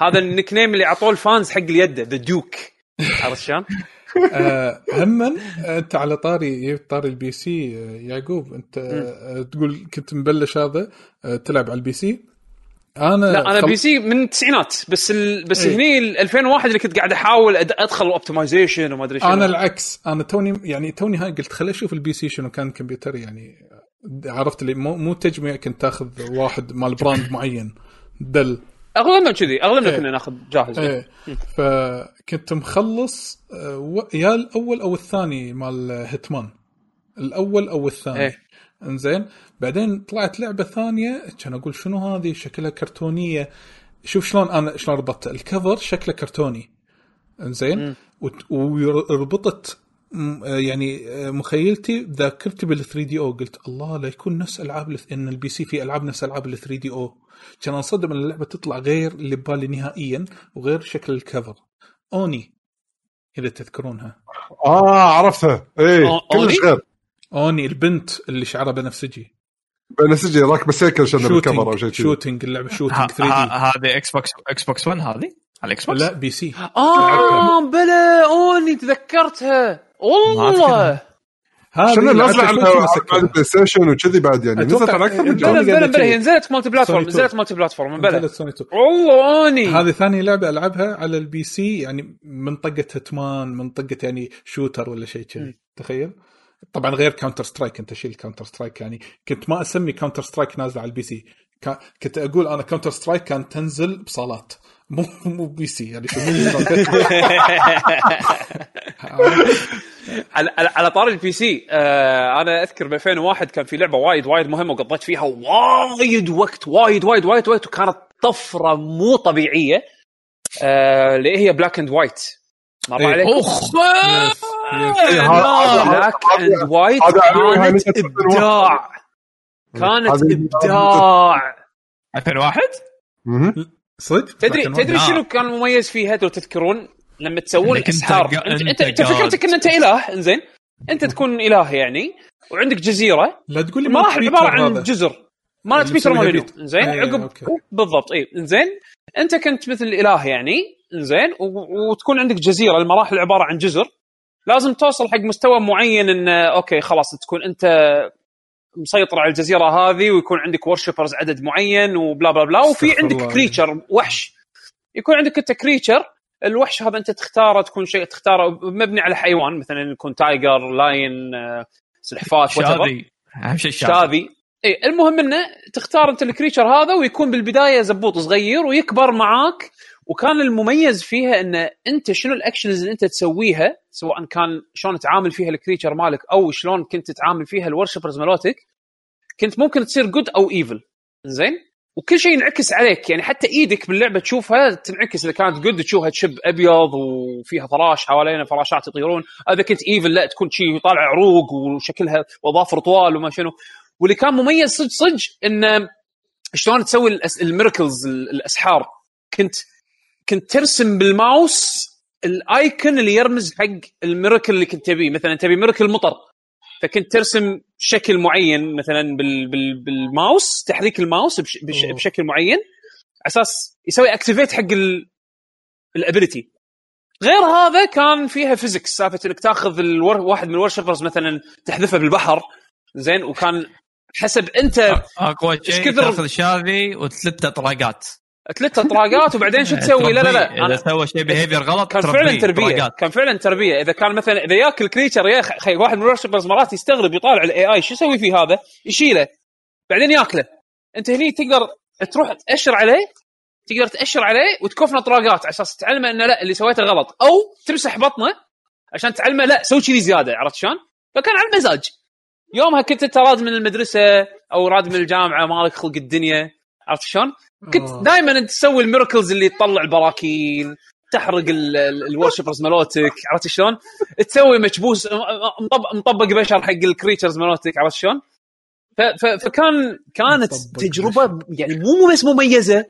هذا النيك نيم اللي عطوه الفانز حق اليد ذا دوك عرفت شلون؟ آه هم انت على طاري طاري البي سي يعقوب انت آه تقول كنت مبلش هذا آه تلعب على البي سي. انا لا انا خل... بي سي من التسعينات بس ال... بس ايه. هني ألفين وواحد اللي كنت قاعد احاول ادخل اوبتمايزيشن وما ادري شنو. انا العكس انا توني يعني توني هاي قلت خليني اشوف البي سي شنو كان الكمبيوتر يعني عرفت لي مو مو تجميع كنت تاخذ واحد مال براند معين دل اغلبنا كذي اغلبنا ايه. كنا ناخذ جاهز ايه. فكنت مخلص يا الاول او الثاني مال هيتمان الاول او الثاني ايه. انزين بعدين طلعت لعبه ثانيه كان اقول شنو هذه شكلها كرتونيه شوف شلون انا شلون ربطت الكفر شكله كرتوني انزين وربطت يعني مخيلتي ذاكرتي بال ثري دي او قلت الله لا يكون نفس العاب ان البي سي في العاب نفس العاب ال ثري دي او كان انصدم ان اللعبه تطلع غير اللي ببالي نهائيا وغير شكل الكفر. اوني اذا تذكرونها اه عرفتها ايه كلش غير اوني البنت اللي شعرها بنفسجي بنفسجي راكبه سيكل شنو بالكاميرا او شيء شوتينج اللعبه شوتينج ثري دي هذه اكس بوكس اكس بوكس ون هذه على اكس بوكس لا بي سي اه بلا اوني تذكرتها والله شنو نازله على البلاي ستيشن وكذي بعد يعني نزلت على اكثر من بلا بلا بلا هي نزلت مالتي بلاتفورم نزلت مالتي بلاتفورم بلا والله اوني هذه ثاني لعبه العبها على البي سي يعني منطقه هتمان منطقه يعني شوتر ولا شيء كذي تخيل. طبعا غير كاونتر سترايك انت شيل كاونتر سترايك يعني كنت ما اسمي كاونتر سترايك نازله على البي سي كنت اقول انا كاونتر سترايك كان تنزل بصالات مو مو بي سي يعني شو على على طار البي سي آه انا اذكر ب ألفين وواحد كان في لعبه وايد وايد مهمه وقضيت فيها وايد وقت وايد وايد وايد وقت وكانت طفره مو طبيعيه آه اللي هي بلاك اند وايت مر عليك اخ بلاك اند وايت كانت ابداع كانت ابداع ألفين وواحد صدق تدري تدري شنو كان مميز فيها لو تذكرون لما تسوون الاسحار انت انت فكرتك ان انت اله انزين انت تكون اله يعني وعندك جزيره لا تقول لي ما راح عباره عن جزر ما بيتر مولينو انزين عقب بالضبط اي انزين انت كنت مثل الاله يعني انزين وتكون عندك جزيره المراحل عباره عن جزر لازم توصل حق مستوى معين ان اوكي خلاص تكون انت مسيطر على الجزيره هذه ويكون عندك ورشيبرز عدد معين وبلا بلا بلا وفي عندك كريتشر وحش يكون عندك انت كريتشر الوحش هذا انت تختاره تكون شيء تختاره مبني على حيوان مثلا يكون تايجر لاين سلحفاه شاذي اهم شيء شاذي اي المهم انه تختار انت الكريتشر هذا ويكون بالبدايه زبوط صغير ويكبر معاك وكان المميز فيها ان انت شنو الاكشنز اللي انت تسويها سواء كان شلون تعامل فيها الكريتشر مالك او شلون كنت تتعامل فيها الورشيبرز مالوتك كنت ممكن تصير جود او ايفل زين وكل شيء ينعكس عليك يعني حتى ايدك باللعبه تشوفها تنعكس اذا كانت جود تشوفها تشب ابيض وفيها فراش حوالينا فراشات يطيرون اذا كنت ايفل لا تكون شيء يطالع عروق وشكلها واظافر طوال وما شنو واللي كان مميز صدق صدق ان شلون تسوي الميراكلز الاسحار كنت كنت ترسم بالماوس الايكون اللي يرمز حق الميراكل اللي كنت تبيه مثلا تبي ميراكل مطر فكنت ترسم شكل معين مثلا بال بال بالماوس تحريك الماوس بش بش بشكل معين على اساس يسوي اكتيفيت حق الابيليتي غير هذا كان فيها فيزيكس سالفه انك تاخذ الور... واحد من الورشيبرز مثلا تحذفه بالبحر زين وكان حسب انت اقوى شيء تاخذ شاذي وثلاث طراقات ثلاث طراقات وبعدين شو تسوي لا لا لا اذا سوى شيء بيهيفير غلط كان فعلا تربيه كان فعلا تربيه اذا كان مثلا اذا ياكل كريتشر يا اخي واحد من الورشيبرز مرات يستغرب يطالع الاي اي شو يسوي فيه هذا يشيله بعدين ياكله انت هني تقدر تروح تاشر عليه تقدر تاشر عليه وتكفنا طراقات على اساس تعلمه انه لا اللي سويته غلط او تمسح بطنه عشان تعلمه لا سوي شيء زياده عرفت شلون فكان على المزاج يومها كنت انت راد من المدرسه او راد من الجامعه مالك خلق الدنيا عرفت شلون كنت دائما انت تسوي الميراكلز اللي تطلع البراكين تحرق الورشيبرز مالوتك عرفت شلون تسوي مكبوس مطبق مطبق بشر حق الكريتشرز مالوتك عرفت شلون فكان كانت تجربه يعني مو بس مميزه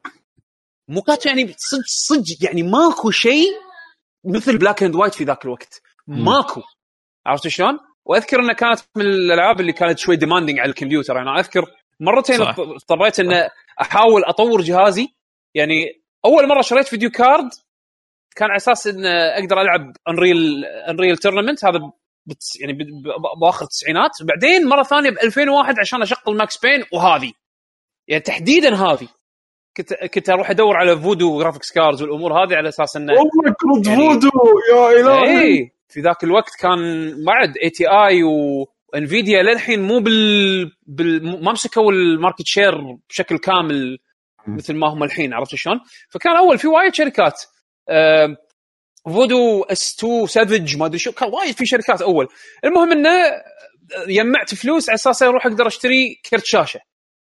مو كانت يعني صدق صدق يعني ماكو شيء مثل بلاك اند وايت في ذاك الوقت ماكو عرفت شلون واذكر انها كانت من الالعاب اللي كانت شوي ديماندينج على الكمبيوتر انا اذكر مرتين اضطريت ان احاول اطور جهازي يعني اول مره شريت فيديو كارد كان على اساس ان اقدر العب انريل انريل تورنمنت هذا بتس يعني باخر التسعينات. بعدين مره ثانيه ب ألفين وواحد عشان اشغل ماكس بين، وهذه يعني تحديدا هذه كنت كنت اروح ادور على فودو جرافيكس كاردز والامور هذه على اساس انه والله كرد يعني فودو يا الهي. اي في ذاك الوقت كان بعد اي تي اي وانفيديا للحين مو بال, بال... ما مسكوا الماركت شير بشكل كامل مثل ما هم الحين، عرفت شلون؟ فكان اول في وايد شركات أه... فودو اس تو سافيج ما ادري شو، كان وايد في شركات اول. المهم انه جمعت فلوس على اساس اروح اقدر اشتري كرت شاشه،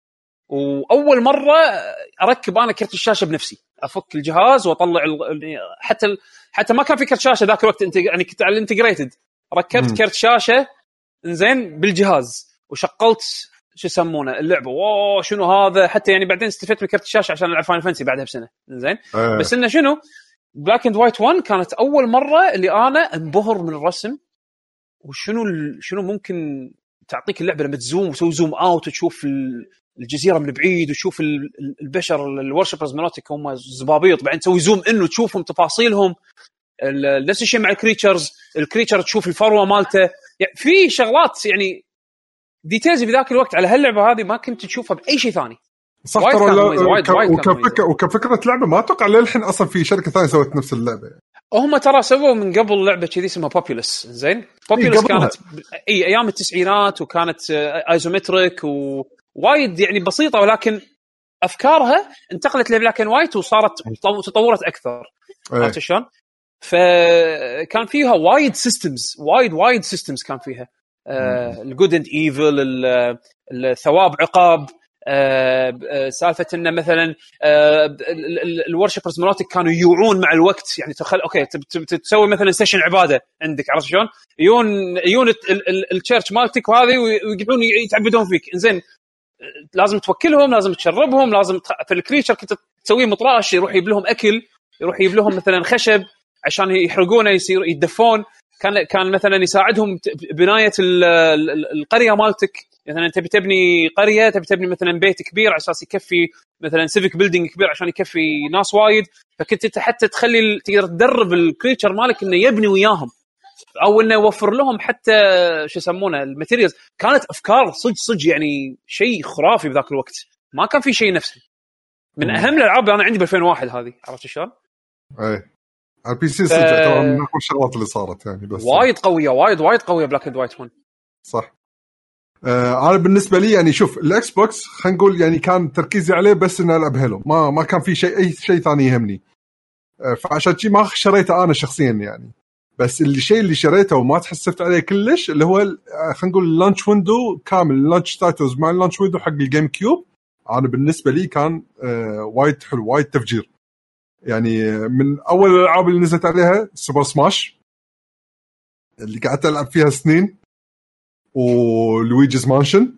واول مره اركب انا كرت الشاشه بنفسي، افك الجهاز واطلع ال... حتى ال... حتى ما كان في كرت شاشه ذاك الوقت، انت يعني كنت على الانتجريتد، ركبت م. كرت شاشه انزين بالجهاز وشغلت شو يسمونه اللعبه. واو شنو هذا، حتى يعني بعدين استفدت من كرت الشاشه عشان العب فاينل فانتسي بعدها بسنه انزين. أه. بس انه شنو بلاك اند وايت واحد كانت اول مره اللي انا انبهر من الرسم، وشنو ال... شنو ممكن تعطيك اللعبه لما تزوم وتسوي زوم اوت وتشوف الجزيره من بعيد وتشوف البشر الورشبرز مالتك هم زبابيط، بعدين تسوي زوم انه تشوفهم تفاصيلهم. نفس الشيء مع الكريتشرز، الكريتشر تشوف الفروه مالته، يعني في شغلات يعني ديتيلز في ذاك الوقت على هاللعبه هذه ما كنت تشوفها باي شيء ثاني. صح ترى ك... وكفكره وكفكره لعبه ما اتوقع للحين اصلا في شركه ثانيه سوت نفس اللعبه يعني. هم ترى سووا من قبل لعبه كذي اسمها بوبولس زين. بوبولس كانت اي ايام التسعينات وكانت ايزومتريك ووايد يعني بسيطه، ولكن افكارها انتقلت لبلاك اند وايت وصارت تطورت اكثر. عرفت شلون؟ فكان فيها وايد سيستمز وايد وايد سيستمز كان فيها الجود اند ايفل، الثواب عقاب، أه سالفه انه مثلا أه الورشبرز مالتك كانوا يوعون مع الوقت، يعني تخل اوكي تسوي مثلا سيشن عباده عندك، عرفت شلون؟ يون يون التشيرش مالتك وهذه ويقعدون يتعبدون فيك انزين، لازم توكلهم، لازم تشربهم، لازم تخ... في الكريتشر كنت تسويه مطراش يروح يجيب لهم اكل، يروح يجيب لهم مثلا خشب عشان يحرقونه يصير يدفون، كان كان مثلا يساعدهم بنايه القريه مالتك. مثلا انت بتبني قريه، تبي تبني مثلا بيت كبير على اساس يكفي مثلا سيفيك بيلدينج كبير عشان يكفي ناس وايد، فكنت حتى تخلي تقدر تدرب الكريتشر مالك انه يبني وياهم او انه يوفر لهم حتى شو يسمونه الماتيريالز. كانت افكار صج صج يعني شيء خرافي بذاك الوقت، ما كان في شيء نفسه. من اهم الالعاب اللي انا عندي ب ألفين وواحد هذه، عرفت شلون؟ اي على البي سي صدق ترى من اقوى الشغلات اللي صارت يعني، بس وايد قويه وايد وايد قويه بلاك اند وايت واحد. صح. آه انا بالنسبه لي يعني شوف الاكس بوكس خلينا نقول يعني كان تركيزي عليه بس اني العب هيلو، ما ما كان في شيء اي شيء ثاني يهمني. آه فعشان شيء ما شريته انا شخصيا يعني. بس اللي شيء اللي شريته وما تحسبت عليه كلش اللي هو خلينا نقول اللانش ويندو كامل، اللانش ستاتوس مع اللانش ويندو حق الجيم كيوب. انا بالنسبه لي كان آه وايد حلو، وايد تفجير يعني. من اول الالعاب اللي نزلت عليها سوبر سماش اللي قعدت العب فيها سنين، ولويجيز مانشن،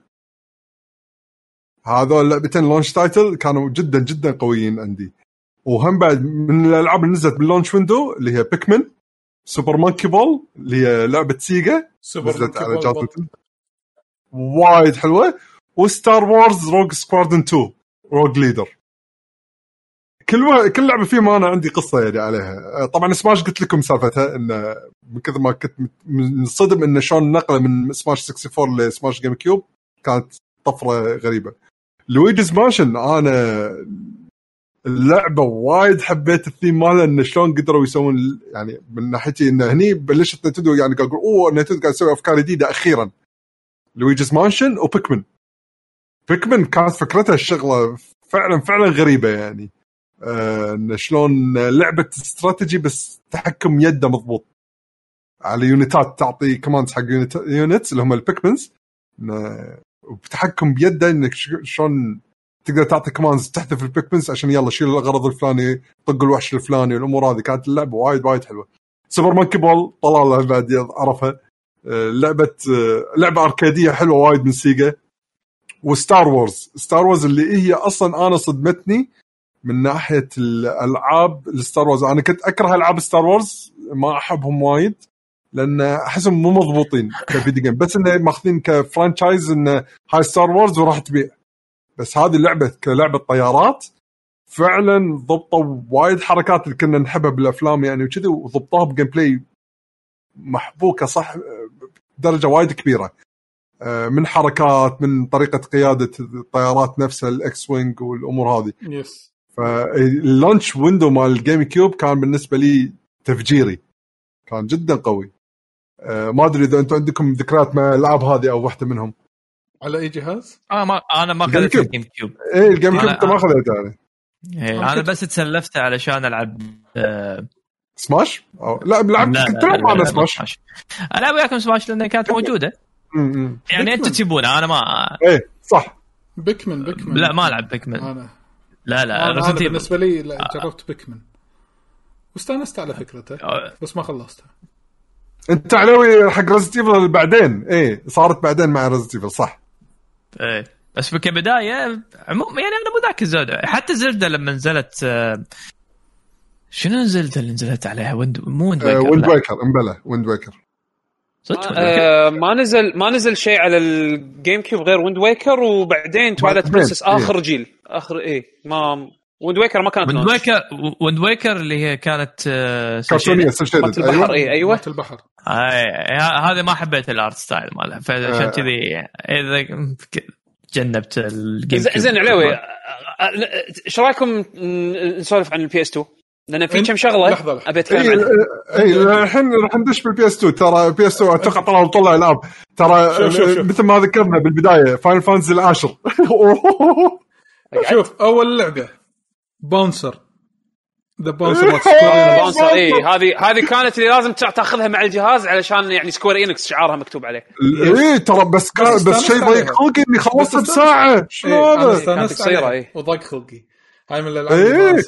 هذول لعبتين لونش تايتل كانوا جدا جدا قويين عندي. وهم بعد من الالعاب اللي نزلت باللونش ويندو اللي هي بيكمن، سوبر مونكي بول اللي هي لعبه سيجا نزلت على جهاز وايد حلوه، وستار وورز روج سكوادرون تو روج ليدر. كل و... كل لعبه فيهم انا عندي قصه يعني عليها. طبعا سماش قلت لكم سالفتها ان من كثر ما كنت منصدم ان شلون نقله من سماش أربعة وستين لسماش جيم كيوب كانت طفره غريبه. لويجيز مانشن انا اللعبه وايد حبيت الثيم مالها، ان شلون قدروا يسوون يعني من ناحيتي ان هني بلشت نتندو يعني قالوا اوه نتندو قاعد تسوي افكار جديده اخيرا. لويجيز مانشن وبيكمن بيكمن كانت فكرتها الشغله فعلا فعلا غريبه يعني. آه شلون لعبه استراتيجي بس تحكم يده مضبوط على يونيتات، تعطي كماندز حق يونيت يونيتس اللي هم البيكمنز، وبتحكم بيده انك شلون تقدر تعطي كماندز تحذف البيكمنز عشان يلا شيل الغرض الفلاني، طق الوحش الفلاني، والامور هذه كانت اللعبه وايد وايد حلوه. سوبر مونكي بول طلال بعد عرفها، آه لعبه آه لعبه اركاديه حلوه وايد من سيجا. وستار وورز ستار وورز اللي هي اصلا انا صدمتني من ناحيه الالعاب الستار وورز. انا كنت اكره العاب ستار وورز، ما احبهم وايد لان احسهم مو مضبوطين كفيديو جيم، بس انه ماخذين كفرانشايز ان هاي ستار وورز وراح تبيع. بس هذه اللعبه كلعبه طيارات فعلا ضبطوا وايد حركات اللي كنا نحبها بالافلام يعني وكذي، وضبطوها بجيم بلاي محبوكه صح بدرجه وايد كبيره، من حركات، من طريقه قياده الطيارات نفسها الاكس وينج والامور هذه. يس. فاللانش ويندو مال الجيم كيوب كان بالنسبه لي تفجيري، كان جدا قوي. ما ادري اذا انتم عندكم ذكريات مع الالعاب هذه او واحده منهم. على اي جهاز؟ انا ما انا ما اخذت الجيم كيوب. ايه الجيم كيوب انت ما اخذته يعني. إيه انا بس تسلفته علشان العب أه... سماش أو لا لعبت كنت تلعب معنا سماش. العب وياكم سماش لان كانت موجوده. م-م. يعني انت تجيبونه انا ما ايه صح. بيكمن بيكمن لا ما العب بيكمن انا لا لا أنا أنا بالنسبه لي لا جربت بيكمن واستانست على فكرته بس ما خلصتها. انت علوي حق ريزنت ايفل بعدين ايه صارت بعدين مع ريزنت ايفل صح. ايه بس كبدايه عموما يعني انا مو ذاك الزود. حتى زلدة لما نزلت شنو زلدة اللي نزلت عليها ويند مو ويند ويكر. ويند ويكر امبلا ويند ويكر آه ما نزل ما نزل شيء على الجيم كيوب غير ويند ويكر، وبعدين توالت برنسس اخر إيه. جيل اخر ايه ما ويند ويكر ما كانت ويند ويكر ويند ويكر اللي هي كانت كرتونيه سلسله البحر. ايه ايوه مات البحر. اي هذه ما حبيت الارت ستايل مالها فعشان آه. كذي اذا جنبت الجيم كيوب. زين علوي ايش رايكم نسولف عن البي اس تو لأن في كم شغلة أبي أتكلم عنها. إيه الحين راح ندش بالبي اس تو. ترى البي اس تو أتوقع طلعوا طلع الألعاب ترى مثل ما ذكرنا بالبداية فاينل فانتسي العاشر. شوف أول لعبة بونسر ذا بونسر بونسر إيه هذه هذه كانت اللي لازم تأخذها مع الجهاز علشان يعني سكوير إنكس شعارها مكتوب عليه. إيه ترى بس كان بس شيء ضيق خلقي إني خلصت بساعة شنو هذا كانت قصيرة إيه وضيق خلقي هاي من الألعاب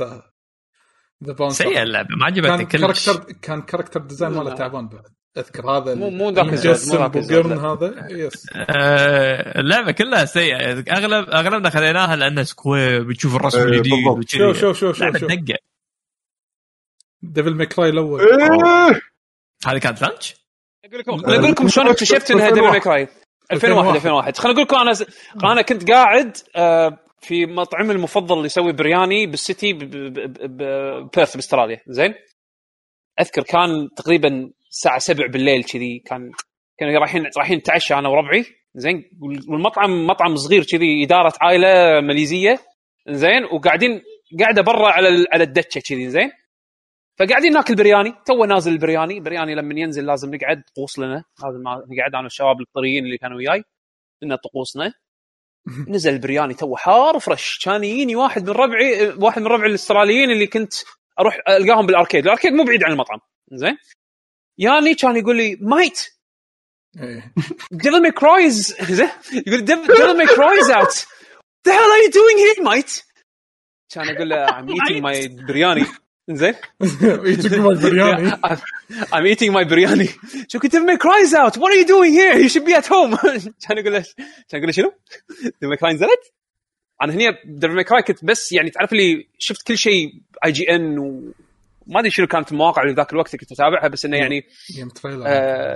سيئة اللعبة ما عجبتني كلش. كان كان كاركتر ديزاين ماله تعبان بعد أذكر هذا مو مو ذاك الجسم هذا يس. آه اللعبة كلها سيئة. أغلب أغلبنا خليناها لأن سكوير بتشوف الرسم إيه الجديد شوف شوف شوف شوف شوف دقة ديفل ماكراي الأول إيه. هذه كانت لانش. أقول لكم أقول لكم شلون اكتشفت إنها ديفل ماكراي ألفين وواحد ألفين وواحد. خليني أقول لكم أنا أنا كنت قاعد آه في مطعمي المفضل اللي يسوي برياني بالسيتي ببيرث باستراليا. زين اذكر كان تقريبا الساعه سبعة بالليل كذي كان كانوا رايحين رايحين نتعشى انا وربعي. زين والمطعم مطعم صغير كذي اداره عائله ماليزيه. زين وقاعدين قاعده برا على على الدكه كذي. زين فقاعدين ناكل برياني تو نازل البرياني برياني لما ينزل لازم نقعد طقوس لنا لازم نقعد انا والشباب الطريين اللي كانوا وياي لنا طقوسنا. نزل البرياني تو حار فرش كان يجيني واحد من ربعي واحد من ربعي الاستراليين اللي كنت اروح القاهم بالاركيد. الاركيد مو بعيد عن المطعم. زين يعني كان يقول لي مايت ديفل ماي كرايز يقول ديفل ماي كرايز اوت the hell are you doing here mate. كان اقول له I'm eating my برياني. زين eating my برياني I'm eating my برياني. شو كنت devil may cries out what are you doing here you should be at home. كان اقول له كان اقول له شنو devil may cry نزلت. انا هني devil may cry كنت بس يعني تعرف لي شفت كل شيء اي جي ان وما ادري شنو كانت المواقع اللي ذاك الوقت كنت اتابعها بس انه يعني جيم تريلر آه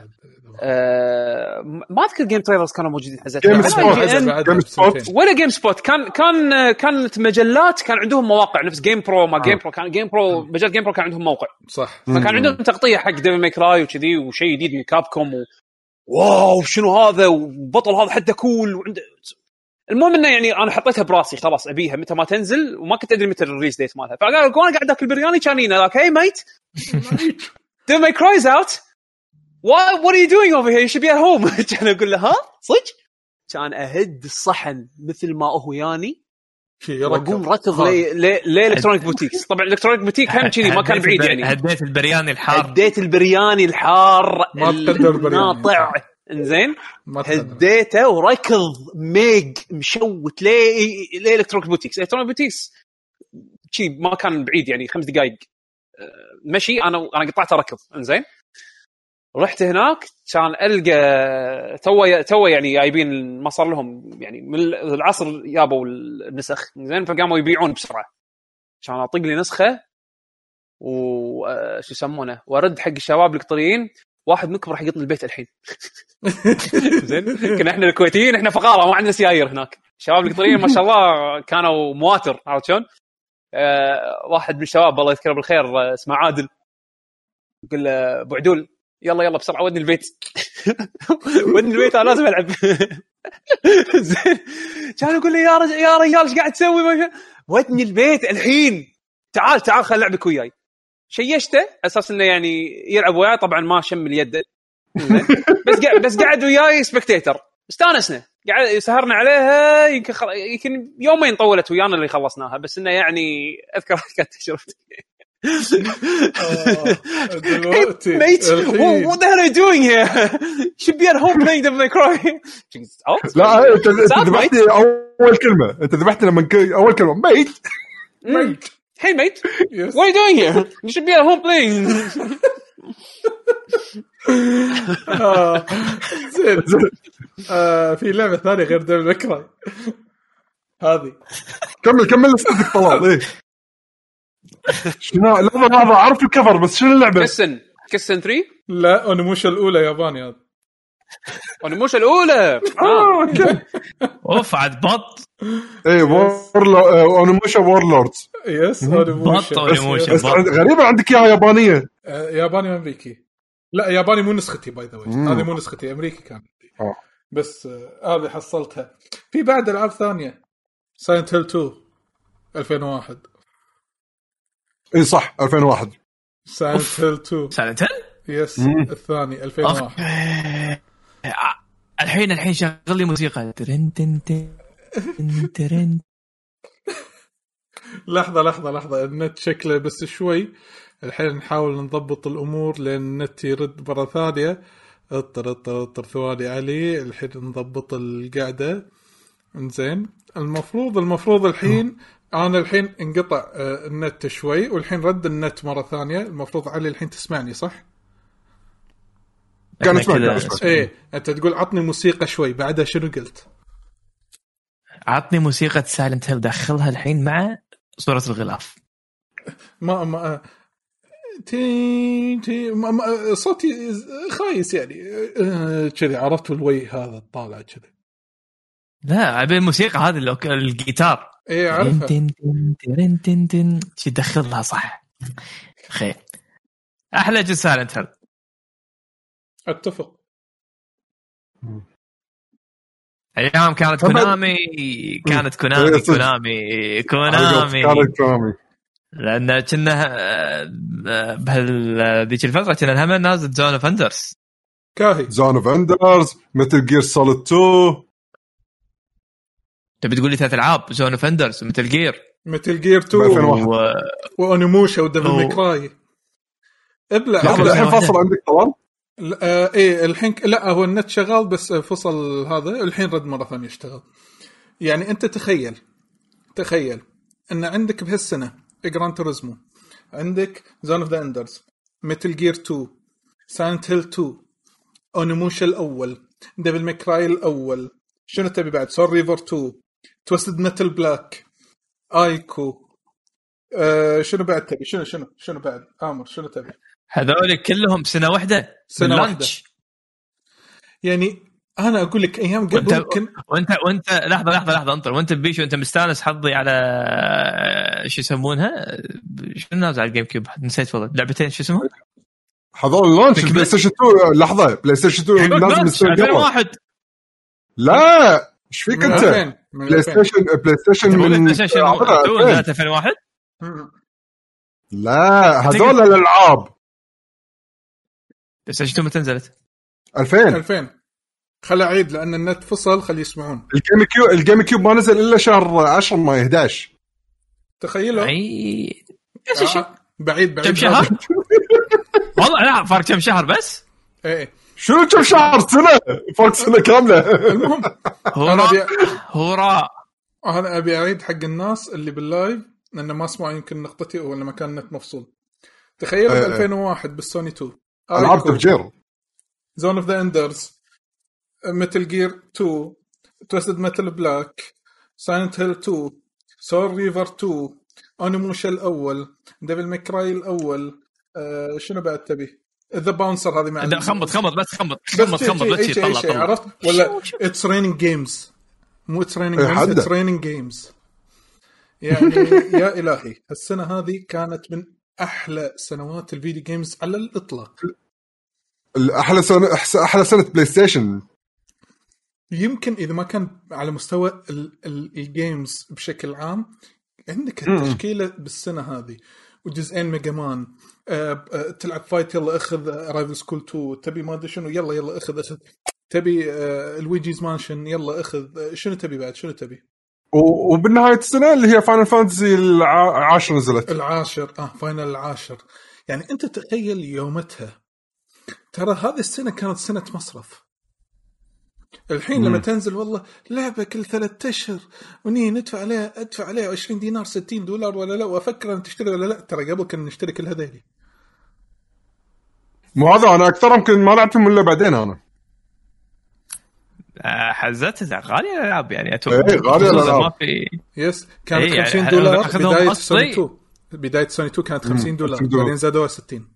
آه ما اذكر جيم تريلرز كانوا موجودين حزتها جيم سبوت ولا جيم سبوت كان كان كانت مجلات كان عندهم مواقع نفس جيم برو ما جيم برو كان جيم برو مجال جيم برو كان عندهم موقع صح فكان عندهم تغطيه حق ديفل ماي كراي وكذي وشيء جديد من كابكوم و... واو شنو هذا وبطل هذا حده كول وعنده المهم انه يعني انا حطيتها براسي خلاص ابيها متى ما تنزل وما كنت ادري متى الريليز ديت مالها فقال انا قاعد اكل برياني كانينا لاك هي ميت ديفل ماي كرايز اوت what what are you doing over here you should be at home. كان اقول له ها صدق كان اهد الصحن مثل ما هو ياني وقوم ركض لي لي الكترونيك بوتيكس. طبعا الكترونيك بوتيك هم كذي ما كان بعيد يعني هديت البرياني الحار هديت البرياني الحار ما تقدر ناطع انزين هديته وركض ميج مشوت لي لي الكترونيك بوتيكس الكترونيك بوتيكس شيء ما كان بعيد يعني خمس دقائق مشي انا انا قطعت ركض انزين رحت هناك كان ألقى تو تو يعني جايبين ما صار لهم يعني من العصر يابوا النسخ زين فقاموا يبيعون بسرعة كان أطق لي نسخة وش يسمونه وارد حق الشباب القطريين واحد مكبر حقتنا البيت الحين. زين كنا احنا الكويتيين احنا فقارة ما عندنا سيايير هناك الشباب القطريين ما شاء الله كانوا مواتر عرفت شلون آه واحد من الشباب الله يذكره بالخير آه اسمه عادل، يقول له ابو عدول يلا يلا بسرعه ودني البيت. ودني البيت انا لازم العب. زين كان يقول لي يا رجال يا رجال ايش قاعد تسوي؟ ما ودني البيت الحين، تعال تعال خل العبك وياي. شيشته اساس انه يعني يلعب وياي، طبعا ما شم اليد بس قاعد بس قاعد وياي سبكتيتر، استانسنا قاعد سهرنا عليها يمكن خل... يمكن يومين طولت ويانا اللي خلصناها، بس انه يعني اذكر كانت تجربتي. دلوقتي mate what the hell are you doing here? should be at home playing Devil May Cry. لا انت ذبحتني اول كلمه، انت ذبحتني لما اول كلمه ميت ميت. hey mate what are you doing here? you should be at home playing. زين في لعبه ثانيه غير Devil May Cry هذه. كمل كمل استدك طلال. ايه شنو لحظه لحظه اعرف الكفر بس شنو اللعبه؟ كسن كسن ثلاثة. لا انا مش الاولى ياباني هذا، انا مش الاولى. اه اوكي اوف عاد بط. ايه وورلو انا مش وورلوردز. يس انا مش بط ولا مش بس غريبه عندك اياها يابانيه. ياباني امريكي. لا ياباني مو نسختي باي ذا واي، هذه مو نسختي امريكي كانت. اه بس هذه حصلتها. في بعد العاب ثانيه سايلنت هيل تو ألفين وواحد. اي صح ألفين وواحد سايلنت هيل تو سايلنت هيل يس الثاني ألفين وواحد. الحين الحين شغل لي موسيقى ترن تن تن ترن. لحظه لحظه لحظه النت شكله بس شوي، الحين نحاول نضبط الامور لان النت يرد مره ثانيه. اضطر اضطر اضطر ثواني علي الحين نضبط القعده. انزين المفروض المفروض الحين انا الحين انقطع النت شوي والحين رد النت مره ثانيه. المفروض علي الحين تسمعني صح؟ كان اسمعني. ايه انت تقول عطني موسيقى شوي، بعدها شنو قلت؟ عطني موسيقى سايلنت هيل دخلها الحين مع صورة الغلاف. ما ما تي تي ما ما صوتي خايس يعني كذي، عرفت الوي هذا الطالع كذي. لا ابي الموسيقى هذه الجيتار. ايه عارفها. تن تن تن تن تن تدخلها صح. خير احلى جزء سايلنت هيل. اتفق. ايام كانت كونامي كانت كونامي كونامي كونامي كانت كونامي لان كنا بهذيك الفتره كنا هم نازل زون اوف اندرز. كاهي زون اوف اندرز متل جير سوليد تو. تبي تقول لي ثلاث العاب زون اوف اندرز متل جير متل جير تو و... وانيموشا وديفل ماي كراي. ابلع الحين فاصل عندك طبعا. آه ايه الحين لا هو النت شغال بس فصل هذا الحين رد مرة ثانية يشتغل. يعني انت تخيل تخيل ان عندك بهالسنة جران توريزمو، عندك زون اوف ذا اندرز، ميتل جير تو، سايلنت هيل تو، اونيموشا الاول، ديفل ماي كراي الاول، شنو تبي بعد؟ سول ريفر تو، توستد ميتل بلاك، ايكو. آه شنو بعد تبي؟ شنو شنو شنو بعد امر شنو تبي؟ هذول كلهم سنه واحده سنه واحده. يعني انا اقول لك ايام قبل وانت كن... وانت وانت لحظه لحظه لحظه انطر وانت بيشو انت مستانس حظي على شو يسمونها شنو نازل على الجيم كيوب نسيت والله لعبتين شو اسمها هذول لونش بلاي ستيشن تو. لحظه بلاي ستيشن تو نازل من سنه ألفين وواحد. لا ايش فيك انت؟ بلاي ستيشن بلاي ستيشن من ألفين وواحد. لا هذول الالعاب بس ايش متى نزلت؟ ألفين ألفين. خلي اعيد لان النت فصل خلي يسمعون. الجيم كيوب الجيم كيوب ما نزل الا شهر عشرة ماي إحدى عشر. تخيلوا اي آه. بعيد بعيد كم شهر والله لا فرق كم شهر بس. ايه شنو كم شهر سنه فرق سنه كامله. المهم هورا هورا انا ابي اعيد حق الناس اللي باللايف لانه ما اسمع يمكن نقطتي ولا مكان النت مفصول. تخيلوا ب ألفين وواحد بالسوني تو العاب تفجير زون اوف ذا اندرز، ميتل جير تو، توستد ميتل بلاك، سايلنت هيل تو، سول ريفر تو، اونيموشا الاول، ديفل ماي كراي الاول. آه شنو بعد تبي؟ ذا باونسر هذه مع خمط خمط بس خمط خمط خمط لا شيء طلع طلع عرفت ولا اتس رينينج جيمز مو اتس رينينج جيمز اتس رينينج جيمز. يعني يا إلهي السنة هذه كانت من أحلى سنوات الفيديو جيمز على الإطلاق. احلى سنه احلى سنه بلاي ستيشن يمكن إذا ما كان على مستوى الجيمز بشكل عام. عندك التشكيلة بالسنة هذه وجزئين ميجا مان، أه أه تلعب فايت يلا أخذ رايفل سكول تو، تبي ما أدري شنو يلا يلا أخذ أخذ تبي أه الويجيز مانشن يلا أخذ شنو تبي بعد شنو تبي. وبالنهاية السنة اللي هي فاينل فانتسي العاشر نزلت العاشر اه فاينل العاشر. يعني أنت تخيل يومتها، ترى هذه السنة كانت سنة مصرف. الحين مم. لما تنزل والله لعبة كل ثلاثة أشهر وني ندفع عليها أدفع عليها عشرين دينار ستين دولار ولا لا، وأفكر أن تشتري ولا لا. ترى قبل كنا نشتري كل هذيلي. مو هذا أنا أكثر يمكن ما لعبتهم إلا بعدين أنا حزتها غالية الألعاب يعني أتوقع إيه غالية الألعاب ما في يس كانت إيه خمسين يعني دولار بداية سوني تو. بداية سوني تو كانت خمسين دولار بعدين زادوها ستين.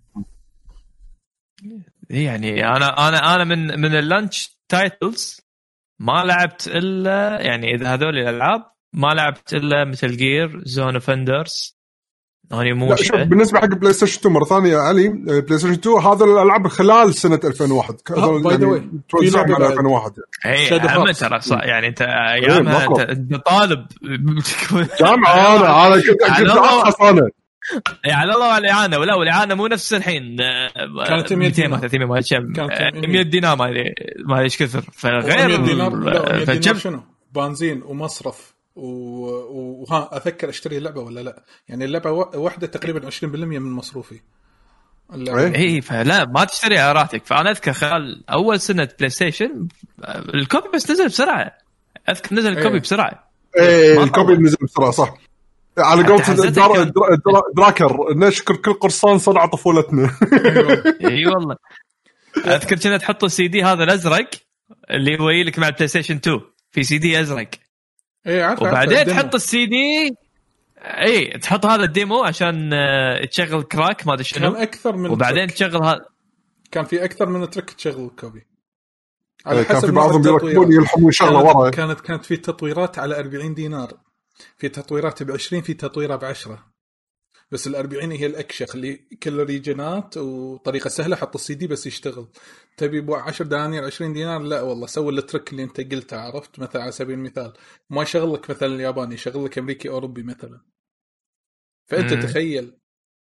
يعني أنا أنا أنا من من اللانش تايتلز ما لعبت إلا يعني إذا هذول الألعاب ما لعبت إلا مثل جير زون اوفندرز. أنا مو شوف بالنسبة حق بلاي ستيشن تو مرة ثانية علي، بلاي ستيشن تو هذا الألعاب خلال سنة ألفين وواحد يعني توزع على ألفين وواحد يعني. أي ترى يعني أنت أيام أنت طالب جامعة أنا أنا كنت كنت أصحى أنا يعني الله والإعانة ولا والإعانة مو نفس الحين كانت مئتين وثلاثين ما كم مئة دينار ما ما إيش كثر فغير مئة دينار شنو بنزين ومصرف وها أفكر أشتري اللعبة ولا لا. يعني اللعبة واحدة تقريبا عشرين بالمية من مصروفي. إيه فلا ما تشتري على راحتك. فأنا أذكر خلال أول سنة بلاي ستيشن الكوبي بس نزل بسرعة. أذكر نزل الكوبي بسرعة. إيه الكوبي نزل بسرعة صح. على قولة كان... دراكر نشكر كل قرصان صنع طفولتنا. إيه والله. أذكر كنا تحط السي دي هذا الأزرق اللي هو يلك مع البلاي ستيشن تو في سي دي أزرق. إيه عارف وبعدين عارف تحط السي دي اي تحط هذا الديمو عشان تشغل كراك ما ادري شنو. كان اكثر من وبعدين تشغل هذا كان في اكثر من ترك تشغل الكوبي على حسب في بعضهم بيركبون يلحمون شغله ورا. كانت كانت في تطويرات على أربعين دينار، في تطويرات بعشرين، في تطويره بعشرة. بس الأربعين هي الأكشخ اللي كل ريجنات وطريقة سهلة. حط السي دي بس يشتغل. تبي بوع عشر دنانير عشرين دينار لا والله سوي الترك اللي انت قلته. عرفت مثلا على سبيل المثال ما يشغل لك مثلا الياباني يشغل لك أمريكي أوروبي مثلا. فأنت مم. تخيل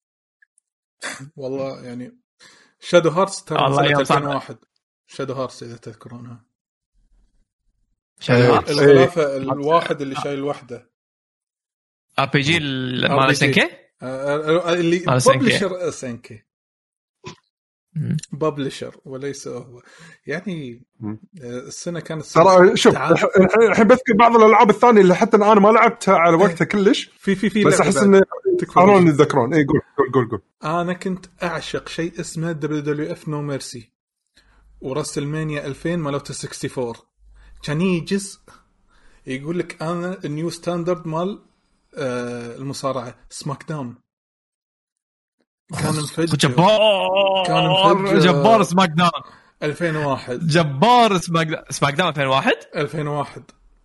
والله يعني شادو هارتس ترى سنة ألفين وواحد. شادو هارتس إذا تذكرونها الغلافة الواحد اللي شايل الوحدة ار بي جي مال سنكي اللي ببلشر سنكي ببلشر وليس هو. يعني السنة كانت ترى شوف الحين بذكر بعض الألعاب الثانية اللي حتى أنا ما لعبتها على وقتها كلش في في في بس أحس إن تكررون يتذكرون. إيه قول قول قول قول. أنا كنت أعشق شيء اسمه دبليو دبليو إف نو ميرسي وراسلمانيا ألفين مالوت أربعة وستين. كان يجز يقول لك أنا النيو ستاندرد مال آه المصارعة سماك داون. كان مفجر جبار كان مفجر جبار سماك داون ألفين وواحد جبار سماك داون سماك داون ألفين وواحد ألفين وواحد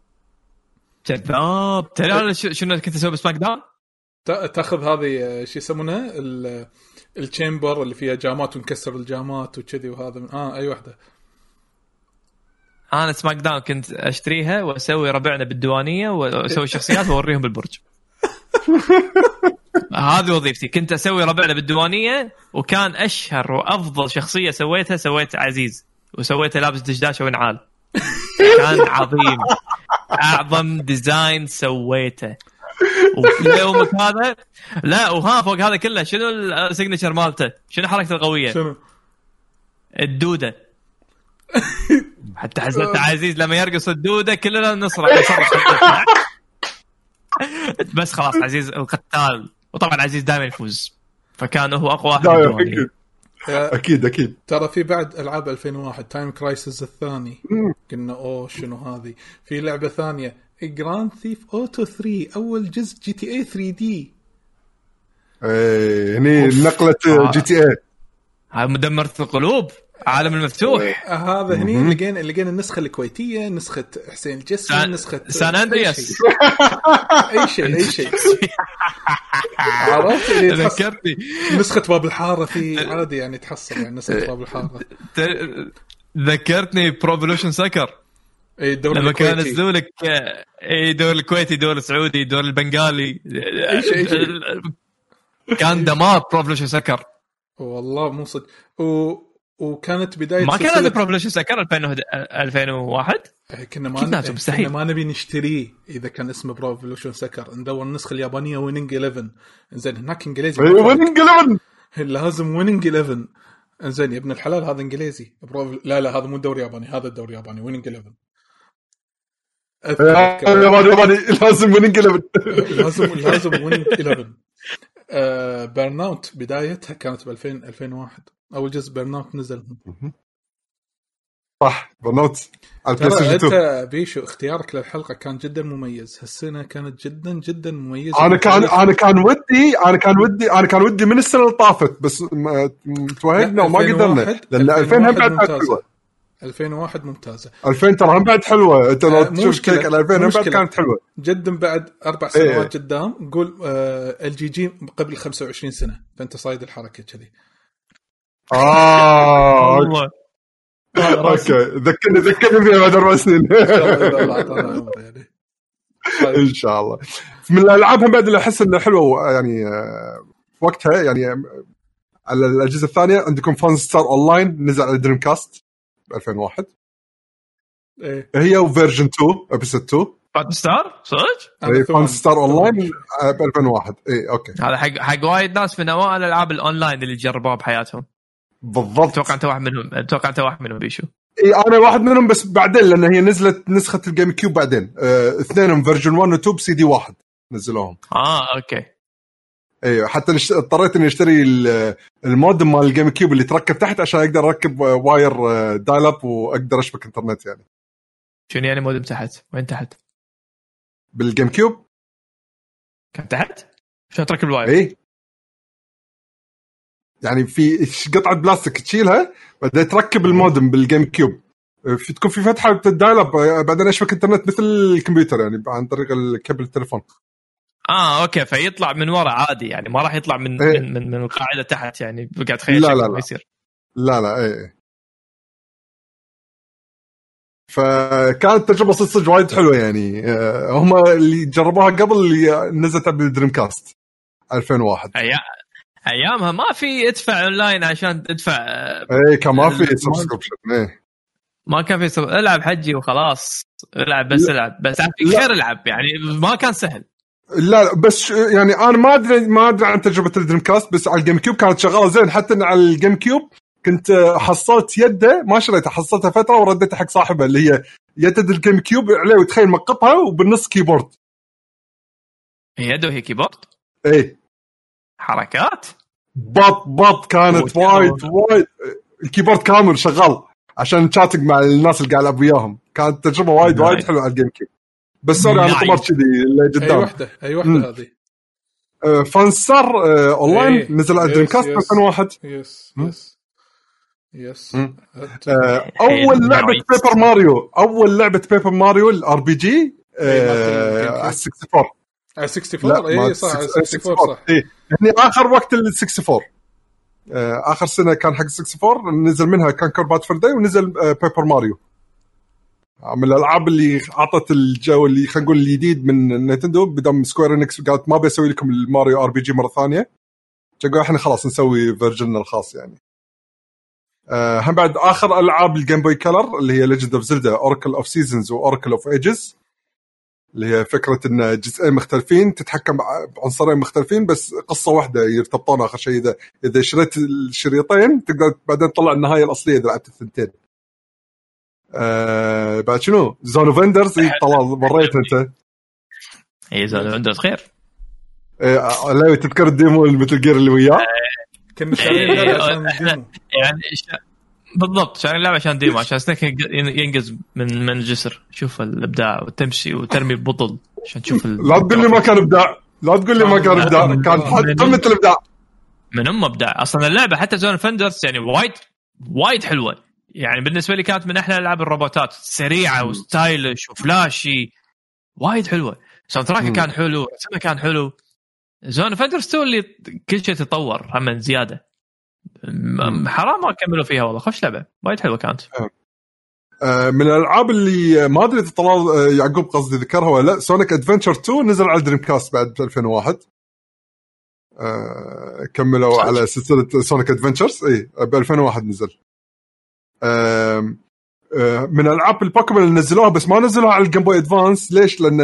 جذاب. ترى شنو كنت اسوي بسماك داون؟ تاخذ هذه شو يسمونها التشامبر اللي فيها جامات ونكسر الجامات وكذي وهذا من... اه اي وحده. انا سماك داون كنت اشتريها واسوي ربعنا بالديوانيه واسوي شخصيات واوريهم بالبرج. هذه وظيفتي. كنت اسوي ربعنا بالديوانيه وكان اشهر وافضل شخصيه سويتها سويت عزيز وسويته لابس دشداشه ونعال. كان عظيم. اعظم ديزاين سويته. وفي يومك هذا لا وها فوق هذا كله شنو السيجنتشر مالته؟ شنو حركته القويه؟ شنو الدوده. حتى حزت عزيز لما يرقص الدوده كلنا نصرخ نصرخ. بس خلاص عزيز القتال. وطبعا عزيز دائما يفوز فكان هو اقوى واحد بالديوانيه. اكيد اكيد. ترى في بعد العاب ألفين وواحد تايم كرايسيس الثاني قلنا اوه شنو هذه. في لعبه ثانيه جراند ثيف اوتو ثري اول جزء جي تي اي ثري دي. ايه هني نقله جي تي اي هاي مدمرة القلوب. عالم المفتوح. هذا هني لقينا لقينا النسخه الكويتيه، نسخه حسين الجسمي، سان... نسخه سان اندرياس، اي شيء اي شيء عرفت اللي ذكرتني نسخه باب الحاره في عادي يعني تحصل يعني نسخه باب الحاره. ذكرتني بروفولوشن سكر اي الدوري لما الكويتي، كان ينزلوا لك اي دور الكويتي، دور السعودي، دور البنغالي، اي شيء اي شيء كان دمار بروفولوشن سكر والله مو صدق. و... وكانت بدايه ما كان سلسلة... هذا بروفولوشن سكر ألفين وواحد كنا ما ن... كنا ما نبي نشتريه اذا كان اسمه بروفولوشن سكر، ندور النسخه اليابانيه ويننج إحداشر. انزين هناك انجليزي ويننج إحداشر لازم ويننج إحداشر. انزين يا ابن الحلال هذا انجليزي برو... لا لا هذا مو دوري ياباني، هذا الدوري الياباني ويننج إحداشر. ياباني لازم ويننج إحداشر لازم لازم ويننج إحداشر. آه بيرناوت بدايتها كانت ب ألفين وواحد، اول جزء بيرناوت نزل. صح بيرناوت على ترى البلاي ستيشن. انت بيشو اختيارك للحلقه كان جدا مميز، هالسنه كانت جدا جدا مميزه. انا كان انا كان ودي انا كان ودي انا كان ودي من السنه اللي طافت، بس توهقنا وما قدرنا لان ألفين هم بعد حلوه. ألفين وواحد ممتازه، ألفين ترى هم بعد حلوه. انت لو آه تشوف كيك على ألفين هم بعد كانت حلوه جدا. بعد اربع سنوات ايه. قدام قول آه الجي جي قبل خمسة وعشرين سنه، فانت صايد الحركه كذي. اه والله اوكي ذكرني ذكرني فيها بعد اربع سنين يعني. ان شاء الله. من الالعاب هم بعد اللي احس انها حلوه يعني في وقتها يعني على الاجهزه الثانيه. عندكم فان ستار اونلاين نزل على دريم كاست ب ألفين وواحد. ايه هي وفيرجن تو ابيسود تو فان ستار صدق. فان ستار اونلاين ب ألفين وواحد. اي اوكي هذا حق حق وايد ناس من اوائل الالعاب الاونلاين اللي جربوها بحياتهم. بالضبط. اتوقع انت واحد منهم اتوقع انت واحد منهم بيشو. اي انا واحد منهم، بس بعدين لان هي نزلت نسخه الجيم كيوب بعدين. اه اثنينهم فيرجن واحد و تو بسي دي واحد نزلوهم. اه اوكي. ايوه حتى نشت... اضطريت اني اشتري المودم مال الجيم كيوب اللي تركب تحت عشان اقدر اركب واير دايل اب واقدر اشبك انترنت. يعني شنو يعني مودم تحت؟ وين تحت؟ بالجيم كيوب كان تحت عشان تركب الواير. اي يعني في قطعه بلاستيك تشيلها بعدين تركب المودم بالجيم كيوب، في تكون في فتحه الدايل اب بعدين اشبك انترنت مثل الكمبيوتر يعني عن طريق الكابل التليفون. اه اوكي فيطلع من ورا عادي يعني ما راح يطلع من إيه. من, من من القاعده تحت يعني بقعد تخيل لا شكل لا ما لا. يصير. لا لا اي فكانت تجربه صدق وايد حلوه يعني. هم اللي جربوها قبل اللي نزلت بالدريم كاست ألفين وواحد. أيام ايامها ما في ادفع اونلاين عشان تدفع. اي كان ما في سبسكريبشن. ايه ما كان في سب... العب حجي وخلاص العب بس العب بس غير العب يعني ما كان سهل. لا بس يعني انا ما ادري ما ادري عن تجربه الدريم كاست، بس على الجيم كيوب كانت شغاله زين. حتى على الجيم كيوب كنت حصلت يده ما شريتها، حصلتها فتره ورديتها حق صاحبها اللي هي يده الجيم كيوب عليه وتخيل مقطها وبالنص كيبورد. يده هي كيبورد. ايه حركات بط بط كانت وايد وايد. الكيبورد كامل شغال عشان تشاتنج مع الناس اللي قاعد العب وياهم. كانت تجربه وايد وايد حلوه على الجيم كيوب. بس سوري انا طمرت كذي اللي قدام. اي وحده اي وحده هذه آه فان ستار آه اونلاين أيه. نزل على دريم كاست ألفين وواحد. يس يس يس آه اول لعبه بيبر ماريو اول لعبه بيبر ماريو الار بي جي على أربعة وستين. على أربعة وستين اي صح على أربعة وستين صح. اي يعني اخر وقت ال أربعة وستين آه اخر سنه كان حق أربعة وستين نزل منها كان كوربات فردي ونزل آه بيبر ماريو. من الالعاب اللي اعطت الجو اللي خلينا نقول الجديد من نينتندو بدم سكوير انكس قالت ما بيسوي لكم الماريو ار بي جي مره ثانيه، قالوا احنا خلاص نسوي فيرجن الخاص يعني. أه هم بعد اخر العاب الجيم بوي كلر اللي هي ليجند اوف زلدا اوراكل اوف سيزونز واوراكل اوف ايجز، اللي هي فكره ان جزئين مختلفين تتحكم بعنصرين مختلفين بس قصه واحده يرتبطون اخر شيء. اذا اذا شريت الشريطين تقدر بعدين تطلع النهايه الاصليه اذا لعبت الثنتين. آه بعد شنو زون اوف اندرز طلع مريت انت. اي زون اوف اندرز خير. آه لا تذكر الديمو مثل جير اللي وياه كنا شارين عشان ديمو يعني بالضبط شارين اللعبه عشان ديمو عشان سنيك ينقز من من الجسر. شوف الابداع وتمشي وترمي ببطل عشان تشوف ال... لا تقول لي ما كان ابداع لا تقول لي ما كان ابداع كان قمه الابداع من ام ابداع اصلا اللعبه. حتى زون اوف اندرز يعني وايد وايد حلوه يعني بالنسبه لي كانت من احلى العاب الروبوتات سريعه وستايلش وفلاشي وايد حلوه ساوند تراك كان حلو رسمه كان حلو زون اوف اندرز تو اللي كل شيء تطور هم زياده حرام ما كملوا فيها والله خوش لعبه وايد حلوه كانت من الالعاب اللي ما ادري اذا طلال يعقوب قصدي ذكرها ولا لا سونيك ادفنتشر تو نزل على دريم كاست بعد ألفين وواحد أه كملوا صحيح. على سلسله سونيك ادفنتشرز اي ب ألفين وواحد نزل أه أه من العاب البوكيمون اللي نزلوها بس ما نزلوها على الجيم بوي ادفانس ليش لان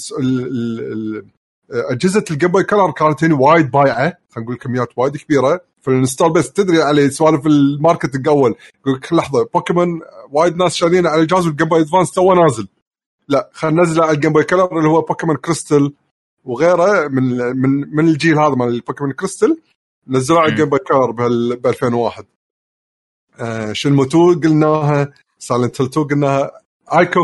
اجهزه الجيم بوي كلر كانت هنا وايد بايعه خلينا نقول كميات وايد كبيره فالانستال بس تدري عليه سوالف الماركت الاول يقول لك لحظه بوكيمون وايد ناس شارين على الجهاز والجيم بوي ادفانس تو نازل لا خلينا ننزله على الجيم بوي كلر اللي هو بوكيمون كريستال وغيره من من من الجيل هذا مال البوكيمون كريستال نزلوا على الجيم بوي كلر ب ألفين وواحد آه شنمو تو قلناها سايلنت هيل تو قلناها ايكو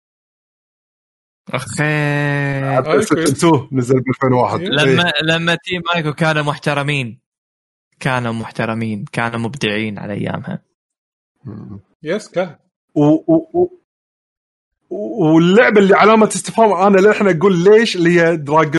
اخي تو نزل ب ألفين وواحد لما لما تيم ايكو كانوا محترمين كانوا محترمين كانوا مبدعين على ايامها يس كان و و واللعبه اللي علامه استفهام انا للحين اقول ليش اللي هي دراجون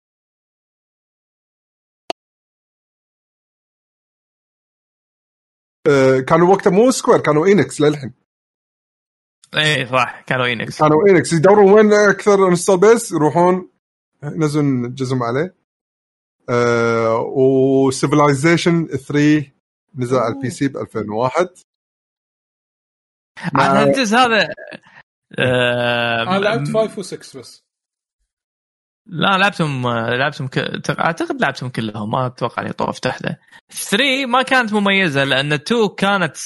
أه كانوا وقتها مو سكوير كانوا إينكس للحين ايه صح كانوا إينكس كانوا إينكس يدورون وين اكثر انستال بيس يروحون ينزلون جزم عليه أه وسيفلايزيشن ثري نزل على البي سي ب ألفين وواحد انا الجزء هذا انا لعبت خمسة وستة بس لا لعبتهم لعبتهم ك... اعتقد لعبتهم كلهم ما اتوقع اني طوفت واحده ثري ما كانت مميزه لان اثنين كانت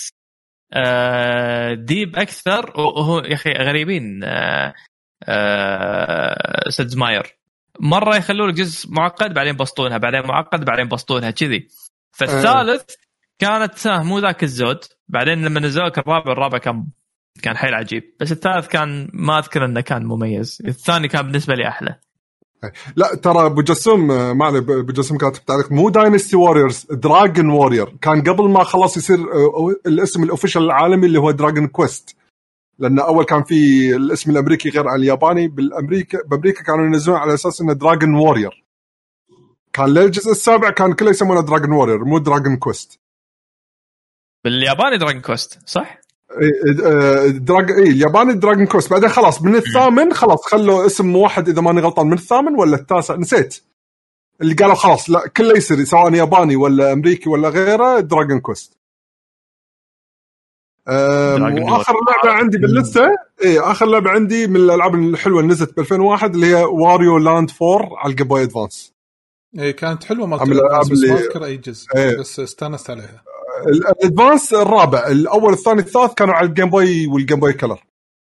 ديب اكثر وهو يا اخي غريبين سيد ماير مره يخلوا لك جزء معقد بعدين بسطونها بعدين معقد بعدين بسطونها كذي فالثالث كانت مو ذاك الزود بعدين لما نزلوا الرابع الرابع كان كان حيل عجيب بس الثالث كان ما اذكر انه كان مميز الثاني كان بالنسبه لي احلى لا ترى ابو جسوم ما عليه ابو جسوم كاتب تعليق مو داينستي واريورز دراجون واريور كان قبل ما خلاص يصير الاسم الاوفيشال العالمي اللي هو دراجون كويست لان اول كان في الاسم الامريكي غير عن الياباني بالامريكا بامريكا كانوا ينزلون على اساس انه دراجون واريور كان للجزء السابع كان كله يسمونه دراجون واريور مو دراجون كويست بالياباني دراجون كويست صح دراج اي الياباني دراجون كوست بعدين خلاص من الثامن خلاص خلوا اسم واحد اذا ماني غلطان من الثامن ولا التاسع نسيت اللي قالوا خلاص لا كله يصير سواء ياباني ولا امريكي ولا غيره دراجون كوست واخر لعبه عندي باللسته اي اخر لعبه عندي من الالعاب الحلوه اللي نزلت ب ألفين وواحد اللي هي واريو لاند فور على الجيم بوي ادفانس اي كانت حلوه ما اذكر اي جزء بس استانست عليها الادفانس الرابع الاول الثاني الثالث كانوا على الجيم بوي والجيم بوي كلر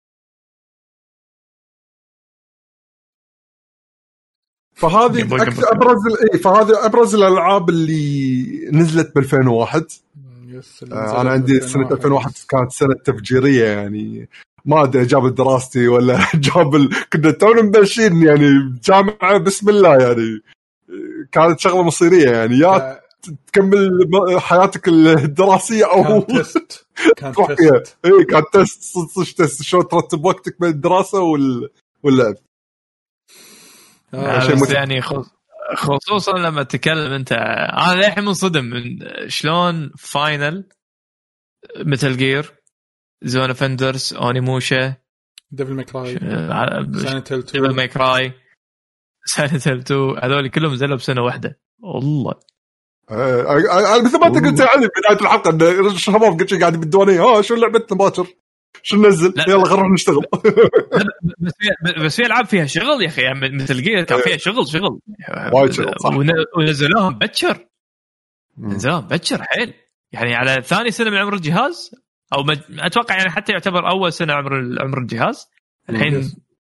فهذه اكثر ابرز اي فهذه ابرز الالعاب اللي نزلت ب ألفين وواحد آه انا عندي سنه ألفين وواحد كانت سنه تفجيريه يعني ما ادري جاب دراستي ولا جاب ال... كنا تونا مبشرين يعني جامعه بسم الله يعني كانت شغله مصيريه يعني يا تكمل حياتك الدراسيه او كان تست كان تست اي كان تست صدق تست شو ترتب وقتك بين الدراسه وال واللعب آه شيء يعني خصوصا لما تتكلم انت انا الحين منصدم من شلون فاينل مثل جير زون اوف اندرز اونيموشا ديفل ماي كراي سايلنت هيل تو ديفل ماي كراي سايلنت هيل تو هذول كلهم نزلوا بسنه واحده والله انا مثل ما انت قلت يعني بدايه الحلقه ان الشباب قلت قاعدين بالديوانيه ها شو لعبتنا باكر شو ننزل يلا غير نشتغل بس في بس في العاب فيها شغل يا اخي يعني مثل جير كان فيها شغل شغل وايد شغل صح ونزلوهم بكر نزلوهم بكر حيل يعني على ثاني سنه من عمر الجهاز او اتوقع يعني حتى يعتبر اول سنه عمر عمر الجهاز الحين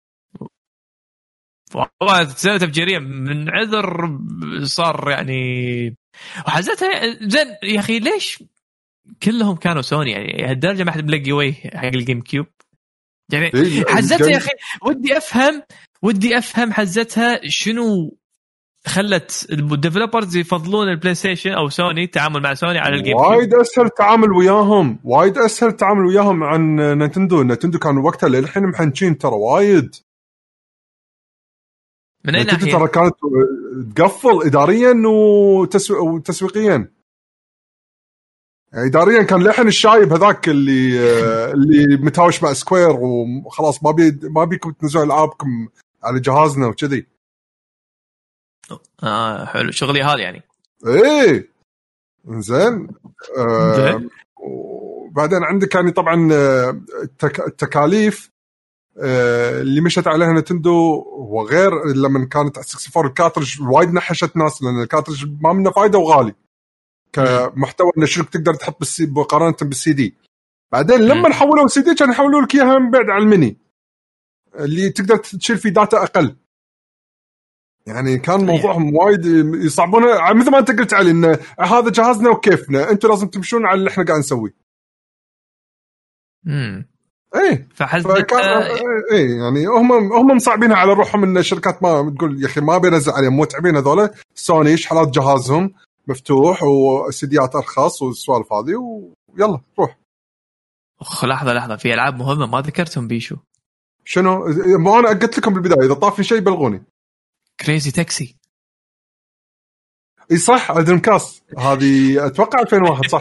والله سنه تفجيريه من عذر صار يعني وحزتها زين يا اخي ليش كلهم كانوا سوني يعني هالدرجه ما حد ملقي وجه حق الجيم كيوب يعني حزتها يا اخي ودي افهم ودي افهم حزتها شنو خلت الديفلوبرز يفضلون البلاي ستيشن او سوني التعامل مع سوني على الجيم وايد اسهل التعامل وياهم وايد اسهل التعامل وياهم عن نينتندو. نينتندو كانوا وقتها للحين محنشين ترى وايد من اي ناحيه ترى كانت تقفل اداريا وتسو... وتسويقيا. يعني اداريا كان لحن الشايب هذاك اللي اللي متهاوش مع سكوير وخلاص ما بي ما بيكم تنزلوا العابكم على جهازنا وكذي. اه حلو شغلي هذا يعني. ايه زين. آه وبعدين عندك يعني طبعا التكاليف آه اللي مشت عليها نتندو وغير لما كانت ستة وستين الكارترج وايد نحشت ناس لان الكارترج ما منه فايده وغالي كمحتوى ان شركه تقدر تحط بالسي مقارنه بالسي دي. بعدين لما حولوا السي دي كان يحولوا لك اياها من بعد على الميني اللي تقدر تشيل فيه داتا اقل. يعني كان موضوعهم وايد يصعبونه مثل ما انت قلت علي ان هذا جهازنا وكيفنا انتم لازم تمشون على اللي احنا قاعد نسويه. امم ايه فكان ايه يعني هم هم مصعبينها على روحهم ان الشركات ما تقول يا اخي ما بينزل عليهم متعبين هذول. سوني شحالات جهازهم مفتوح وسيديات ارخص والسوالف هذه ويلا روح. اخ لحظه لحظه في العاب مهمه ما ذكرتهم بيشو. شنو ما انا قلت لكم بالبدايه اذا طاف شيء بلغوني. كريزي تاكسي. اي صح دريم كاست هذه اتوقع ألفين وواحد صح.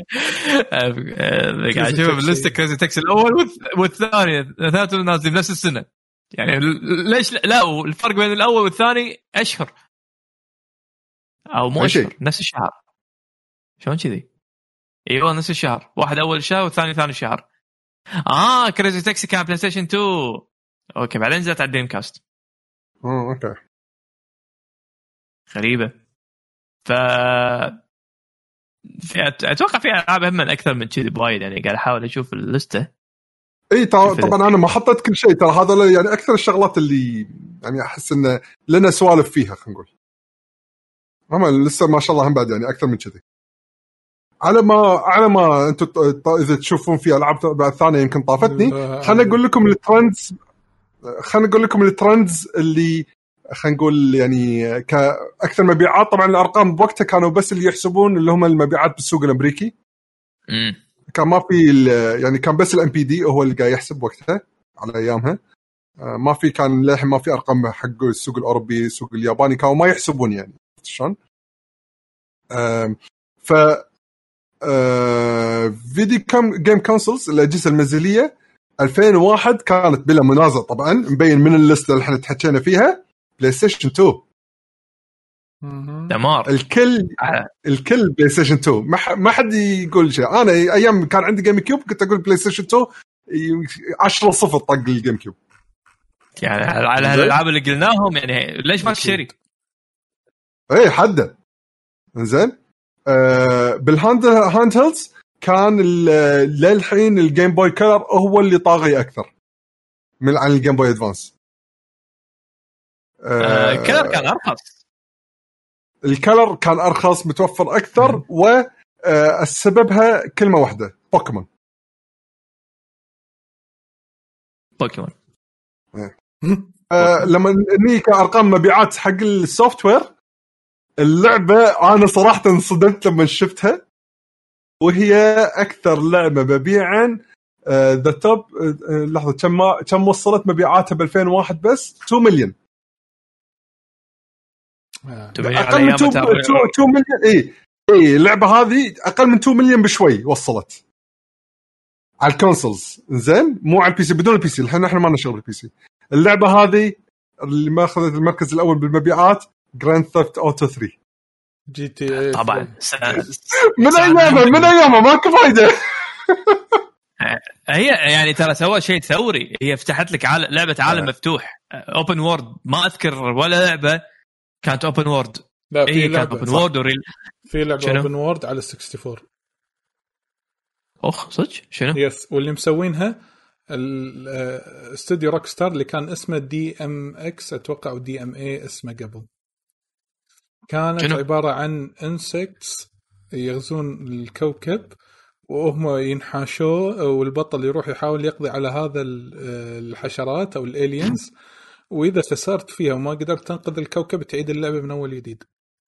قاعد اشوف باللسته كريزي تاكسي الاول والثاني اثنيناتهم نازلين نفس السنه. يعني ليش لا الفرق بين الاول والثاني اشهر او مو اشهر نفس الشهر. شلون كذي؟ ايوه نفس الشهر واحد اول شهر والثاني ثاني شهر. اه كريزي تاكسي كان بلاي ستيشن تو اوكي بعدين نزلت على دريم كاست. اه اوكي غريبه. ف في اتوقع في العاب هم اكثر من كذي بوايد. يعني قاعد احاول اشوف اللسته. اي طبعا انا ما حطيت كل شيء ترى هذا يعني اكثر الشغلات اللي يعني احس ان لنا سوالف فيها خلينا نقول. هم لسه ما شاء الله هم بعد يعني اكثر من كذي على ما على ما انتم اذا تشوفون في العاب بعد ثانيه يمكن طافتني. خليني اقول لكم الترندز خليني اقول لكم الترندز اللي خلينا نقول يعني كأكثر مبيعات. طبعا الأرقام بوقتها كانوا بس اللي يحسبون اللي هم المبيعات بالسوق الأمريكي. امم كان ما في يعني كان بس الام بي دي هو اللي قاعد يحسب وقتها على أيامها. ما في كان للحين ما في أرقام حق السوق الأوروبي السوق الياباني كانوا ما يحسبون يعني شلون. ف فيديو كام جيم كونسولز الأجهزة المنزلية ألفين وواحد كانت بلا منازع طبعا مبين من الليست اللي احنا تحكينا فيها بلاي ستيشن تو. دمار الكل الكل بلاي ستيشن تو ما حد يقول شيء. انا ايام كان عندي جيم كيوب كنت اقول بلاي ستيشن تو عشرة صفر طق الجيم كيوب. يعني على الالعاب اللي قلناهم يعني ليش ما تشتري؟ ايه حده زين. آه بالهاند هاند هيلز كان للحين الجيم بوي كلر هو اللي طاغي اكثر من عن الجيم بوي ادفانس. آه الكلر كان ارخص. الكلر كان ارخص متوفر اكثر والسببها كلمه واحده بوكيمون. بوكيمون آه لما نيجي كارقام مبيعات حق السوفت وير اللعبه انا صراحه انصدمت لما شفتها وهي اكثر لعبه مبيعا ذا uh, توب uh, لحظه كم كم وصلت مبيعاتها ب ألفين وواحد بس اثنين مليون. اقل من اثنين مليون. اي اي اللعبه هذه اقل من اثنين مليون بشوي وصلت على الكونسولز زين مو على البي سي بدون البي سي. الحين احنا ما نشغل البي سي. اللعبه هذه اللي ما اخذت المركز الاول بالمبيعات جراند ثيفت اوتو ثري جي تي طبعا من ايامها من ايامها ماكو فايده. هي يعني ترى سوى شيء ثوري. هي فتحت لك عالم لعبه عالم مفتوح اوبن وورد. ما اذكر ولا لعبه كانت اوبن وورد. لا في لعبه اوبن وورد وريل في لعبه اوبن وورد على أربعة وستين. اخ صدق شنو يس واللي مسوينها الاستوديو روك ستار اللي كان اسمه دي ام اكس اتوقع او دي ام اي اسمه قبل. كانت جنو. عبارة عن انسكتس يغزون الكوكب وهم ينحاشوا والبطل يروح يحاول يقضي على هذا الحشرات أو الالينز واذا خسرت فيها وما قدرت تنقذ الكوكب تعيد اللعبه من اول جديد.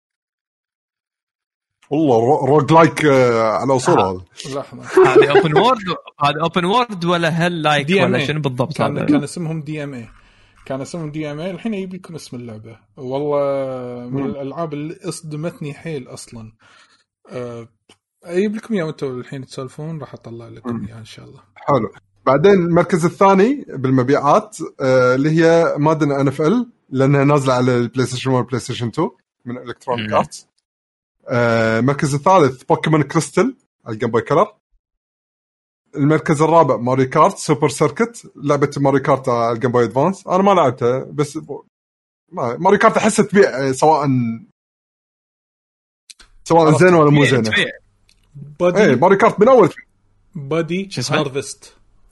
والله روج لايك على اصول هذا. لحظه هذه اوبن وورد هذا اوبن وورد ولا هل لايك ولا شنو بالضبط؟ كان, كان اسمهم دي ام اي كان اسمهم دي ام اي الحين يجيب لكم اسم اللعبه. والله من الالعاب اللي اصدمتني حيل اصلا. أه اجيب لكم اياه وانتم الحين تسولفون راح اطلع لكم اياه ان شاء الله. حلو. بعدين المركز الثاني بالمبيعات آه اللي هي مادن ان اف ال لانها نازله على البلاي ستيشن واحد بلاي ستيشن اثنين من الكترونيك ارتس. آه المركز الثالث بوكيمون كريستال على الجيم بوي كلر. المركز الرابع ماري كارت سوبر سيركت لعبه ماري كارت على الجيم بوي ادفانس. انا ما لعبتها بس ماري كارت احس تبيع سواء سواء زين ولا مو زين. ايه ماري كارت من اول بادي هارفست.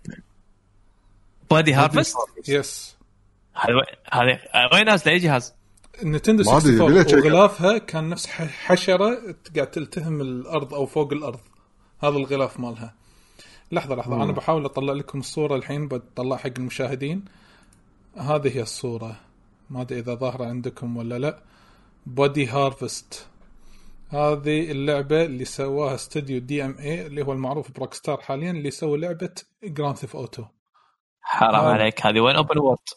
بادي هارفست يس. هذا هذا وين نازل اي جهاز؟ نينتندو ستة وستين وغلافها كان نفس حشره قاعد تلتهم الارض او فوق الارض. هذا الغلاف مالها. لحظه لحظه مم. انا بحاول اطلع لكم الصوره الحين بطلع حق المشاهدين. هذه هي الصوره ما ادري اذا ظاهره عندكم ولا لا. بادي هارفست هذه اللعبه اللي سواها استوديو دي ام اي اللي هو المعروف بروك ستار حاليا اللي سوى لعبه جراند ثيف اوتو. حرام آه. عليك هذه وين اوبن وورد؟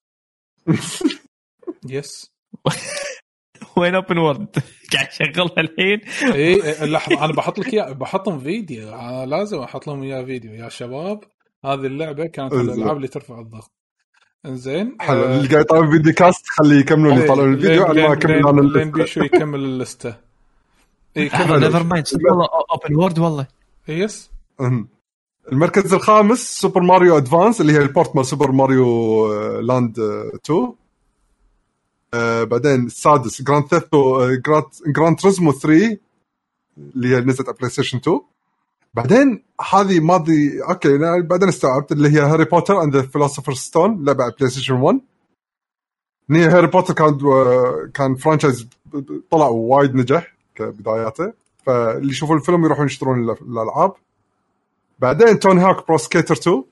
يس وين اوبن وورد؟ قاعد شغلها الحين. اي لحظه انا بحط لك اياه بحطهم فيديو. انا لازم احط لهم اياه فيديو يا شباب. هذه اللعبه كانت الالعاب اللي ترفع الضغط. انزين حلو. اللي قاعد يطالع فيديو كاست خليه يكملون يطلعون الفيديو. انا ما اكمل انا لين بيشو يكمل اللسته. اي كمل نيفر مايند والله اوبن وورد والله. يس. المركز الخامس سوبر ماريو ادفانس اللي هي البورت مال سوبر ماريو لاند اثنين. آه بعدين السادس جراند ثيفتو جراند تريزمو ثلاثة اللي هي نزلت على بلاي ستيشن اثنين. بعدين هذه ماضي اوكي بعدين استوعبت اللي هي هاري بوتر اند ذا فيلوسوفر ستون لعبه على بلاي ستيشن واحد. ني هاري بوتر كان كان فرانشايز طلع وايد نجح كبداياته فاللي يشوفوا الفيلم يروحون يشترون الالعاب. بعدين تون هاك برو سكيتر اثنين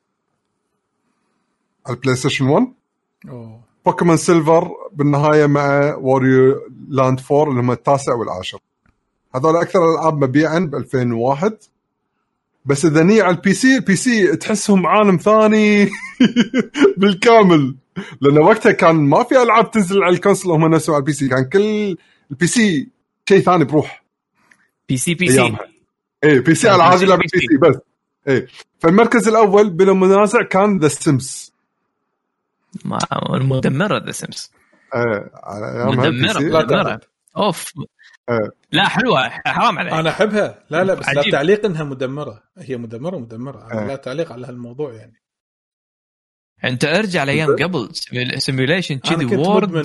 على البلاي ستيشن واحد. اوه بوكيمون سيلفر بالنهايه مع واريو لاند أربعة اللي هم التاسع والعاشر. هذول اكثر الالعاب مبيعا ب ألفين وواحد. بس اذا ني على البي سي البي سي تحسهم عالم ثاني بالكامل لان وقتها كان ما في العاب تنزل على الكونسول هم نفسهم على البي سي. كان كل البي سي شيء ثاني بروح. بي سي بي سي ايه بي سي على هذه اللعبه بي سي بس. ايه فالمركز الاول بلا منازع كان ذا سيمز. ما المدمره ذا سيمز. ايه مدمره مدمره اوف. ايه لا حلوه حرام عليك. انا احبها. لا لا بس عجيب. لا تعليق انها مدمره. هي مدمره مدمره. أنا لا تعليق على هالموضوع يعني. انت ارجع لايام قبل سيميوليشن كذي وورد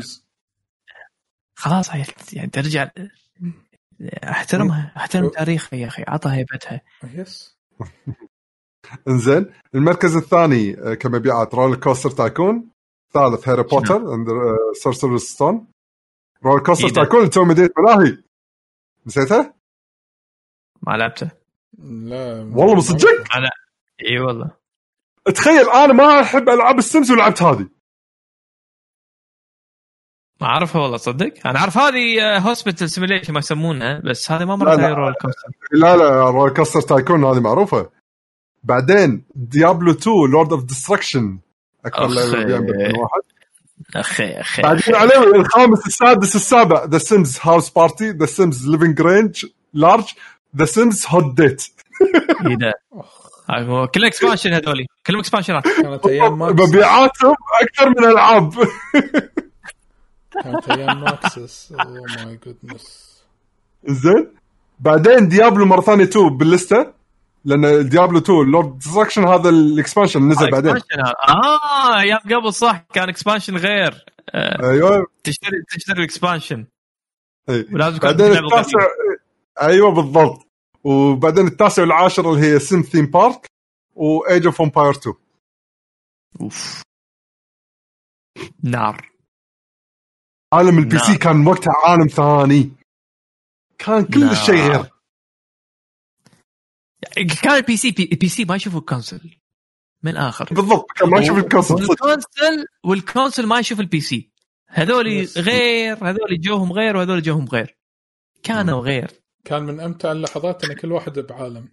خلاص يعني ترجع احترمها احترم تاريخها يا اخي عطها هيبتها. يس. انزين المركز الثاني كمبيعات رول كوستر تايكون. ثالث هاري بوتر اند سورسرر ستون. رول كوستر تايكون تو مديت ملاهي نسيتها ما لعبته. لا والله مصدق انا اي والله تخيل انا ما احب العاب السيمز ولعبت هذه. ما اعرفها والله صدق. انا اعرف هذه هوسبيتال سيميليشن ما يسمونها بس هذه ما مرت علي رول كوستر. لا لا رول كوستر تايكون هذه معروفه. بعدين ديابلو اثنين لورد اوف ديستركشن اكثر لعبه بين واحد. اخي اخي بعدين عليه الخامس السادس السابع ذا سيمز هاوس بارتي ذا سيمز ليفينج رينج لارج ذا سيمز هوت ديت. ايه ده هو كل اكسبانشن هذولي كلهم اكسبانشنات كانت ايام ماكس. مبيعاتهم اكثر من العاب. كانت ايام ماكسس. اوه ماي جودنس. زين بعدين ديابلو مره ثانيه اثنين باللسته لان ديابلو اثنين لورد ديستركشن هذا الاكسبانشن نزل بعدين. اه ايام قبل صح كان اكسبانشن غير. آه. ايوه تشتري تشتري الاكسبانشن. اي بعدين التاسع ايوه بالضبط. وبعدين التاسع والعاشر اللي هي سيم ثيم بارك وايج اوف امباير اثنين. اوف نار. عالم البي سي كان وقتها عالم ثاني. كان كل شيء غير. كان البي سي بي, بي سي ما يشوفوا الكونسول من الاخر بالضبط كان ما يشوف الكونسل والكونسل والكونسل ما يشوف البي سي. هذول غير هذول جوهم غير وهذول جوهم غير كانوا غير. كان من امتع اللحظات ان كل واحد بعالم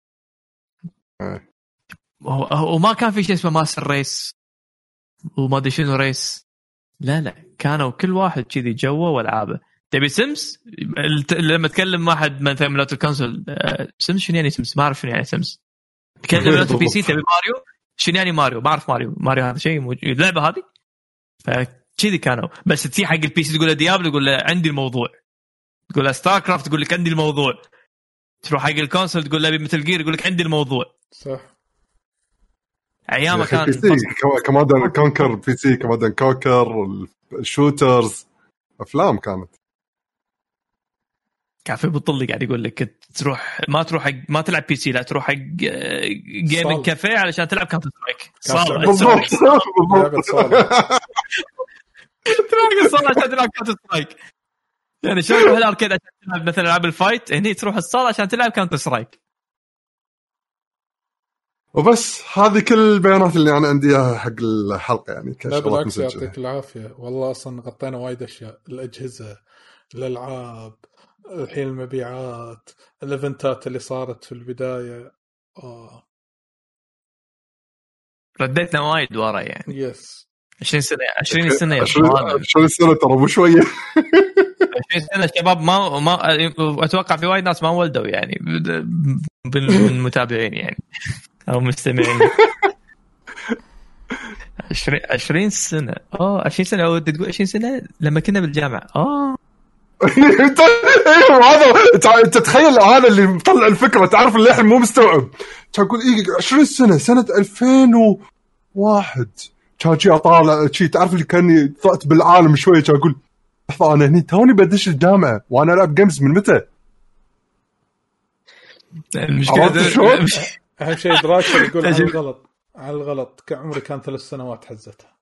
وما كان في شيء اسمه ماستر ريس وما ادري شنو ريس. لا لا كانوا كل واحد كذي جوه والعابه. تبي سيمس لما تكلم مع احد من فاميلات الكونسول سيمس شنو يعني سيمس ما اعرف شنو يعني سيمس. تكلم من البي سي تبي ماريو شنو يعني ماريو ما اعرف ماريو ماريو هذا شيء موجود اللعبه هذه. فكذي كانوا بس تي حق البي سي تقول له ديابلو يقول له عندي الموضوع. تقول له ستار كرافت تقول لك عندي الموضوع. تروح حق الكونسول تقول له مثل جير يقول لك عندي الموضوع. صح ايام كان كمان كونكر بي سي كمان كونكر الشوترز افلام كانت كان في بطل قاعد يقول لك تروح ما تروح حق ما تلعب بي سي لا تروح حق جيمنج كافيه علشان تلعب كاونتر سترايك. صار بالضبط تروح الصالة عشان تلعب كاونتر سترايك. يعني شو تروح الاركيد عشان تلعب مثلا العاب الفايت هني تروح الصالة عشان تلعب كاونتر سترايك. وبس هذه كل البيانات اللي انا عندي اياها حق الحلقه يعني كشغلات مسجله. يعطيك العافيه والله اصلا غطينا وايد اشياء الاجهزه الالعاب الحين المبيعات الايفنتات اللي صارت في البدايه. اه رديتنا وايد ورا يعني يس عشرين سنه عشرين سنه عشرين سنه ترى مو شويه. عشرين سنه شباب ما ما اتوقع في وايد ناس ما ولدوا يعني بالمتابعين يعني او مستمعين. عشرين عشرين سنه اه عشرين سنه او تقول عشرين سنه لما كنا بالجامعه. اه انت ايوه هذا انت تتخيل هذا اللي مطلع الفكره تعرف اللي احنا مو مستوعب. تقول ايه عشرين سنه سنه ألفين وواحد كان شي اطالع شي تعرف اللي كان طلعت بالعالم شويه. كان اقول لحظه انا هني توني بدش الجامعه وانا العب جيمز من متى. المشكله اهم شيء دراسه يقول على الغلط على الغلط كعمري كان ثلاث سنوات حزتها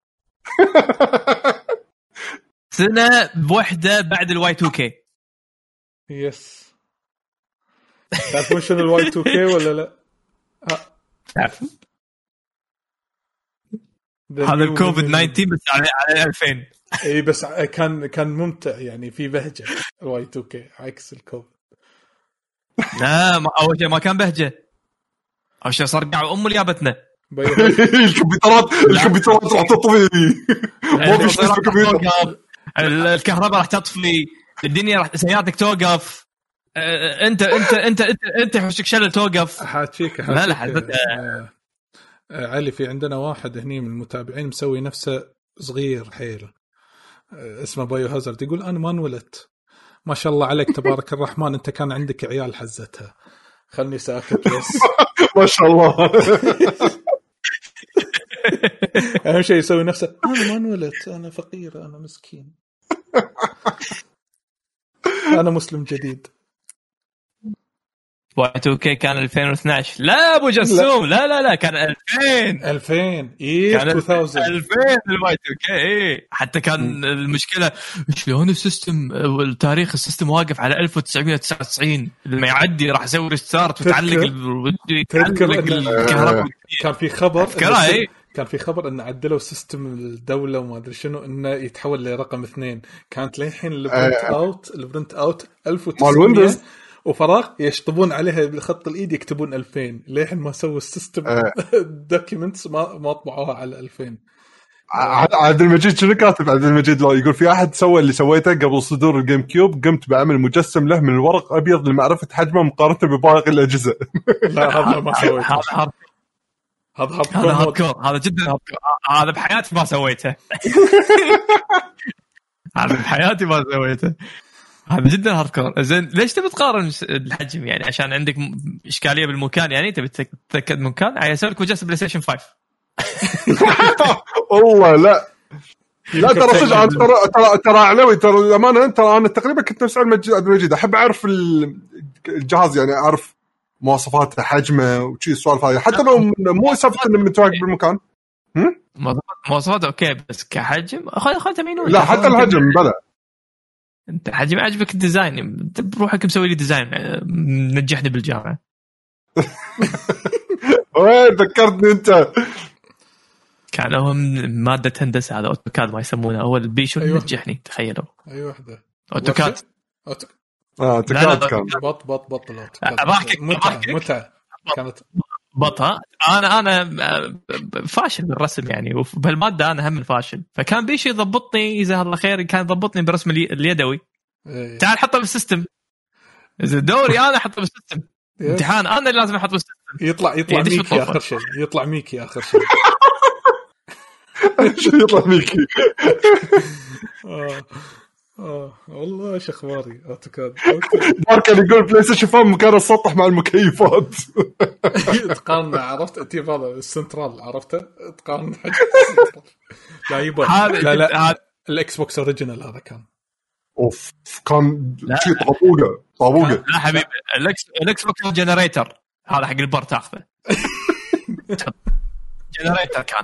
سنه بوحده بعد الواي تو كي. يس تعرفون شنو الواي تو كي ولا لا؟ تعرف هذا الكوفيد تسعة عشر بس على على ألفين. اي بس كان كان ممتع يعني في بهجه الواي تو كي عكس الكوفيد. لا اول شيء ما كان بهجه اول شيء صار قاع ام اللي جابتنا الكمبيوترات الكمبيوترات راح تطفي ما في شيء كمبيوتر الكهرباء راح تطفي الدنيا راح سيارتك توقف انت انت انت انت انت حوشك شلل توقف. حاجيك لا لا علي في عندنا واحد هني من المتابعين مسوي نفسه صغير حيل اسمه بايو هازارد يقول انا ما انولدت ما شاء الله عليك تبارك الرحمن انت كان عندك عيال حزتها خلني ساكت بس ما شاء الله. اهم شيء يسوي نفسه انا ما انولدت انا فقير انا مسكين انا مسلم جديد. واي تو كي كان ألفين واثناشر. لا ابو جسوم لا لا لا كان ألفين ألفين ايه كان ألفين الواي تو كي ايه حتى كان المشكله شلون السيستم والتاريخ السيستم واقف على ألف وتسعمية وتسعة وتسعين لما يعدي راح يسوي ريستارت وتعلق الكهرباء. كان في خبر كان في خبر ان عدلوا سيستم الدوله وما ادري شنو انه يتحول لرقم اثنين. كانت للحين البرنت اوت البرنت اوت ألف وتسعمية وفراغ يشطبون عليها بالخط الايد يكتبون ألفين للحين ما سووا السيستم الدوكيومنتس ما ما طبعوها على ألفين. عبد المجيد شنو كاتب عبد المجيد لو يقول في احد سوى اللي سويته قبل صدور الجيم كيوب قمت بعمل مجسم له من الورق ابيض لمعرفه حجمه مقارنه بباقي الاجهزه. لا هذا ما سويته هذا هذا هاردكور هذا جدا هاردكور هذا بحياتي ما سويته هذا بحياتي ما سويته هذا جدا هاردكور. زين ليش تبي تقارن الحجم يعني عشان عندك اشكاليه بالمكان يعني تبي تتاكد من مكان عايز اسوي لك مجسم بلاي ستيشن خمسة. والله لا لا ترى صدق ترى ترى ترى علوي ترى الامانه ترى انا تقريبا كنت نفس المجيد احب اعرف الجهاز يعني اعرف مواصفاته حجمه وشي السوالف هذه حتى لو مو سالفه انه متواجد بالمكان. مواصفاته اوكي بس كحجم خذ خذ تمينون لا حتى الحجم بلا انت حجم عجبك الديزاين انت بروحك مسوي لي ديزاين نجحني بالجامعه. ذكرتني انت. كان لهم ماده هندسه هذا اوتوكاد ما يسمونه اول بيشو أيوة. نجحني تخيلوا اي وحده اوتوكاد أوتو... اه تكاد كان بط بط بط أضحك متعه متعه كانت بطها. انا انا فاشل بالرسم يعني وبهالماده انا هم فاشل. فكان بيشو يضبطني جزاه الله خير كان يضبطني برسم اليدوي. إيه. تعال حطه بالسيستم اذا دوري انا احطه بالسيستم امتحان انا اللي لازم احطه بالسيستم يطلع يطلع يدش ميكي بالطوفة. اخر شيء يطلع ميكي اخر شيء شو يطلع ميكي. اه اه والله ايش اخباري اوتوكاد دار كان يقول بلاي ستيشن فام مكان السطح مع المكيفات. تقارن عرفت تجيب هذا السنترال عرفته تقارن حق لا يبا لا لا الاكس بوكس اوريجينال هذا كان اوف كان شيء طابوقه طابوقه. لا حبيبي الاكس الاكس بوكس جنريتر هذا حق البر تاخذه جنريتر كان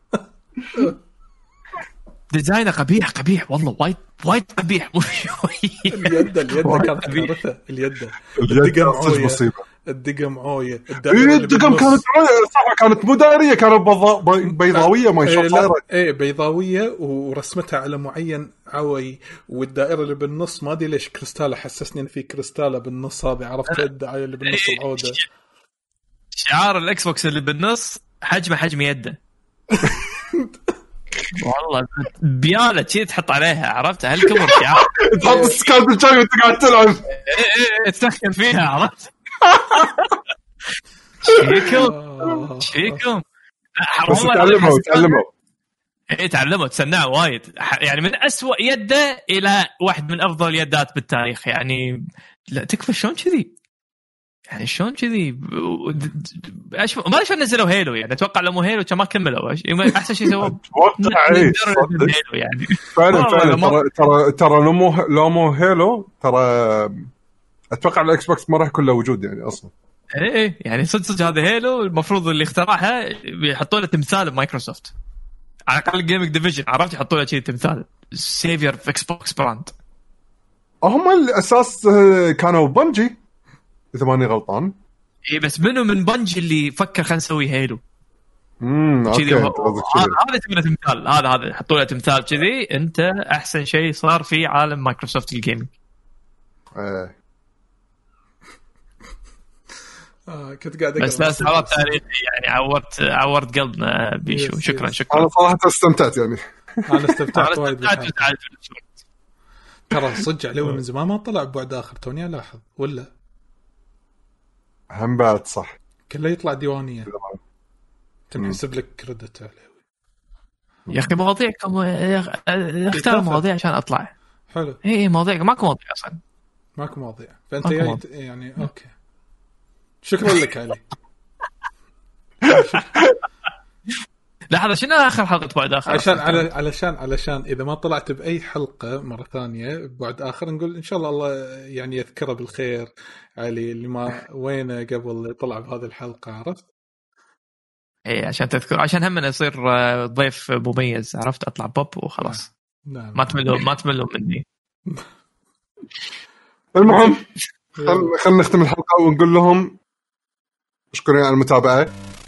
ديزاينه قبيح قبيح والله وايد وايد قبيح مو شوي. اليد اليد كانت كارثه اليد الدقم معويه مصيبه الدقم معويه الدقم كانت صح كانت مو دائريه كانت بيضاويه ما شاء الله ايه بيضاويه ورسمتها على معين عوي والدائره اللي بالنص ما ادري ليش كريستاله حسسني ان في كريستاله بالنص هذه عرفت الدعايه اللي بالنص العوده شعار الاكس بوكس اللي بالنص حجمه حجم يده والله بياله شيء تحط عليها عرفت هالكبر شعار تحط السكان الجاي وانت قاعد تلعب تسخن فيها عرفت شيكم شيكم بس تعلموا تعلموا ايه تعلموا تسنعوا وايد يعني من أسوأ يده الى واحد من افضل اليدات بالتاريخ يعني لا تكفى شلون كذي يعني شلون كذي ايش ما ادري شلون نزلوا هيلو يعني اتوقع لو مو هيلو كان ما كملوا احسن شيء سووا يعني فعلا فعلا ترى ترى ترى لو مو لو مو هيلو ترى اتوقع الاكس بوكس ما راح يكون له وجود يعني اصلا ايه ايه يعني صدق صدق هذا هيلو المفروض اللي اخترعها يحطوا له تمثال بمايكروسوفت على الاقل جيمنج ديفيجن عرفت يحطوا له شيء تمثال سيفير في اكس بوكس براند هم الاساس كانوا بنجي اذا ماني غلطان ايه بس منو من بنجي اللي فكر خلينا نسوي هيلو امم اوكي هذا هذا تبغى تمثال هذا هذا يحطوا له تمثال كذي انت احسن شيء صار في عالم مايكروسوفت الجيمنج ايه آه كنت قاعد أقرأ بس بس هذا تاريخي يعني عورت عورت قلبنا بيشو يس شكرا يس. شكرا انا صراحه استمتعت يعني انا استمتعت وايد استمتعت ترى صدق عليه من زمان ما طلع ببعد اخر توني الاحظ ولا هم بعد صح كله يطلع ديوانيه تنحسب لك كريدت عليه يا اخي مواضيعكم اختار مواضيع عشان اطلع حلو اي مواضيع ماكو مواضيع اصلا ماكو مواضيع فانت جاي يعني اوكي شكرا لك علي لا هذا شنو اخر حلقه بعد اخر عشان على علشان علشان اذا ما طلعت باي حلقه مره ثانيه بعد اخر نقول ان شاء الله الله يعني يذكره بالخير علي اللي ما وينه قبل طلع بهذه الحلقه عرفت اي عشان تذكر عشان هم يصير ضيف مميز عرفت اطلع بوب وخلاص نعم. ما تملوا ما تملوا مني المهم خلينا نختم الحلقه ونقول لهم شكرا على المتابعه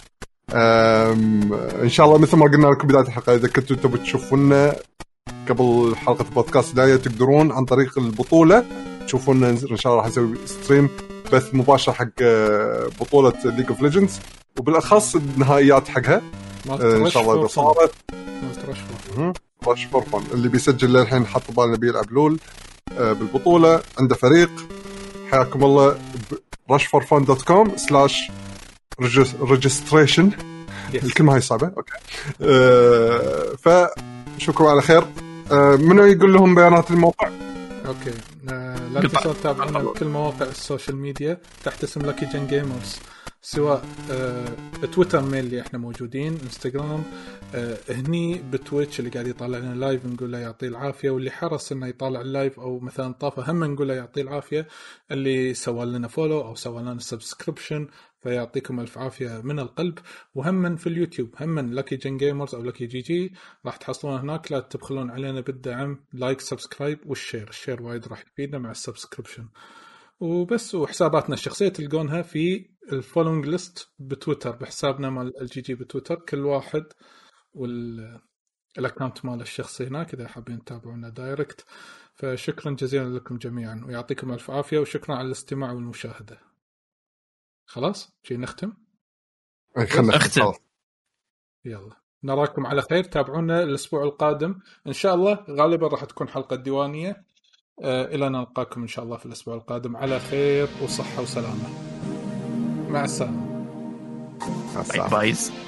ان شاء الله مثل ما قلنا لكم بدايه الحلقه اذا كنتوا تبوا تشوفونا قبل حلقه البودكاست لا تقدرون عن طريق البطوله تشوفونا ان شاء الله راح نسوي ستريم بث مباشر حق بطوله ليج اوف ليجندز وبالاخص النهائيات حقها ان شاء الله اذا صارت رش فور فن اللي بيسجل للحين حط بالنا بيلعب لول بالبطوله عنده فريق حياكم الله رش فور فن دوت كوم سلاش ريجستريشن الكلمه هاي صعبه اوكي أه فشكرا على خير أه منو يقول لهم بيانات الموقع اوكي أه لا تنسوا تتابعونا بكل مواقع السوشيال ميديا تحت اسم لاكي جن جيمرز سواء أه تويتر ميل اللي احنا موجودين انستغرام أه هني بتويتش اللي قاعد يطالع لنا لايف نقول له يعطيه العافيه واللي حرص انه يطالع اللايف او مثلا طافه هم نقول له يعطيه العافيه اللي سوى لنا فولو او سوى لنا سبسكريبشن فيعطيكم الف عافيه من القلب وهم في اليوتيوب هم لاكي جن جيمرز او لاكي جي جي راح تحصلون هناك لا تبخلون علينا بالدعم لايك سبسكرايب والشير الشير وايد راح يفيدنا مع السبسكريبشن وبس. وحساباتنا الشخصيه تلقونها في الفولوينج ليست بتويتر بحسابنا مال الجي جي بتويتر، كل واحد والاكونت مال الشخصي هناك اذا حابين تتابعونا دايركت. فشكرا جزيلا لكم جميعا ويعطيكم الف عافيه، وشكرا على الاستماع والمشاهده. خلاص شي نختم. خلنا نختم. يلا نراكم على خير، تابعونا الاسبوع القادم ان شاء الله، غالبا راح تكون حلقه ديوانيه. آه الى نلقاكم ان شاء الله في الاسبوع القادم على خير وصحه وسلامه. مع السلامه. مع السلامة. بايز.